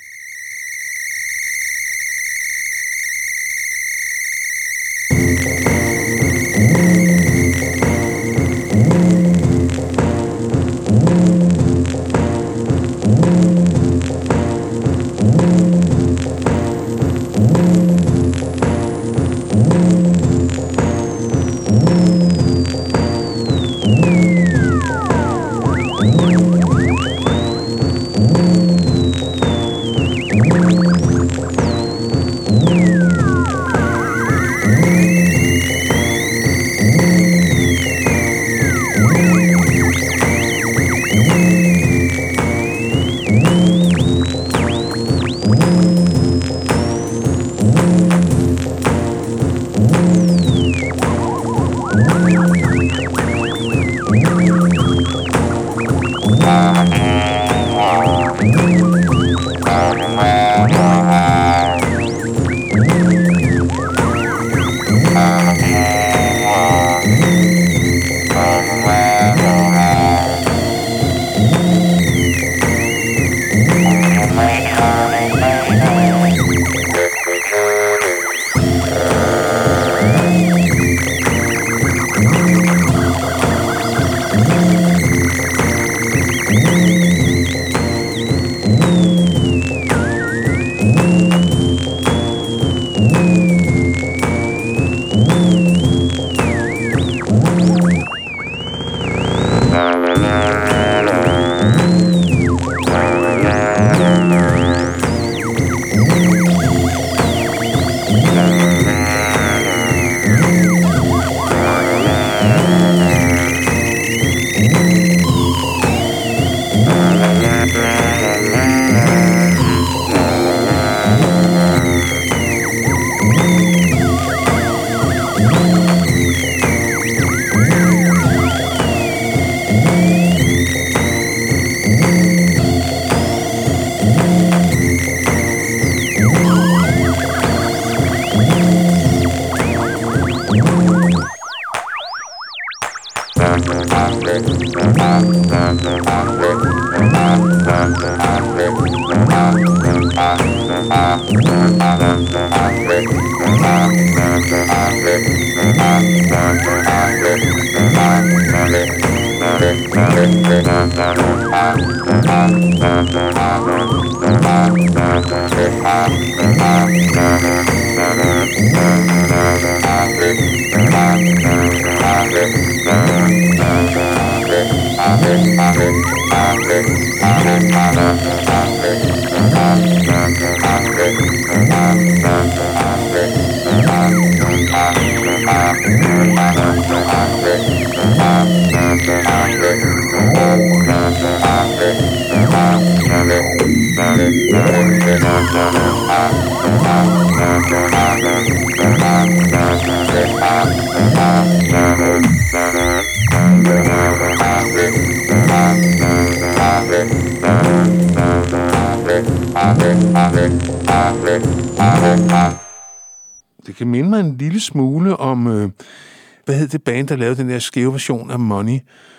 Det kan minde mig en lille smule om, hvad hed det band, der lavede den der skæve version af Money?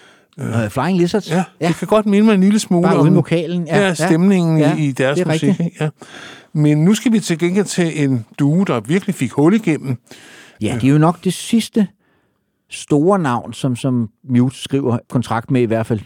Flying Lizards? Ja, det kan godt minde mig en lille smule bare om uden vokalen. Ja, stemningen i deres musik. Ja. Men nu skal vi til gengæld til en duo, der virkelig fik hul igennem. Ja, det er jo nok det sidste store navn, som Mute skriver kontrakt med, i hvert fald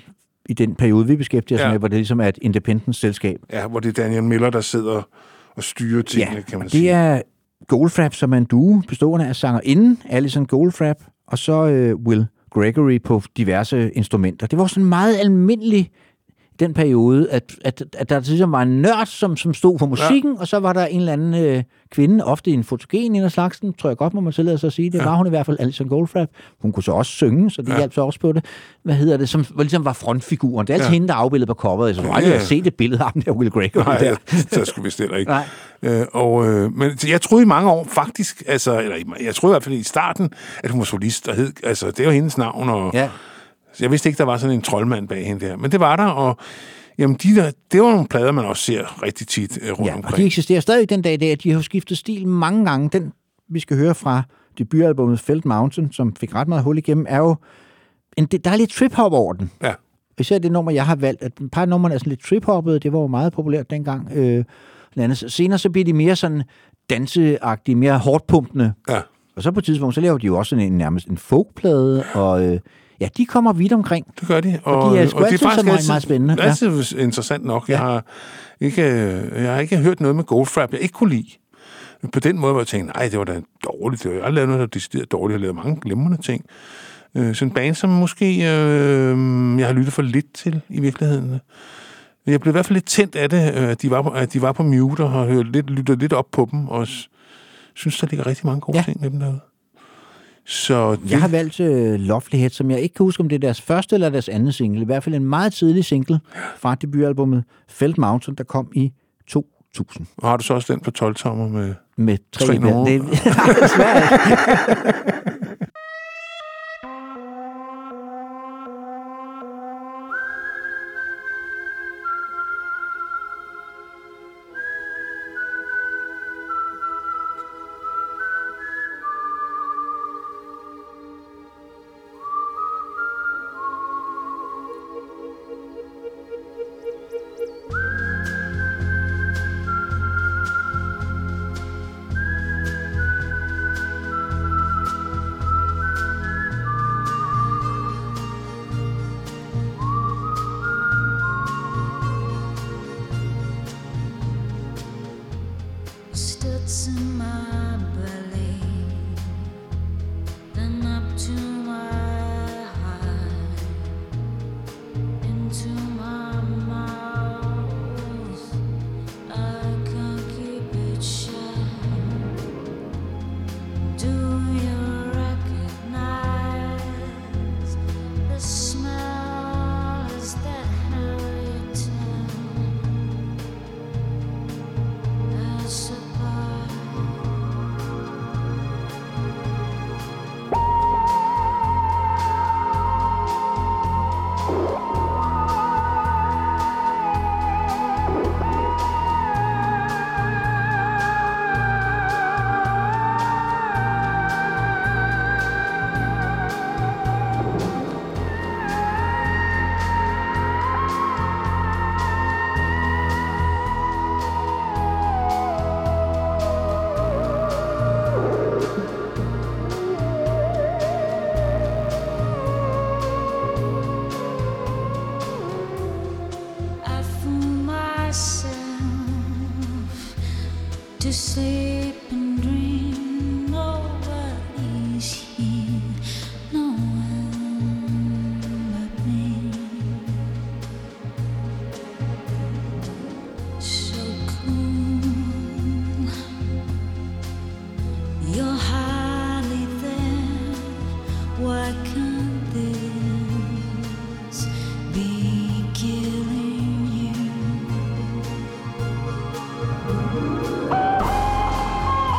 i den periode, vi beskæftiger os Ja. med, hvor det ligesom er et independent-selskab. Ja, hvor det er Daniel Miller, der sidder og styrer tingene, kan man det sige. er Goldfrapp, som er en duo, bestående af sangerinden Alison Goldfrapp, og så Will Gregory på diverse instrumenter. Det var sådan meget almindeligt i den periode, at der ligesom var en nørd, som stod for musikken, og så var der en eller anden kvinde, ofte en fotogen en af slagsen, tror jeg godt, må man tillade sig at sige. Det var hun i hvert fald, Alison Goldfrapp. Hun kunne så også synge, så det hjalp så også på det. Som ligesom var frontfiguren. Det er altid hende, der er afbildet på coveret. Så du aldrig har set et billede af ham der, Will Gregory. Nej, der. så skulle vi stille ikke. Men jeg troede i mange år faktisk, jeg troede i hvert fald i starten, at hun var solist, og det var hendes navn, og jeg vidste ikke, der var sådan en troldmand bag hende der. Men det var der, og jamen, det var nogle plader, man også ser rigtig tit rundt omkring. Og de eksisterer stadig den dag i dag. De har jo skiftet stil mange gange. Den, vi skal høre fra debutalbummet Felt Mountain, som fik ret meget hul igennem, er jo der er lidt trip-hop over den. Ja. Især det nummer, jeg har valgt, at et par af numrene er sådan lidt trip-hoppet. Det var jo meget populært dengang. Senere så bliver de mere sådan danseagtige, mere hårdpumpende. Ja. Og så på et tidspunkt, så laver de jo også sådan nærmest en folkplade, og de kommer vidt omkring. Det gør de. Og de er sgu altid så meget spændende. Det er altid interessant nok. Ja. Jeg har ikke hørt noget med Goldfrapp, jeg ikke kunne lide. På den måde, hvor jeg tænkte, nej, det var da dårligt. Jeg har aldrig lavet noget, der decideret dårligt. Jeg har lavet mange glimrende ting. Sådan en band, som måske jeg har lyttet for lidt til i virkeligheden. Jeg blev i hvert fald lidt tændt af det, at de var på mute og har lyttet lidt op på dem, og synes, der ligger rigtig mange gode ting med dem derude. Så Jeg har valgt Lovelyhead, som jeg ikke kan huske, om det er deres første eller deres anden single. I hvert fald en meget tidlig single fra debutalbummet Felt Mountain, der kom i 2000. Og har du så også den på 12-tommer med 3 numre? Nej, desværre ikke. To sleep and dream, nobody's here, no one but me. So cool, you're hardly there. Why can't this be killing you?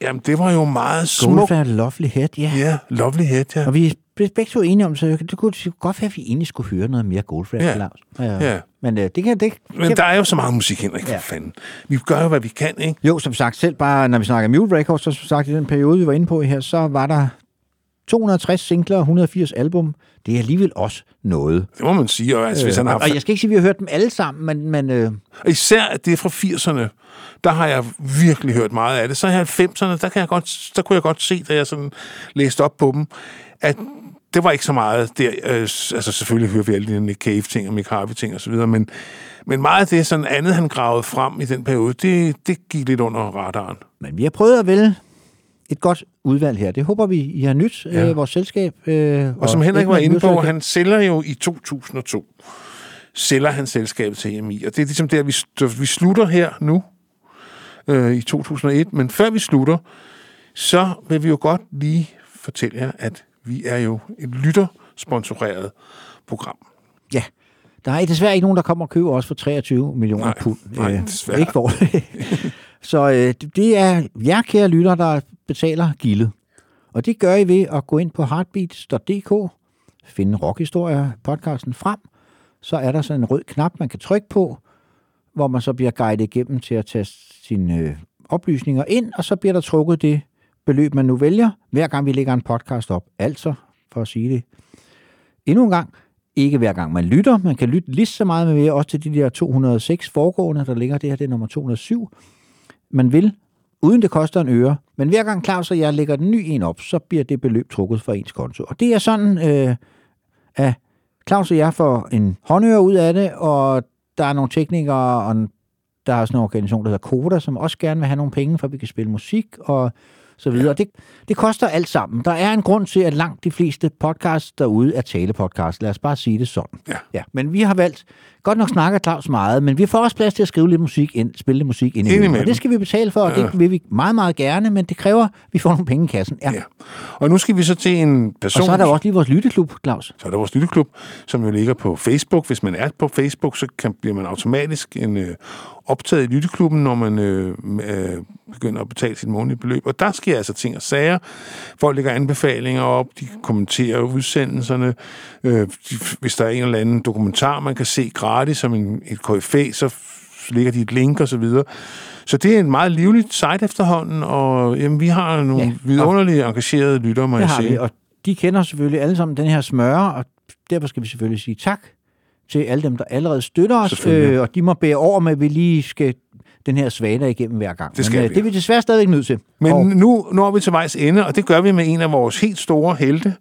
Jamen, det var jo meget smukt. Goldfrapp, Lovely Head, ja. Ja, Lovely Head, ja. Og vi blev begge to enige om, så det kunne godt være, at vi egentlig skulle høre noget mere Goldfrapp, Ja. Claus. Ja. Men det kan... Men der er jo så meget musik, Henrik, for fanden. Vi gør jo, hvad vi kan, ikke? Jo, som sagt, selv bare, når vi snakker Mule Records, så som sagt, i den periode, vi var inde på her, så var der 260 singler og 180 album. Det er alligevel også noget. Det må man sige. Og, altså, hvis han har... og jeg skal ikke sige, at vi har hørt dem alle sammen, men Især at det er fra 80'erne, der har jeg virkelig hørt meget af det. Så i 90'erne, der kunne jeg godt se, da jeg sådan læste op på dem, at det var ikke så meget der. Altså selvfølgelig hører vi alle de Nick Cave-ting og Mick Harvey-ting og så videre, men meget af det sådan andet, han gravede frem i den periode, det gik lidt under radaren. Men vi har prøvet at vælge et godt udvalg her. Det håber vi, I har nyt, vores selskab. Og som Henrik var inde på, han sælger jo i 2002. Sælger han selskabet til EMI. Og det er ligesom der, vi slutter her nu, i 2001. Men før vi slutter, så vil vi jo godt lige fortælle jer, at vi er jo et lyttersponsoreret program. Ja. Der er desværre ikke nogen, der kommer og køber os for 23 millioner pund. Nej, desværre. Ikke for det. Så det er jer, kære lytter, der betaler gildet. Og det gør I ved at gå ind på heartbeats.dk, finde rockhistorie-podcasten frem, så er der sådan en rød knap, man kan trykke på, hvor man så bliver guidet igennem til at tage sine oplysninger ind, og så bliver der trukket det beløb, man nu vælger, hver gang vi lægger en podcast op. Altså, for at sige det endnu en gang, ikke hver gang man lytter. Man kan lytte lige så meget med også til de der 206 foregående, der ligger. Det her, det er nummer 207. Man vil, uden det koster en øre. Men hver gang Claus og jeg lægger den ny en op, så bliver det beløb trukket fra ens konto. Og det er sådan, at Claus og jeg får en håndøre ud af det, og der er nogle teknikere, og der er sådan en organisation, der hedder Koda, som også gerne vil have nogle penge, for at vi kan spille musik, og så videre. Ja. Det koster alt sammen. Der er en grund til, at langt de fleste podcasts derude er talepodcasts. Lad os bare sige det sådan. Ja. Men vi har valgt, godt nok snakker Claus meget, men vi får også plads til at skrive lidt musik ind, spille lidt musik ind imellem. Og det skal vi betale for, og det vil vi meget, meget gerne, men det kræver, at vi får nogle penge i kassen. Ja. Og nu skal vi så til en person... Og så er der også lige vores lytteklub, Claus. Så er der vores lytteklub, som jo ligger på Facebook. Hvis man er på Facebook, så bliver man automatisk optaget i lytteklubben, når man begynder at betale sit månedlige beløb. Og der sker altså ting og sager. Folk lægger anbefalinger op, de kommenterer udsendelserne. Hvis der er en eller anden dokumentar, man kan se gratis som et KFA, så ligger de et link og så videre. Så det er en meget livligt site efterhånden, og jamen, vi har nogle vidunderlige engagerede lyttere, må jeg sige. Vi, og de kender selvfølgelig alle sammen den her smøre, og derfor skal vi selvfølgelig sige tak til alle dem, der allerede støtter os, og de må bære over med, at vi lige skal den her svada igennem hver gang. Det skal det er vi desværre stadigvæk nødt til. Men nu når vi til vejs ende, og det gør vi med en af vores helt store helte,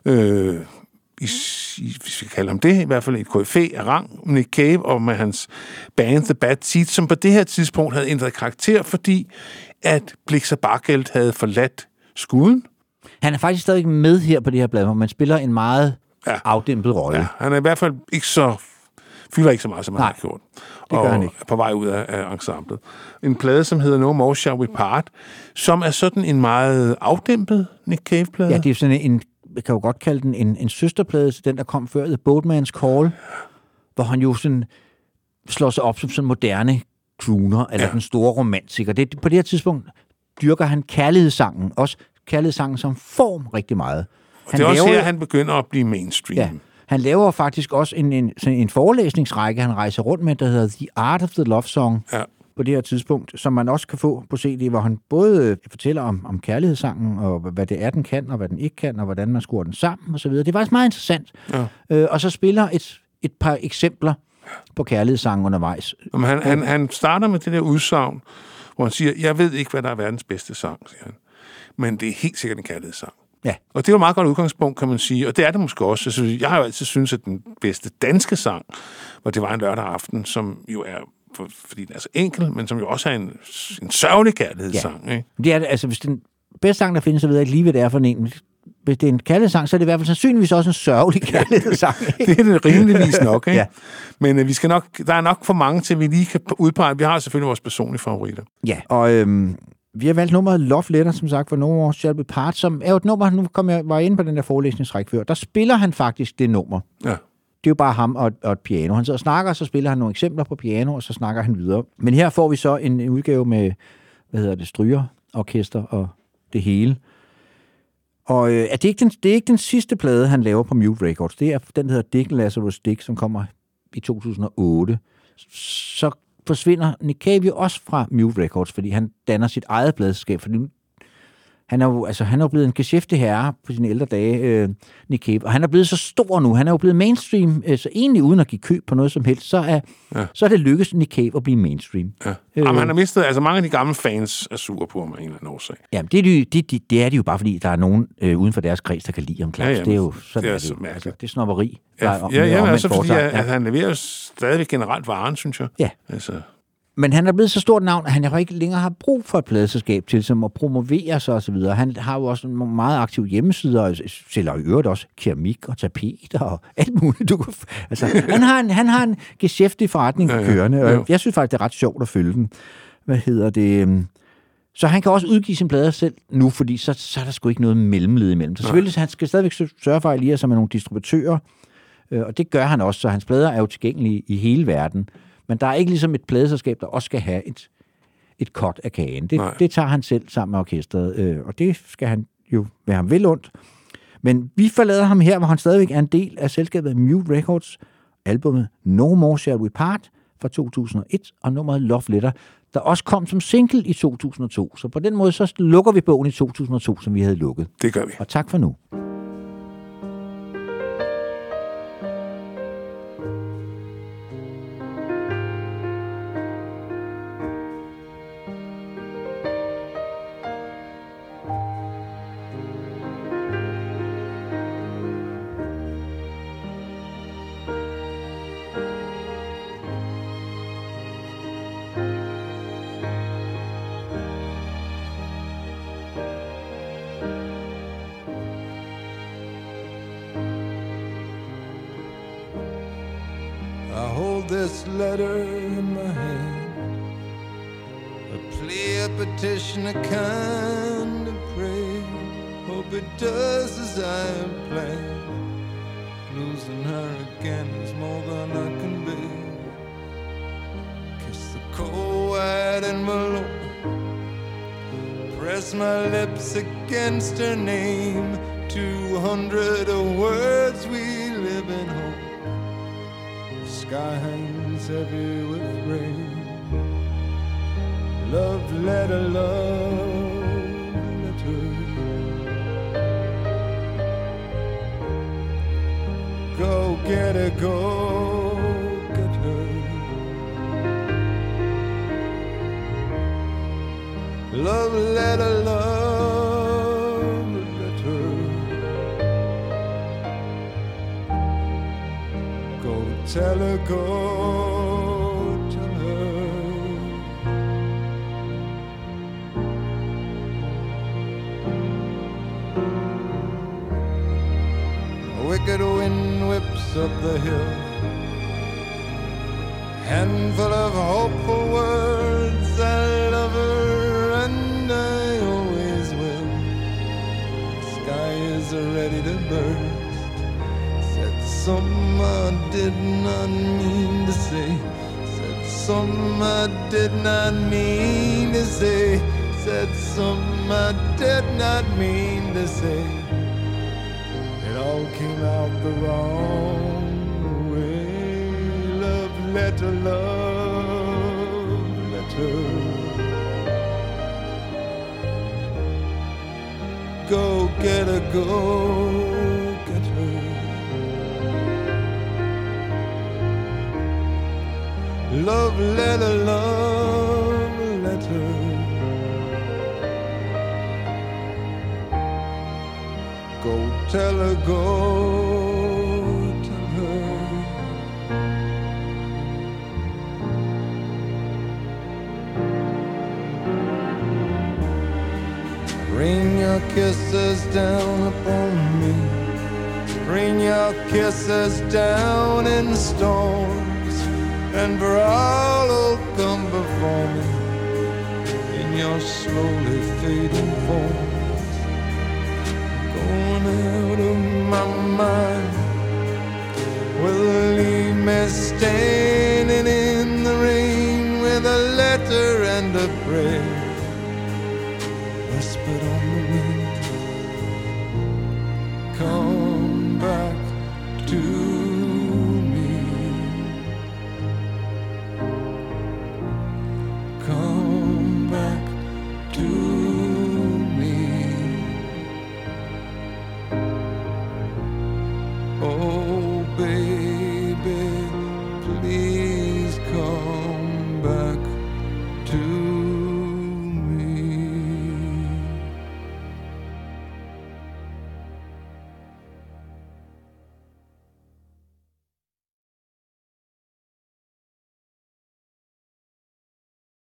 hvis vi kan kalde ham det, i hvert fald et KFA af rang, Nick Cave, og med hans band The Bad Seeds, som på det her tidspunkt havde ændret karakter, fordi at Blixer Bargeld havde forladt skuden. Han er faktisk stadig med her på det her blad, hvor man spiller en meget afdæmpet rolle. Ja, han er i hvert fald ikke så fylder ikke så meget, som han har gjort. Det gør han ikke. Er på vej ud af ensemblet. En plade, som hedder No More Shall We Part, som er sådan en meget afdæmpet Nick Cave-plade. Ja, det er sådan en, jeg kan jo godt kalde den en søsterplade til den, der kom før, The Boatman's Call, hvor han jo sådan slår sig op som sådan moderne crooner, eller den store romantiker. På det her tidspunkt dyrker han kærlighedssangen, også kærlighedssangen som form rigtig meget. Det er også her, han begynder at blive mainstream. Ja. Han laver faktisk også en forelæsningsrække, han rejser rundt med, der hedder The Art of the Love Song på det her tidspunkt, som man også kan få på CD, hvor han både fortæller om kærlighedssangen, og hvad det er, den kan, og hvad den ikke kan, og hvordan man skruer den sammen, og så videre. Det var faktisk meget interessant. Ja. Og så spiller et par eksempler på kærlighedssangen undervejs. Han starter med det der udsagn, hvor han siger, jeg ved ikke, hvad der er verdens bedste sang, siger han. Men det er helt sikkert en kærlighedssang. Ja. Og det er jo et meget godt udgangspunkt, kan man sige, og det er det måske også. Altså, jeg har jo altid syntes, at den bedste danske sang, hvor det var en lørdag aften, som jo er, fordi den er så enkel, men som jo også er en sørgelig kærlighedssang. Ja. Ikke? Det er, altså, hvis den bedste sang, der findes, så ved jeg ikke lige, hvad det er for en. Hvis det er en kærlighedssang, så er det i hvert fald sandsynligvis også en sørgelig kærlighedssang. Det er det rimeligvis nok, ikke? Ja. Men vi skal der er nok for mange til, at vi lige kan udpege. Vi har selvfølgelig vores personlige favoritter. Ja, og vi har valgt nummeret Love Letter, som sagt, for No More Shall We Part, som er jo et nummer, nu var inde på den der forelæsningsrække før, der spiller han faktisk det nummer. Ja. Det er jo bare ham og et piano. Han sidder og snakker, og så spiller han nogle eksempler på piano, og så snakker han videre. Men her får vi så en udgave med, stryger orkester og det hele. Og det er ikke den sidste plade, han laver på Mute Records. Det er den, der hedder Dick Lazarus Dick, som kommer i 2008. Så forsvinder Nick Cave jo også fra Mute Records, fordi han danner sit eget pladselskab. Fordi han er jo blevet en geschæfte herre på sine ældre dage, Nick Cave. Og han er blevet så stor nu. Han er jo blevet mainstream, så egentlig uden at give køb på noget som helst, så er det lykkedes Nick Cave at blive mainstream. Ja. Jamen, han har mistet, altså mange af de gamle fans er sure på ham af en eller anden årsag. Jamen, det er de jo bare, fordi der er nogen uden for deres kreds, der kan lide ham, Claus. Det er jo sådan, det er så mærkeligt. Det er snobberi. Altså fordi han leverer jo stadigvæk generelt varen, synes jeg. Ja. Altså. Men han er blevet så stort navn, at han jo ikke længere har brug for et pladeselskab til som at promovere sig og så videre. Han har jo også nogle meget aktive hjemmesider, og sælger i øvrigt også keramik og tapeter og alt muligt. Han har en geschæftig forretning kørende, og jeg synes faktisk, det er ret sjovt at følge den. Så han kan også udgive sin plader selv nu, fordi så er der sgu ikke noget mellemled imellem. Så selvfølgelig, han skal stadigvæk sørge for at alliere sig med nogle distributører, og det gør han også, så hans plader er jo tilgængelige i hele verden. Men der er ikke ligesom et pladeselskab, der også skal have et cut af kagen. Det tager han selv sammen med orkestret, og det skal han jo være ham vel ondt. Men vi forlader ham her, hvor han stadigvæk er en del af selskabet Mute Records, albumet No More Shall We Part fra 2001, og nummeret Love Letter, der også kom som single i 2002. Så på den måde, så lukker vi bogen i 2002, som vi havde lukket. Det gør vi. Og tak for nu. This letter in my hand, a plea, a petition, a kind of prayer. Hope it does as I have planned. Losing her again is more than I can bear. Kiss the cold white envelope, press my lips against her name. 200 words we live in hope. Sky hangs heavy with rain. Love letter, love letter. Go get her, go get her. Love letter, love letter. Go tell her, go tell her. A wicked wind whips up the hill, handful of hopeful words. I love her and I always will. The sky is ready to burst. Said something I did not mean to say. Said something I did not mean to say. Said something I did not mean to say. It all came out the wrong way. Love letter, love letter. Go get her, go get her. Love letter, love letter. Go tell her, go tell her. Rain your kisses down upon me. Rain your kisses down in storms, and for all who'll come before me in your slowly fading forms. Going out of my mind, will leave me standing in the rain with a letter and a prayer.